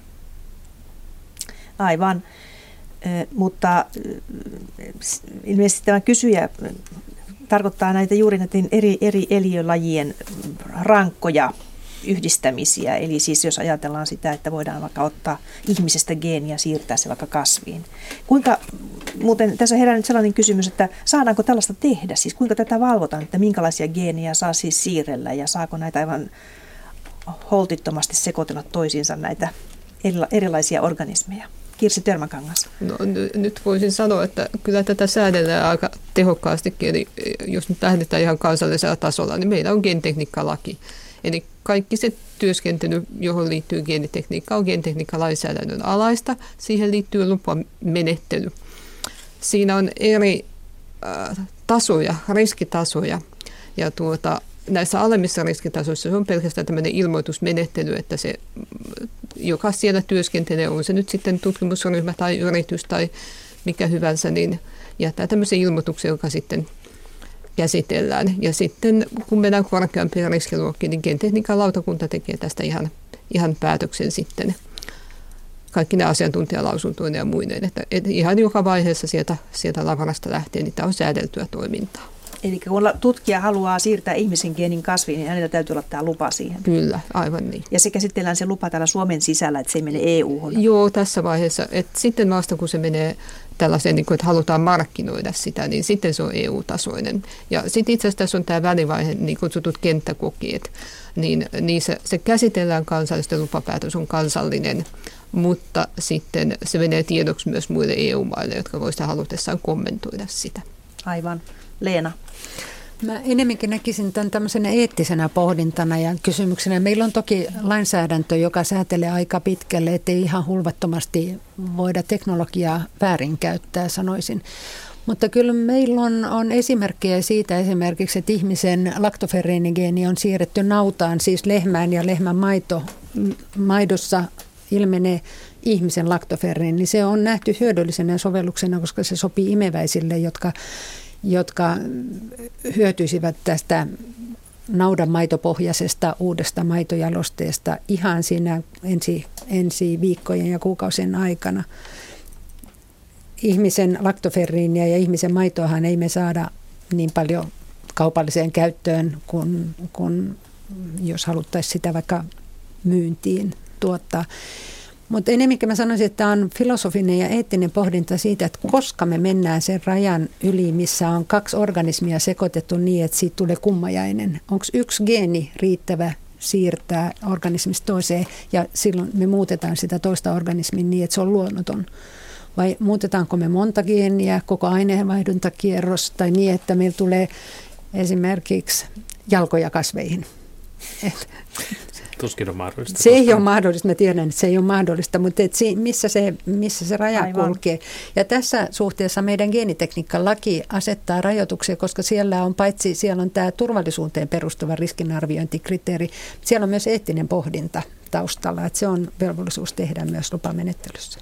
Aivan, mutta ilmeisesti tämä kysyjä tarkoittaa näitä juuri näiden eri, eri eliölajien rankkoja yhdistämisiä. Eli siis jos ajatellaan sitä, että voidaan vaikka ottaa ihmisestä geeniä ja siirtää se vaikka kasviin. Kuinka, muuten tässä herää nyt sellainen kysymys, että saadaanko tällaista tehdä? Siis kuinka tätä valvotaan, että minkälaisia geenejä saa siis siirrellä ja saako näitä aivan holtittomasti sekoitella toisiinsa näitä erilaisia organismeja? Kirsi Törmäkangas. No, n- nyt voisin sanoa, että kyllä tätä säädellään aika tehokkaastikin. Eli jos nyt lähdetään ihan kansallisella tasolla, niin meillä on geenitekniikkalaki. Eli kaikki se työskentely, johon liittyy geenitekniikka, on geenitekniikkalainsäädännön alaista. Siihen liittyy lupamenettely. Siinä on eri äh, tasoja, riskitasoja. Ja tuota, näissä alemmissa riskitasoissa se on pelkästään tämmöinen ilmoitusmenettely, että se, joka siellä työskentelee, on se nyt sitten tutkimusryhmä tai yritys tai mikä hyvänsä, niin jättää tämmöisen ilmoituksen, joka sitten käsitellään. Ja sitten kun mennään korkeampia riskiluokkiin, niin geenitekniikan lautakunta tekee tästä ihan, ihan päätöksen sitten. Kaikki ne asiantuntijalausuntoina ja muineen, että, että ihan joka vaiheessa sieltä, sieltä lavarasta lähtee, niin tämä on säädeltyä toimintaa. Eli kun tutkija haluaa siirtää ihmisen geenin kasviin, niin hänellä täytyy olla tämä lupa siihen. Kyllä, aivan niin. Ja se käsitellään se lupa täällä Suomen sisällä, että se ei mene E U-hun. Joo, tässä vaiheessa. Että sitten vasta kun se menee tällaiseen, niin kuin, että halutaan markkinoida sitä, niin sitten se on E U-tasoinen. Ja sitten itse asiassa tässä on tämä välivaihe, niin kutsutut kenttäkokeet. Niin, niin se, se käsitellään kansallisten lupapäätös on kansallinen, mutta sitten se menee tiedoksi myös muille E U-maille, jotka voisivat halutessaan kommentoida sitä. Aivan. Leena. Mä enemmänkin näkisin tämän tämmöisenä eettisenä pohdintana ja kysymyksenä. Meillä on toki lainsäädäntö, joka säätelee aika pitkälle, ettei ihan hulvattomasti voida teknologiaa väärinkäyttää, sanoisin. Mutta kyllä meillä on, on esimerkkejä siitä esimerkiksi, että ihmisen laktoferriinigeeni on siirretty nautaan, siis lehmään, ja lehmän maito, maidossa ilmenee ihmisen laktoferriini, niin se on nähty hyödyllisenä sovelluksena, koska se sopii imeväisille, jotka, jotka hyötyisivät tästä naudan maitopohjaisesta uudesta maitojalosteesta ihan siinä ensi, ensi viikkojen ja kuukausien aikana. Ihmisen laktoferriiniä ja ihmisen maitoahan ei me saada niin paljon kaupalliseen käyttöön, kuin, kuin jos haluttaisiin sitä vaikka myyntiin tuottaa. Mutta enemmänkin mä sanoisin, että tämä on filosofinen ja eettinen pohdinta siitä, että koska me mennään sen rajan yli, missä on kaksi organismia sekoitettu niin, että siitä tulee kummajainen. Onko yksi geeni riittävä siirtää organismista toiseen ja silloin me muutetaan sitä toista organismia niin, että se on luonnoton. Vai muutetaanko me monta geeniä, koko aineenvaihduntakierros tai niin, että meillä tulee esimerkiksi jalkoja kasveihin. Tuskin on mahdollista. Se ei koskaan ole mahdollista, mä tiedän, että se ei ole mahdollista, mutta et si, missä, se, missä se raja Aivan. kulkee. Ja tässä suhteessa meidän geenitekniikan laki asettaa rajoituksia, koska siellä on paitsi siellä on tämä turvallisuuteen perustuva riskinarviointikriteeri, siellä on myös eettinen pohdinta taustalla, että se on velvollisuus tehdä myös lupamenettelyssä.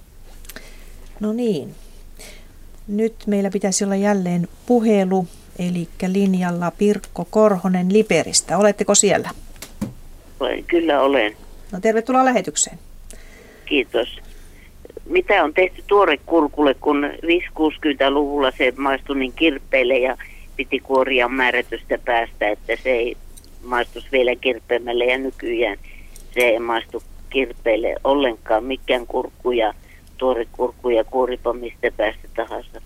No niin, nyt meillä pitäisi olla jälleen puhelu, eli linjalla Pirkko Korhonen Liperistä. Oletteko siellä? Kyllä olen. No tervetuloa lähetykseen. Kiitos. Mitä on tehty tuorekurkulle, kun viisikymmentä-kuusikymmentäluvulla se maistui niin kirpeille ja piti kuoria määrätystä päästä, että se ei maistus vielä kirpeämmälle ja nykyään se ei maistu kirpeille ollenkaan mikään kurkku ja tuorekurkku ja kuoripa mistä päästä tahansa.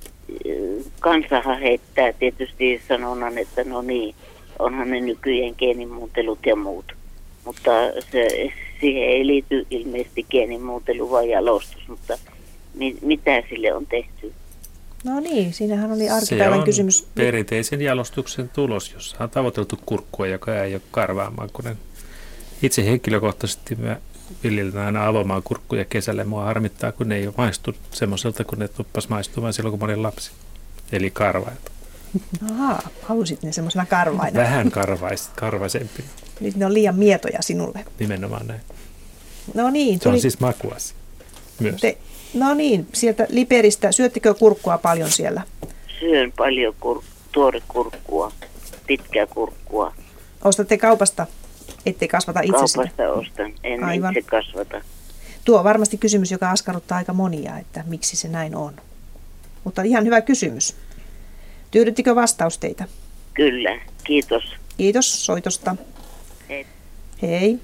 Kansahan heittää tietysti sanonnan, että no niin, onhan ne nykyään geenimuuntelut ja muut. Mutta se, siihen ei liity ilmeisesti geenimuuntelu vai jalostus, mutta mi, mitä sille on tehty? No niin, siinähän oli arkipäivän kysymys. Se on perinteisen jalostuksen tulos, jossa on tavoiteltu kurkkua, joka ei ole karvaamaan. Kun itse henkilökohtaisesti mä viljelen aina avomaan kurkkuja kesällä. Mua harmittaa, kun ne ei ole maistunut semmoiselta, kun ne tuppas maistumaan silloin, kun mä olin lapsi. Eli karvailta. Ahaa, halusit ne semmoisena karvaina. Vähän karvais, karvaisempi. Nyt ne on liian mietoja sinulle. Nimenomaan näin. No niin. Se tuli... on siis makuasia myös. Te... No niin, sieltä Liperistä. Syöttekö kurkkua paljon siellä? Syön paljon kur... tuorekurkkua, pitkää kurkkua. Ostatte kaupasta, ettei kasvata itse Kaupasta sitä? ostan, en Aivan. itse kasvata. Tuo on varmasti kysymys, joka askarruttaa aika monia, että miksi se näin on. Mutta ihan hyvä kysymys. Tyydyttikö vastaus teitä? Kyllä, kiitos. Kiitos soitosta. Hei. Hei.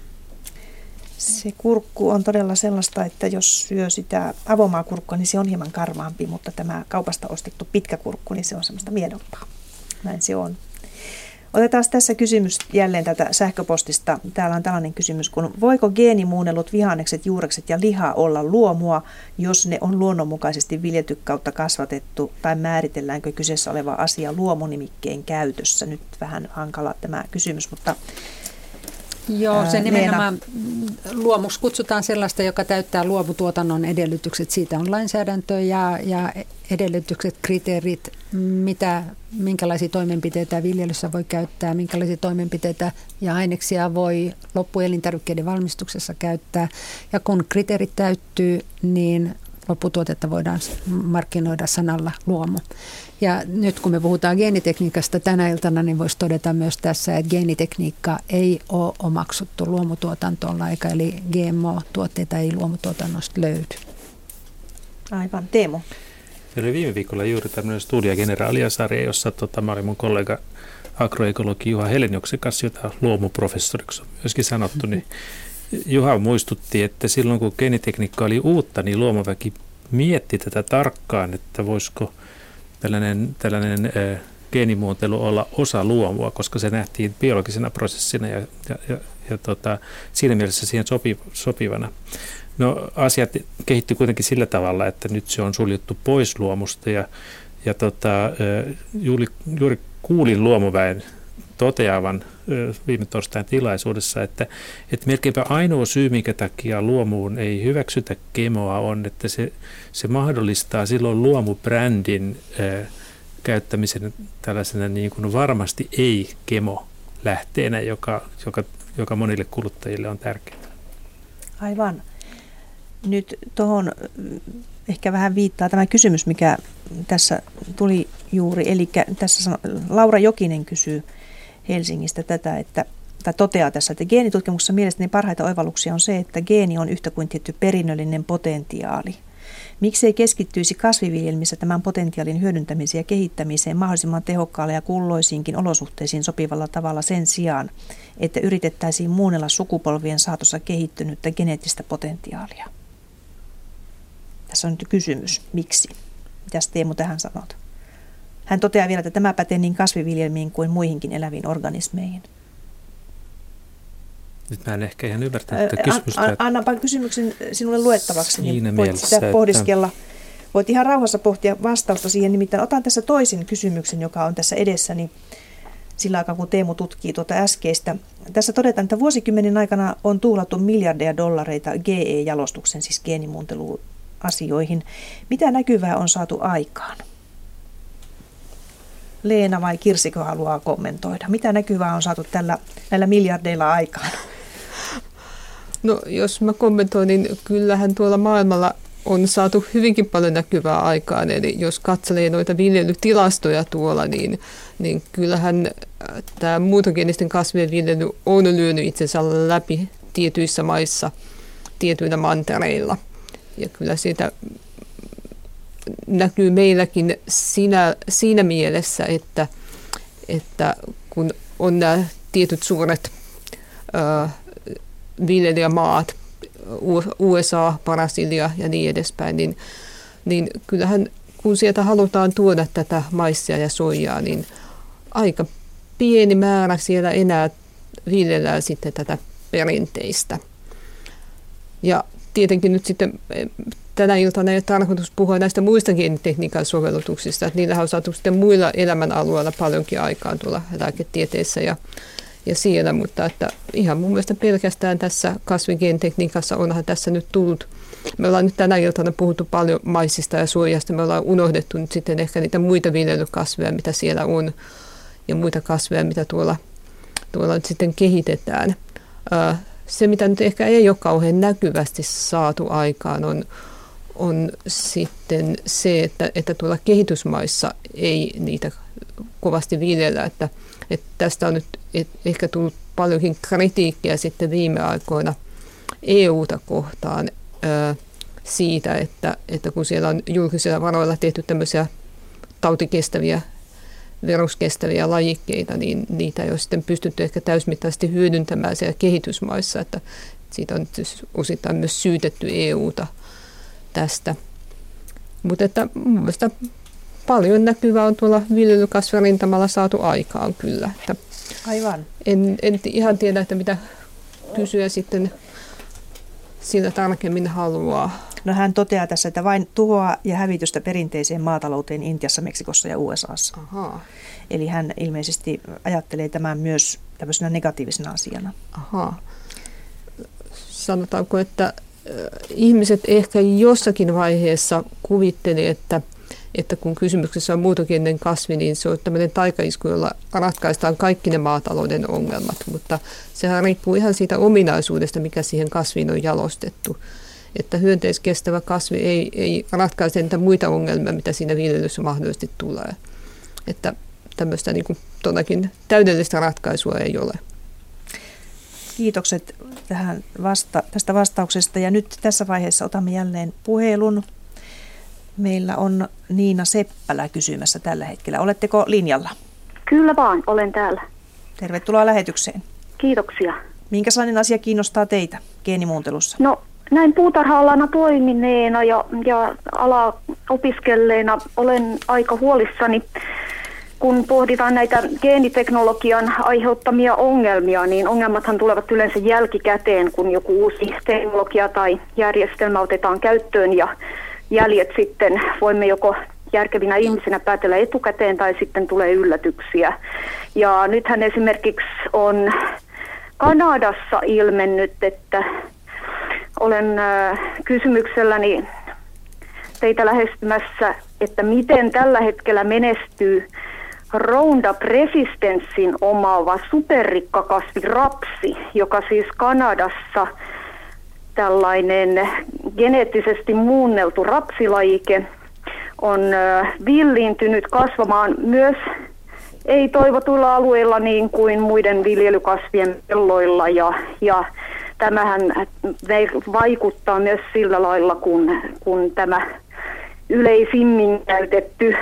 Se kurkku on todella sellaista, että jos syö sitä avomaa kurkkua, niin se on hieman karvaampi, mutta tämä kaupasta ostettu pitkä kurkku, niin se on semmoista miedompaa. Näin se on. Otetaan tässä kysymys jälleen tätä sähköpostista. Täällä on tällainen kysymys, kun voiko geenimuunnellut vihannekset, juurekset ja liha olla luomua, jos ne on luonnonmukaisesti viljelty kautta kasvatettu, tai määritelläänkö kyseessä oleva asia luomunimikkeen käytössä? Nyt vähän hankala tämä kysymys, mutta... Joo, se nimenomaan luomuksi kutsutaan sellaista, joka täyttää luomutuotannon edellytykset. Siitä on lainsäädäntö ja, ja edellytykset, kriteerit, mitä, minkälaisia toimenpiteitä viljelyssä voi käyttää, minkälaisia toimenpiteitä ja aineksia voi loppuelintarvikkeiden valmistuksessa käyttää. Ja kun kriteerit täyttyy, niin lopputuotetta voidaan markkinoida sanalla luomu. Ja nyt kun me puhutaan geenitekniikasta tänä iltana, niin voisi todeta myös tässä, että geenitekniikka ei ole omaksuttu luomutuotantoon laika, eli G M O-tuotteita ei luomutuotannosta löydy. Aivan. Teemu. Se oli viime viikolla juuri tämmöinen Studia Generalia-sarja, jossa tota, mä olin mun kollega agroekologi Juha Heleniuksen kanssa, jota luomuprofessoriksi on myöskin sanottu, niin Juha muistutti, että silloin kun geenitekniikka oli uutta, niin luomuväki mietti tätä tarkkaan, että voisiko tällainen, tällainen äh, geenimuuntelu olla osa luomua, koska se nähtiin biologisena prosessina ja, ja, ja, ja tota, siinä mielessä siihen sopi, sopivana. No asiat kehittyi kuitenkin sillä tavalla, että nyt se on suljettu pois luomusta ja, ja tota, äh, juuri, juuri kuulin luomuväen toteavan viime torstain tilaisuudessa, että, että melkeinpä ainoa syy, minkä takia luomuun ei hyväksytä kemoa, on, että se, se mahdollistaa silloin luomubrändin ää, käyttämisen tällaisena niin kuin varmasti ei-kemo-lähteenä, joka, joka, joka monille kuluttajille on tärkeää. Aivan. Nyt tuohon ehkä vähän viittaa tämä kysymys, mikä tässä tuli juuri. Eli tässä Laura Jokinen kysyy Helsingistä tätä, että, tai toteaa tässä, että geenitutkimuksessa mielestäni parhaita oivalluksia on se, että geeni on yhtä kuin tietty perinnöllinen potentiaali. Miksi ei keskittyisi kasviviljelmissä tämän potentiaalin hyödyntämiseen ja kehittämiseen mahdollisimman tehokkaalle ja kulloisiinkin olosuhteisiin sopivalla tavalla sen sijaan, että yritettäisiin muunnella sukupolvien saatossa kehittynyttä geneettistä potentiaalia? Tässä on nyt kysymys. Miksi? Mitäs Teemu tähän sanot? Hän toteaa vielä, että tämä pätee niin kasviviljelmiin kuin muihinkin eläviin organismeihin. Nyt mä en ehkä ihan ymmärtänyt tätä kysymystä. An, annanpa kysymyksen sinulle luettavaksi, niin voit mielessä, sitä että pohdiskella. Voit ihan rauhassa pohtia vastausta siihen. Nimittäin otan tässä toisen kysymyksen, joka on tässä edessäni sillä aikaa, kun Teemu tutkii tuota äskeistä. Tässä todetaan, että vuosikymmenen aikana on tuhlattu miljardeja dollareita G E-jalostuksen, siis geenimuunteluasioihin. Mitä näkyvää on saatu aikaan? Leena vai Kirsikö haluaa kommentoida? Mitä näkyvää on saatu tällä, näillä miljardeilla aikaan? No jos mä kommentoin, niin kyllähän tuolla maailmalla on saatu hyvinkin paljon näkyvää aikaan. Eli jos katselee noita viljelytilastoja tuolla, niin, niin kyllähän tämä muuntogeenisten kasvien viljely on lyönyt itsensä läpi tietyissä maissa, tietyillä mantereilla. Ja kyllä siitä näkyy meilläkin siinä, siinä mielessä, että, että kun on nämä tietyt suuret ö, viljelijämaat, U S A, Brasilia ja niin edespäin, niin, niin kyllähän kun sieltä halutaan tuoda tätä maissia ja soijaa, niin aika pieni määrä siellä enää viljellään sitten tätä perinteistä. Ja tietenkin nyt sitten tänä iltana ei ole tarkoitus puhua näistä muista geenitekniikan sovellutuksista, että niillä on saatu sitten muilla elämänalueilla paljonkin aikaan tuolla lääketieteessä ja, ja siellä, mutta että ihan mun mielestä pelkästään tässä kasvigeenitekniikassa onhan tässä nyt tullut, me ollaan nyt tänä iltana puhuttu paljon maissista ja soijasta, me ollaan unohdettu nyt sitten ehkä niitä muita viljelykasveja, mitä siellä on ja muita kasveja, mitä tuolla, tuolla nyt sitten kehitetään. Se, mitä nyt ehkä ei ole kauhean näkyvästi saatu aikaan, on, on sitten se, että, että tuolla kehitysmaissa ei niitä kovasti viljellä. Että, että tästä on nyt ehkä tullut paljonkin kritiikkiä sitten viime aikoina E U:ta kohtaan ää, siitä, että, että kun siellä on julkisilla varoilla tehty tämmöisiä tautikestäviä, viruskestäviä lajikkeita, niin niitä ei ole sitten pystytty ehkä täysmittaisesti hyödyntämään siellä kehitysmaissa, että siitä on osittain myös syytetty E U:ta tästä. Mutta että mun mielestä paljon näkyvää on tuolla viljelykasvirintamalla saatu aikaan kyllä. Että aivan. En, en ihan tiedä, että mitä kysyä sitten sillä tarkemmin haluaa. No hän toteaa tässä, että vain tuhoa ja hävitystä perinteiseen maatalouteen Intiassa, Meksikossa ja U S A:ssa. Ahaa. Eli hän ilmeisesti ajattelee tämän myös tämmöisenä negatiivisena asiana. Ahaa. Sanotaanko, että ihmiset ehkä jossakin vaiheessa kuvitteli, että, että kun kysymyksessä on muuntogeeninen kasvi, niin se on tämmöinen taikaisku, jolla ratkaistaan kaikki ne maatalouden ongelmat, mutta sehän riippuu ihan siitä ominaisuudesta, mikä siihen kasviin on jalostettu. Että hyönteiskestävä kasvi ei, ei ratkaise niitä muita ongelmia, mitä siinä viljelyssä mahdollisesti tulee. Että tämmöistä niin kuin todellakin täydellistä ratkaisua ei ole. Kiitokset tähän vasta, tästä vastauksesta. Ja nyt tässä vaiheessa otamme jälleen puhelun. Meillä on Niina Seppälä kysymässä tällä hetkellä. Oletteko linjalla? Kyllä vaan, olen täällä. Tervetuloa lähetykseen. Kiitoksia. Minkälainen asia kiinnostaa teitä geenimuuntelussa? No näin puutarha-alana toimineena ja, ja alaa opiskelleena olen aika huolissani, kun pohditaan näitä geeniteknologian aiheuttamia ongelmia, niin ongelmathan tulevat yleensä jälkikäteen, kun joku uusi teknologia tai järjestelmä otetaan käyttöön ja jäljet sitten voimme joko järkevinä ihmisinä päätellä etukäteen tai sitten tulee yllätyksiä. Ja nythän esimerkiksi on Kanadassa ilmennyt, että olen kysymykselläni teitä lähestymässä, että miten tällä hetkellä menestyy Roundup-resistenssin omaava superrikkakasvi rapsi, joka siis Kanadassa tällainen geneettisesti muunneltu rapsilajike on villiintynyt kasvamaan myös ei-toivotuilla alueilla niin kuin muiden viljelykasvien pelloilla ja, ja tämähän vaikuttaa myös sillä lailla, kun, kun tämä yleisimmin käytetty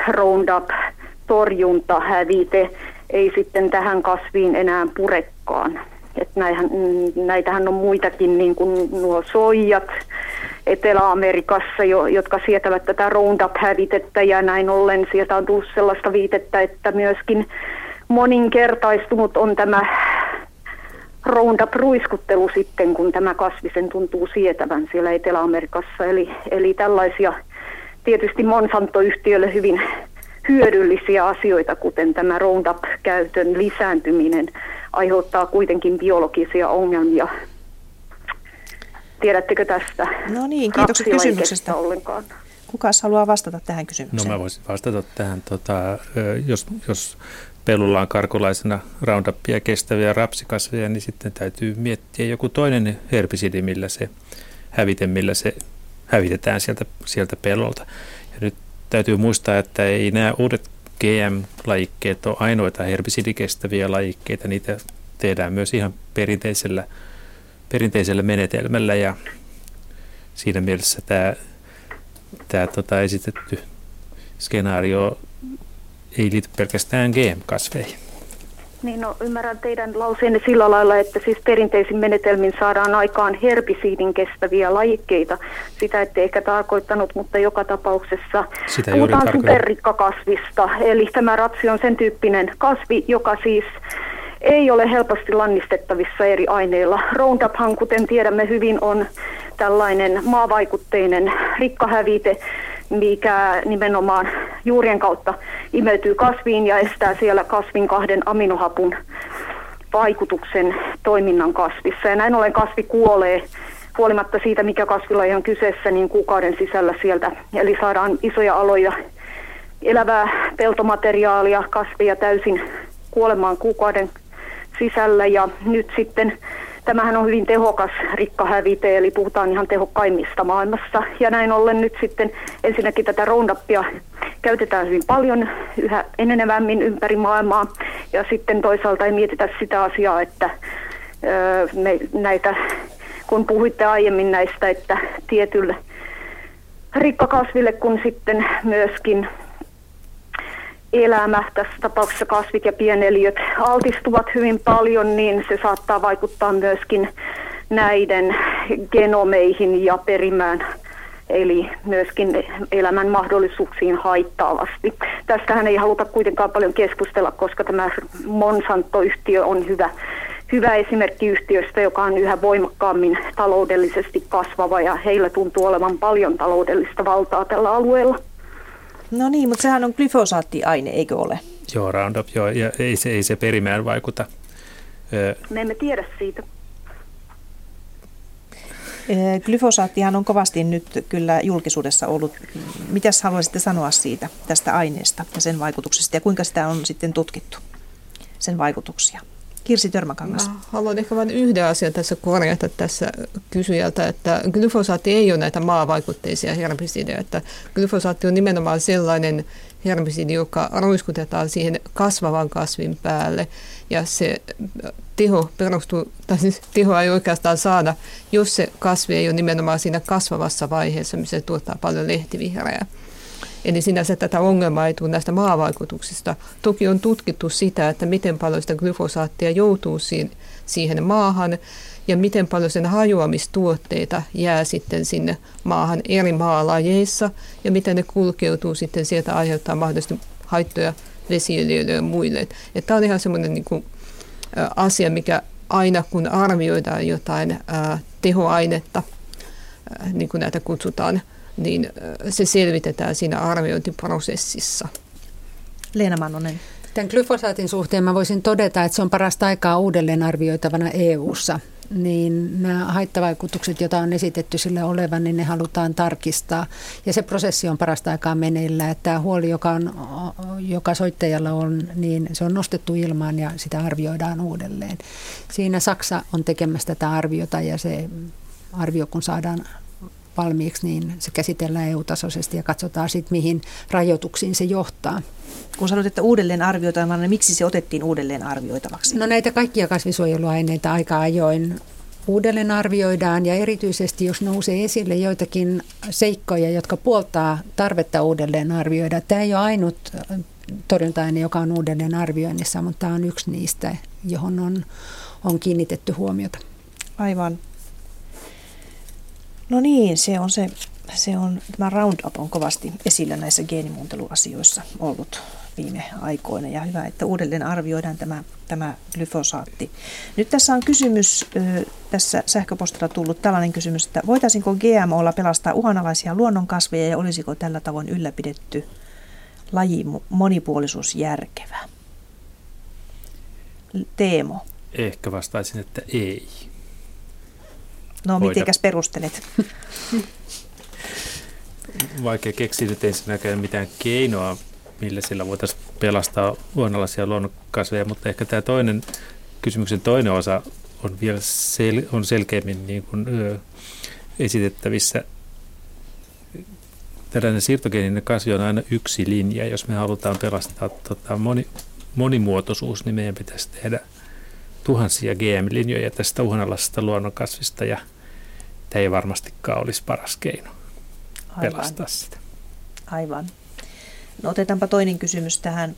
Roundup-torjuntahävite ei sitten tähän kasviin enää purekaan. Et näihän, näitähän on muitakin, niin kuin nuo soijat Etelä-Amerikassa, jo, jotka sietävät tätä Roundup-hävitettä, ja näin ollen sieltä on tullut sellaista viitettä, että myöskin moninkertaistunut on tämä Roundup-ruiskuttelu sitten, kun tämä kasvi sen tuntuu sietävän siellä Etelä-Amerikassa. Eli, eli tällaisia tietysti Monsanto-yhtiölle hyvin hyödyllisiä asioita, kuten tämä Roundup-käytön lisääntyminen, aiheuttaa kuitenkin biologisia ongelmia. Tiedättekö tästä? No niin, kiitokset kysymyksestä. Ollenkaan. Kukas haluaa vastata tähän kysymykseen? No mä voisin vastata tähän. Tota, jos, jos pellolla on karkulaisena Roundupia kestäviä rapsikasveja, niin sitten täytyy miettiä joku toinen herbisidi, millä se hävite, millä se hävitetään sieltä, sieltä pellolta. Ja nyt täytyy muistaa, että ei nämä uudet G M-lajikkeet ole ainoita herbisidikestäviä lajikkeita. Niitä tehdään myös ihan perinteisellä, perinteisellä menetelmällä, ja siinä mielessä tämä, tämä tota, esitetty skenaario ei liity pelkästään G M-kasveihin. Niin, no ymmärrän teidän lauseenne sillä lailla, että siis perinteisin menetelmin saadaan aikaan herbisiidin kestäviä lajikkeita. Sitä ette ehkä tarkoittanut, mutta joka tapauksessa sitä puhutaan superrikkakasvista. Eli tämä rapsi on sen tyyppinen kasvi, joka siis ei ole helposti lannistettavissa eri aineilla. Rounduphan, kuten tiedämme hyvin, on tällainen maavaikutteinen rikkahävite, mikä nimenomaan juurien kautta imeytyy kasviin ja estää siellä kasvin kahden aminohapun vaikutuksen toiminnan kasvissa. Ja näin ollen kasvi kuolee huolimatta siitä, mikä kasvilaji on kyseessä, niin kuukauden sisällä sieltä. Eli saadaan isoja aloja elävää peltomateriaalia, kasveja täysin kuolemaan kuukauden sisällä. Ja nyt sitten tämähän on hyvin tehokas rikkahävite, eli puhutaan ihan tehokkaimmista maailmassa. Ja näin ollen nyt sitten ensinnäkin tätä Roundupia käytetään hyvin paljon yhä enenevämmin ympäri maailmaa. Ja sitten toisaalta ei mietitä sitä asiaa, että öö, me näitä, kun puhuitte aiemmin näistä, että tietylle rikkakasville, kun sitten myöskin elämä, tässä tapauksessa kasvit ja pieneliöt, altistuvat hyvin paljon, niin se saattaa vaikuttaa myöskin näiden genomeihin ja perimään, eli myöskin elämän mahdollisuuksiin haittaavasti. Tästähän ei haluta kuitenkaan paljon keskustella, koska tämä Monsanto-yhtiö on hyvä, hyvä esimerkki yhtiöstä, joka on yhä voimakkaammin taloudellisesti kasvava, ja heillä tuntuu olevan paljon taloudellista valtaa tällä alueella. No niin, mutta sehän on glyfosaattiaine, eikö ole? Joo, Roundup, joo, ja ei se, ei se perimään vaikuta. Me emme tiedä siitä. Glyfosaattihan on kovasti nyt kyllä julkisuudessa ollut. Mitäs haluaisitte sanoa siitä, tästä aineesta ja sen vaikutuksista, ja kuinka sitä on sitten tutkittu, sen vaikutuksia? Kirsi Törmäkangas. Mä haluan ehkä vain yhden asian tässä korjata tässä kysyjältä, että glyfosaatti ei ole näitä maavaikutteisia herbisidejä. Että glyfosaatti on nimenomaan sellainen herbisidi, joka ruiskutetaan siihen kasvavan kasvin päälle. Ja se teho perustuu, tai siis tehoa ei oikeastaan saada, jos se kasvi ei ole nimenomaan siinä kasvavassa vaiheessa, missä se tuottaa paljon lehtivihreää. Eli sinänsä tätä ongelmaa ei tule näistä maavaikutuksista. Toki on tutkittu sitä, että miten paljon sitä glyfosaattia joutuu siihen maahan ja miten paljon sen hajoamistuotteita jää sitten sinne maahan eri maalajeissa ja miten ne kulkeutuu sitten sieltä aiheuttaa mahdollisesti haittoja vesieliöille ja muille. Tämä on ihan semmoinen niin kuin, ä, asia, mikä aina kun arvioidaan jotain ä, tehoainetta, ä, niin kuin näitä kutsutaan, niin se selvitetään siinä arviointiprosessissa. Leena Mannonen. Tämän glyfosaatin suhteen mä voisin todeta, että se on parasta aikaa uudelleen arvioitavana E U:ssa. Niin nämä haittavaikutukset, joita on esitetty sille olevan, niin ne halutaan tarkistaa. Ja se prosessi on parasta aikaa meneillään. Että tämä huoli, joka, on, joka soittajalla on, niin se on nostettu ilmaan ja sitä arvioidaan uudelleen. Siinä Saksa on tekemässä tätä arviota ja se arvio, kun saadaan valmiiksi, niin se käsitellään E U-tasoisesti ja katsotaan sitten, mihin rajoituksiin se johtaa. Kun sanoit, että uudelleen arvioitavana, niin miksi se otettiin uudelleen arvioitavaksi? No näitä kaikkia kasvinsuojeluaineita aika ajoin uudelleen arvioidaan ja erityisesti jos nousee esille joitakin seikkoja, jotka puoltaa tarvetta uudelleen arvioida. Tämä ei ole ainut torjunta-aine, joka on uudelleen arvioinnissa, mutta tämä on yksi niistä, johon on, on kiinnitetty huomiota. Aivan. No niin, se on se, se on, tämä Roundup on kovasti esillä näissä geenimuunteluasioissa ollut viime aikoina ja hyvä, että uudelleen arvioidaan tämä, tämä glyfosaatti. Nyt tässä on kysymys, tässä sähköpostilla tullut tällainen kysymys, että voitaisiinko G M O:lla pelastaa uhanalaisia luonnonkasveja ja olisiko tällä tavoin ylläpidetty lajin monipuolisuus järkevää? Teemo. Ehkä vastaisin, että ei. No, mitenkäs perustelet? Vaikea keksiä nyt ensinnäkään mitään keinoa, millä sillä voitaisiin pelastaa uhanalaisia luonnonkasveja, mutta ehkä tämä toinen kysymyksen toinen osa on vielä sel, on selkeämmin niin kuin, ö, esitettävissä. Tällainen siirtogeeninen kasvi on aina yksi linja. Jos me halutaan pelastaa tota, moni, monimuotoisuus, niin meidän pitäisi tehdä tuhansia G M-linjoja tästä uhanalaisesta luonnonkasvista, ja tämä ei varmastikaan olisi paras keino pelastaa Aivan. sitä. Aivan. No otetaanpa toinen kysymys tähän.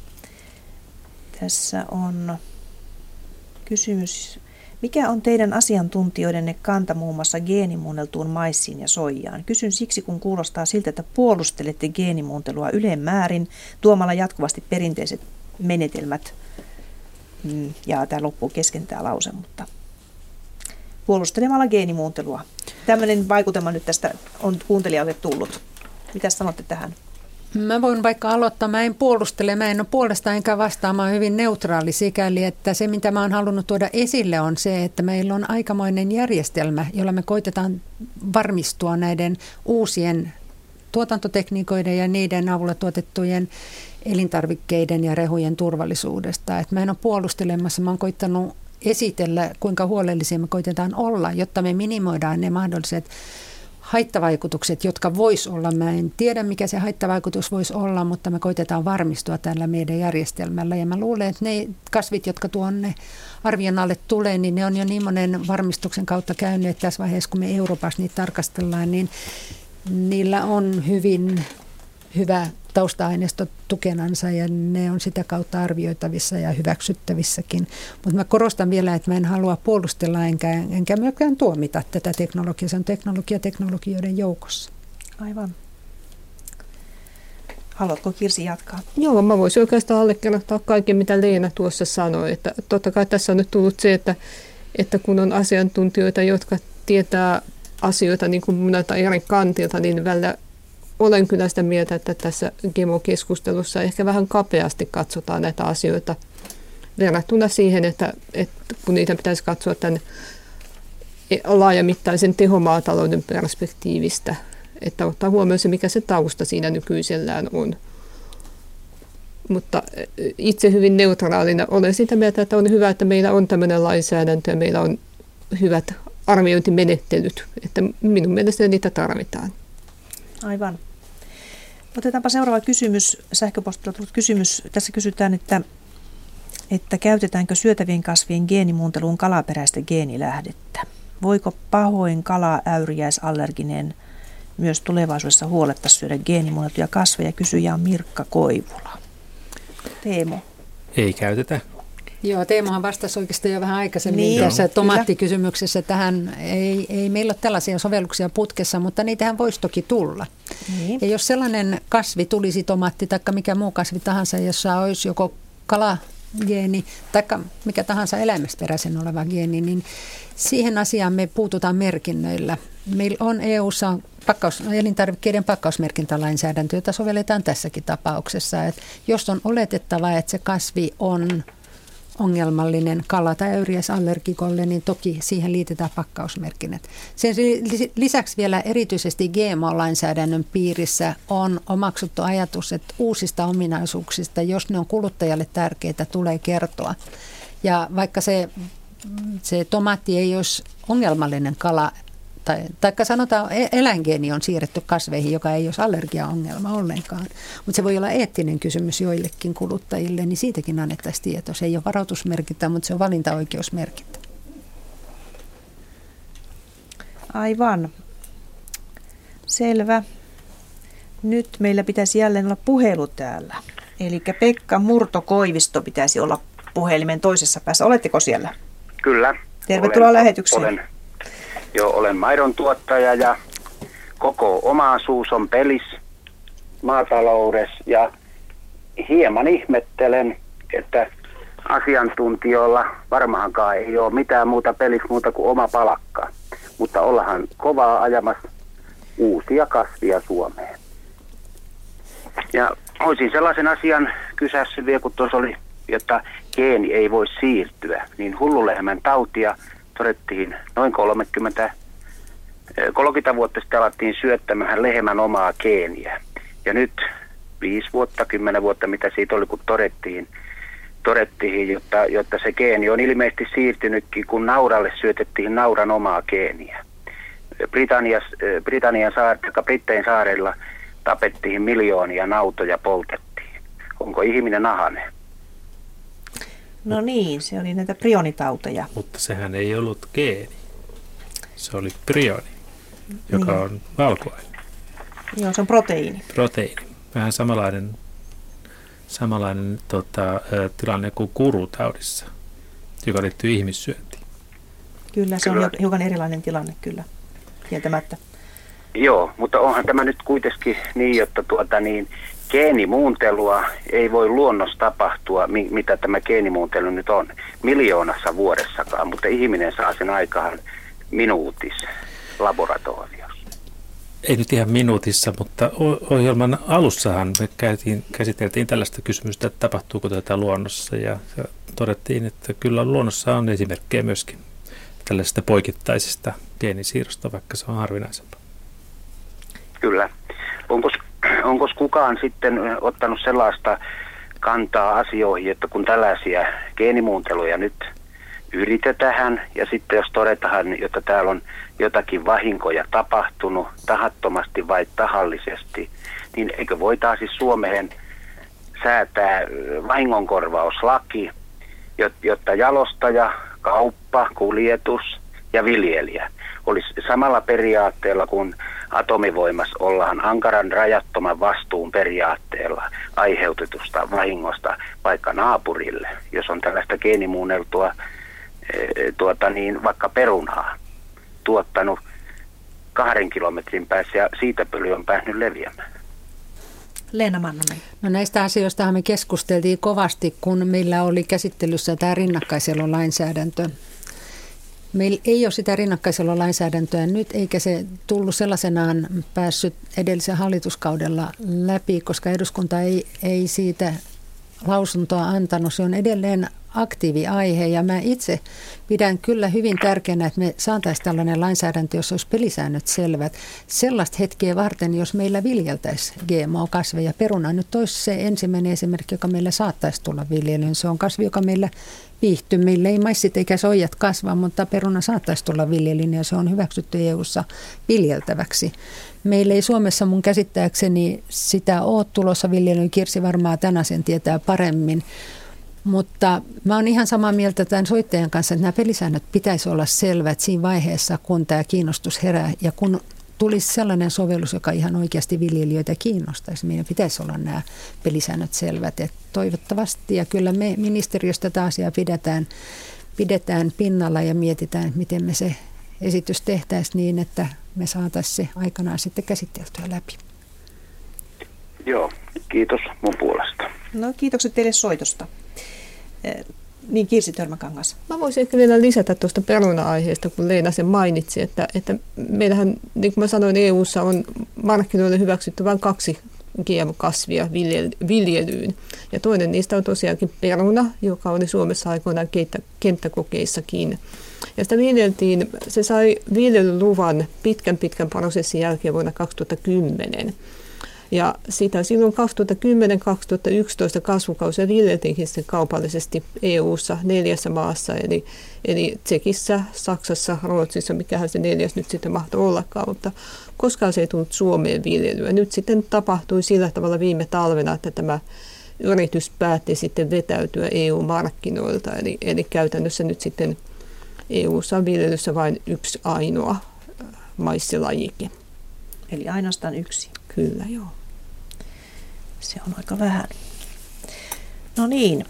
Tässä on kysymys, mikä on teidän asiantuntijoidenne kanta muun muassa geenimuunneltuun maissiin ja soijaan? Kysyn siksi, kun kuulostaa siltä, että puolustelette geenimuuntelua ylemmäärin tuomalla jatkuvasti perinteiset menetelmät. Ja tämä loppuu kesken tämä lause, mutta puolustelemalla geenimuuntelua. Tämmöinen vaikutelma nyt tästä on kuuntelijalle tullut. Mitä sanotte tähän? Mä voin vaikka aloittaa. Mä en puolustele, mä en ole puolesta enkä vastaamaan hyvin neutraali sikäli, että se mitä mä oon halunnut tuoda esille on se, että meillä on aikamoinen järjestelmä, jolla me koitetaan varmistua näiden uusien tuotantotekniikoiden ja niiden avulla tuotettujen elintarvikkeiden ja rehujen turvallisuudesta. Et mä en ole puolustelemassa, mä oon koittanut esitellä, kuinka huolellisia me koitetaan olla, jotta me minimoidaan ne mahdolliset haittavaikutukset, jotka vois olla. Mä en tiedä, mikä se haittavaikutus voisi olla, mutta me koitetaan varmistua tällä meidän järjestelmällä. Ja mä luulen, että ne kasvit, jotka tuonne arvion alle tulee, niin ne on jo niin monen varmistuksen kautta käyneet tässä vaiheessa, kun me Euroopassa niitä tarkastellaan, niin niillä on hyvin hyvä tausta-aineisto tukenansa ja ne on sitä kautta arvioitavissa ja hyväksyttävissäkin. Mutta mä korostan vielä, että mä en halua puolustella enkä, enkä myöskään tuomita tätä teknologiaa. Se on teknologia teknologioiden joukossa. Aivan. Haluatko Kirsi jatkaa? Joo, mä voisin oikeastaan allekirjoittaa kaiken, mitä Leena tuossa sanoi. Että totta kai tässä on nyt tullut se, että, että kun on asiantuntijoita, jotka tietää asioita niin kuin monelta eri kantilta, niin välillä olen kyllä sitä mieltä, että tässä Gemo-keskustelussa ehkä vähän kapeasti katsotaan näitä asioita verrattuna siihen, että, että kun niitä pitäisi katsoa tämän laajamittaisen tehomaatalouden perspektiivistä, että ottaa huomioon se, mikä se tausta siinä nykyisellään on. Mutta itse hyvin neutraalina olen sitä mieltä, että on hyvä, että meillä on tämmöinen lainsäädäntö ja meillä on hyvät arviointimenettelyt, että minun mielestäni niitä tarvitaan. Aivan. Otetaanpa seuraava kysymys, sähköpostilla tullut kysymys. Tässä kysytään, että, että käytetäänkö syötävien kasvien geenimuunteluun kalaperäistä geenilähdettä? Voiko pahoin kalaäyriäisallerginen myös tulevaisuudessa huoletta syödä geenimuunneltuja kasveja? Kysyjä on Mirkka Koivula. Teemo. Ei käytetä. Joo, Teemohan vastasi oikeastaan jo vähän aikaisemmin niin, tässä tomaattikysymyksessä. Tähän ei, ei meillä ole tällaisia sovelluksia putkessa, mutta niitähän voisi toki tulla. Niin. Ja jos sellainen kasvi tulisi, tomaatti tai mikä muu kasvi tahansa, jossa olisi joko kala geeni tai mikä tahansa eläimesperäisen oleva geeni, niin siihen asiaan me puututaan merkinnöillä. Meillä on E U:ssa pakkaus, elintarvikkeiden pakkausmerkintälainsäädäntö, jota sovelletaan tässäkin tapauksessa. Että jos on oletettava, että se kasvi on ongelmallinen kala tai äyriesallergikolle, niin toki siihen liitetään pakkausmerkinnät. Sen lisäksi vielä erityisesti G M O-lainsäädännön piirissä on omaksuttu ajatus, että uusista ominaisuuksista, jos ne on kuluttajalle tärkeitä, tulee kertoa. Ja vaikka se, se tomaatti ei olisi ongelmallinen kala, tai taikka sanotaan eläingeeni on siirretty kasveihin, joka ei olisi allergiaongelma ollenkaan. Mutta se voi olla eettinen kysymys joillekin kuluttajille, niin siitäkin annettaisiin tieto. Se ei ole varoitusmerkintä, mutta se on valintaoikeusmerkintä. Aivan. Selvä. Nyt meillä pitäisi jälleen olla puhelu täällä. Eli Pekka Murto-Koivisto pitäisi olla puhelimen toisessa päässä. Oletteko siellä? Kyllä. Tervetuloa olen, lähetykseen. Olen. Joo, olen maidon tuottaja ja koko omaisuus on pelissä maataloudessa ja hieman ihmettelen, että asiantuntijoilla varmaankaan ei ole mitään muuta pelissä muuta kuin oma palkka, mutta ollahan kovaa ajamassa uusia kasvia Suomeen. Ja olisin sellaisen asian kysässä vielä, kun tuossa oli, että geeni ei voi siirtyä, niin hullulehmän tautia todettiin noin kolmekymmentä, kolmekymmentä vuotta sitten alettiin syöttämään lehmän omaa geeniä. Ja nyt viisi vuotta, kymmenen vuotta, mitä siitä oli, kun todettiin, todettiin jotta, jotta se geeni on ilmeisesti siirtynytkin, kun nauralle syötettiin nauran omaa geeniä. Britannias, Britannian saarella, Brittein saarella tapettiin miljoonia nautoja, poltettiin. Onko ihminen ahane? No niin, se oli näitä prionitauteja. Mutta sehän ei ollut geeni. Se oli prioni, joka niin on valkuaine. Joo, se on proteiini. Proteiini. Vähän samanlainen, samanlainen tota, tilanne kuin kurutaudissa, joka liittyy ihmissyöntiin. Kyllä, se kyllä on hiukan erilainen tilanne, kyllä, kieltämättä. Joo, mutta onhan tämä nyt kuitenkin niin, että tuota niin, geenimuuntelua ei voi luonnossa tapahtua, mitä tämä geenimuuntelu nyt on, miljoonassa vuodessakaan, mutta ihminen saa sen aikaan minuutissa laboratoriossa. Ei nyt ihan minuutissa, mutta ohjelman alussahan me käytiin, käsiteltiin tällaista kysymystä, että tapahtuuko tätä luonnossa, ja todettiin, että kyllä luonnossa on esimerkkejä myöskin tällaisesta poikittaisesta geenisiirrosta, vaikka se on harvinaisempaa. Kyllä. Onko Onko kukaan sitten ottanut sellaista kantaa asioihin, että kun tällaisia geenimuunteluja nyt yritetään ja sitten jos todetaan, että täällä on jotakin vahinkoja tapahtunut tahattomasti vai tahallisesti, niin eikö voitaisiin Suomeen säätää vahingonkorvauslaki, jotta jalostaja, kauppa, kuljetus ja viljelijä olisi samalla periaatteella kuin atomivoimassa ollaan ankaran rajattoman vastuun periaatteella aiheutetusta vahingosta vaikka naapurille, jos on tällaista geenimuunneltua e, tuota niin, vaikka perunaa tuottanut kahden kilometrin päässä ja siitä pöly on päässyt leviämään. Leena Mannonen. No näistä asioistahan me keskusteltiin kovasti, kun meillä oli käsittelyssä tämä rinnakkaiselolainsäädäntö. Meillä ei ole sitä rinnakkaiselolainsäädäntöä nyt, eikä se tullut sellaisenaan päässyt edellisen hallituskaudella läpi, koska eduskunta ei, ei siitä lausuntoa antanut. Se on edelleen aktiiviaihe ja mä itse pidän kyllä hyvin tärkeänä, että me saataisiin tällainen lainsäädäntö, jossa olisi pelisäännöt selvät. Sellaista hetkeä varten, jos meillä viljeltäisiin G M O-kasveja. Peruna nyt olisi se ensimmäinen esimerkki, joka meillä saattaisi tulla viljelyyn. Se on kasvi, joka meillä viihtyy. Meillä ei maissit eikä soijat kasva, mutta peruna saattaisi tulla viljelyyn ja se on hyväksytty E U:ssa viljeltäväksi. Meillä ei Suomessa mun käsittääkseni sitä ole tulossa viljelyyn. Kirsi varmaan tänä sen tietää paremmin. Mutta mä oon ihan samaa mieltä tämän soittajan kanssa, että nämä pelisäännöt pitäisi olla selvät siinä vaiheessa, kun tämä kiinnostus herää ja kun tulisi sellainen sovellus, joka ihan oikeasti viljelijöitä kiinnostaisi. Meidän pitäisi olla nämä pelisäännöt selvät. Et toivottavasti ja kyllä me ministeriöstä tätä asiaa pidetään, pidetään pinnalla ja mietitään, miten me se esitys tehtäisiin niin, että me saataisiin se aikanaan sitten käsiteltyä läpi. Joo, kiitos mun puolesta. No kiitokset teille soitosta. Niin, Kirsi Törmäkangas. Mä voisin ehkä vielä lisätä tuosta peruna-aiheesta, kun Leena sen mainitsi, että, että meillähän, niin kuin mä sanoin, E U:ssa on markkinoille hyväksytty vain kaksi G M kasvia viljelyyn. Ja toinen niistä on tosiaankin peruna, joka oli Suomessa aikoinaan kenttäkokeissakin. Ja sitä viljeltiin, se sai viljelyluvan pitkän pitkän prosessin jälkeen vuonna kaksituhattakymmenen. Ja sitä silloin kaksituhattakymmenen kaksituhattayksitoista kasvukausia viljeltiinkin sitten kaupallisesti E U:ssa neljässä maassa, eli, eli Tsekissä, Saksassa, Ruotsissa, mikähän se neljäs nyt sitten mahtoi ollakaan, mutta koskaan se ei tullut Suomeen viljelyä. Nyt sitten tapahtui sillä tavalla viime talvena, että tämä yritys päätti sitten vetäytyä E U-markkinoilta, eli, eli käytännössä nyt sitten E U:ssa on viljelyssä vain yksi ainoa maissilajike. Eli ainoastaan yksi? Kyllä, joo. Se on aika vähän. No niin,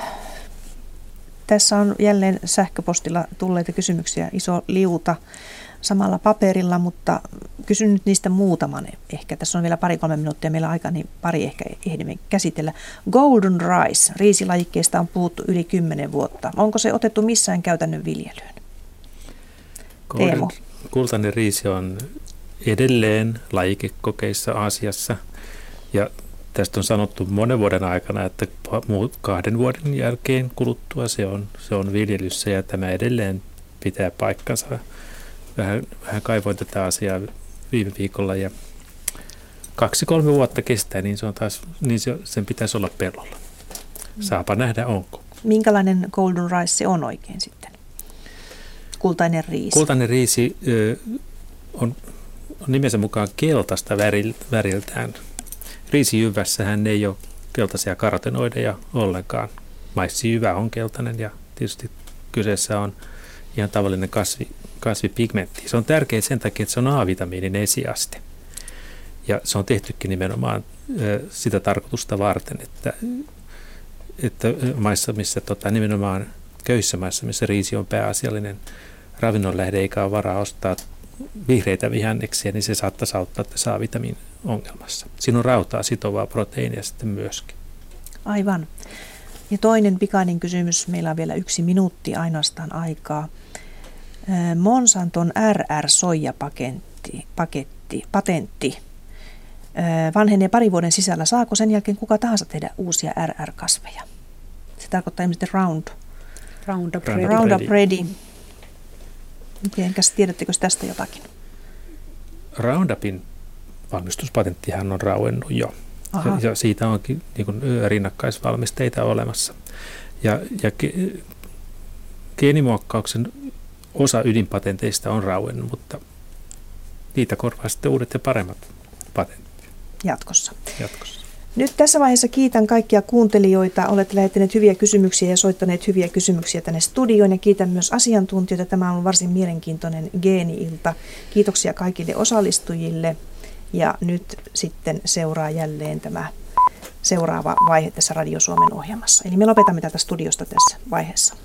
tässä on jälleen sähköpostilla tulleita kysymyksiä, iso liuta samalla paperilla, mutta kysyn nyt niistä muutaman ehkä. Tässä on vielä pari-kolme minuuttia meillä aikaa, niin pari ehkä ehdimme käsitellä. Golden rice, riisilajikkeesta on puhuttu yli kymmenen vuotta. Onko se otettu missään käytännön viljelyyn? Golden, Teemu. Kultainen riisi on edelleen lajikekokeissa Aasiassa, ja tästä on sanottu monen vuoden aikana, että kahden vuoden jälkeen kuluttua se on, se on viljelyssä, ja tämä edelleen pitää paikkansa. Vähän, vähän kaivoin tätä asiaa viime viikolla, ja kaksi-kolme vuotta kestää, niin, se on taas, niin se, sen pitäisi olla pellolla. Saapa nähdä, onko. Minkälainen golden rice se on oikein sitten? Kultainen riisi. Kultainen riisi ö, on, on nimensä mukaan keltaista väril, väriltään. Riisijyvässähän ei ole keltaisia karotenoideja ollenkaan. Maissijyvä on keltainen ja tietysti kyseessä on ihan tavallinen kasvi, kasvipigmentti. Se on tärkeä sen takia, että se on A-vitamiinin esiaste. Ja se on tehtykin nimenomaan ö, sitä tarkoitusta varten, että, että maissa, missä tota, nimenomaan köyhissä maissa, missä riisi on pääasiallinen ravinnonlähde eikä ole varaa ostaa vihreitä vihanneksia, niin se saattaisi auttaa tässä A-vitamiinin ongelmassa. Siinä on rautaa sitovaa proteiinia sitten myöskin. Aivan. Ja toinen pikainen kysymys, meillä on vielä yksi minuutti ainoastaan aikaa. Monsanton R R-soijapaketti, paketti, patentti vanhenee parin vuoden sisällä. Saako sen jälkeen kuka tahansa tehdä uusia R R-kasveja? Se tarkoittaa ilmeisesti round. Roundup Ready. Roundup Ready. Mitenkäs tiedättekö tästä jotakin? Roundupin valmistuspatenttihan on rauennut jo. Ja, ja siitä onkin niin kuin rinnakkaisvalmisteita olemassa. Ja, ja ge- geenimuokkauksen osa ydinpatenteista on rauennut, mutta niitä korvaa sitten uudet ja paremmat patentit. Jatkossa. Jatkossa. Nyt tässä vaiheessa kiitän kaikkia kuuntelijoita. Olette lähettäneet hyviä kysymyksiä ja soittaneet hyviä kysymyksiä tänne studioon. Ja kiitän myös asiantuntijoita. Tämä on varsin mielenkiintoinen geeni-ilta. Kiitoksia kaikille osallistujille. Ja nyt sitten seuraa jälleen tämä seuraava vaihe tässä Radio Suomen ohjelmassa. Eli me lopetamme tätä studiosta tässä vaiheessa.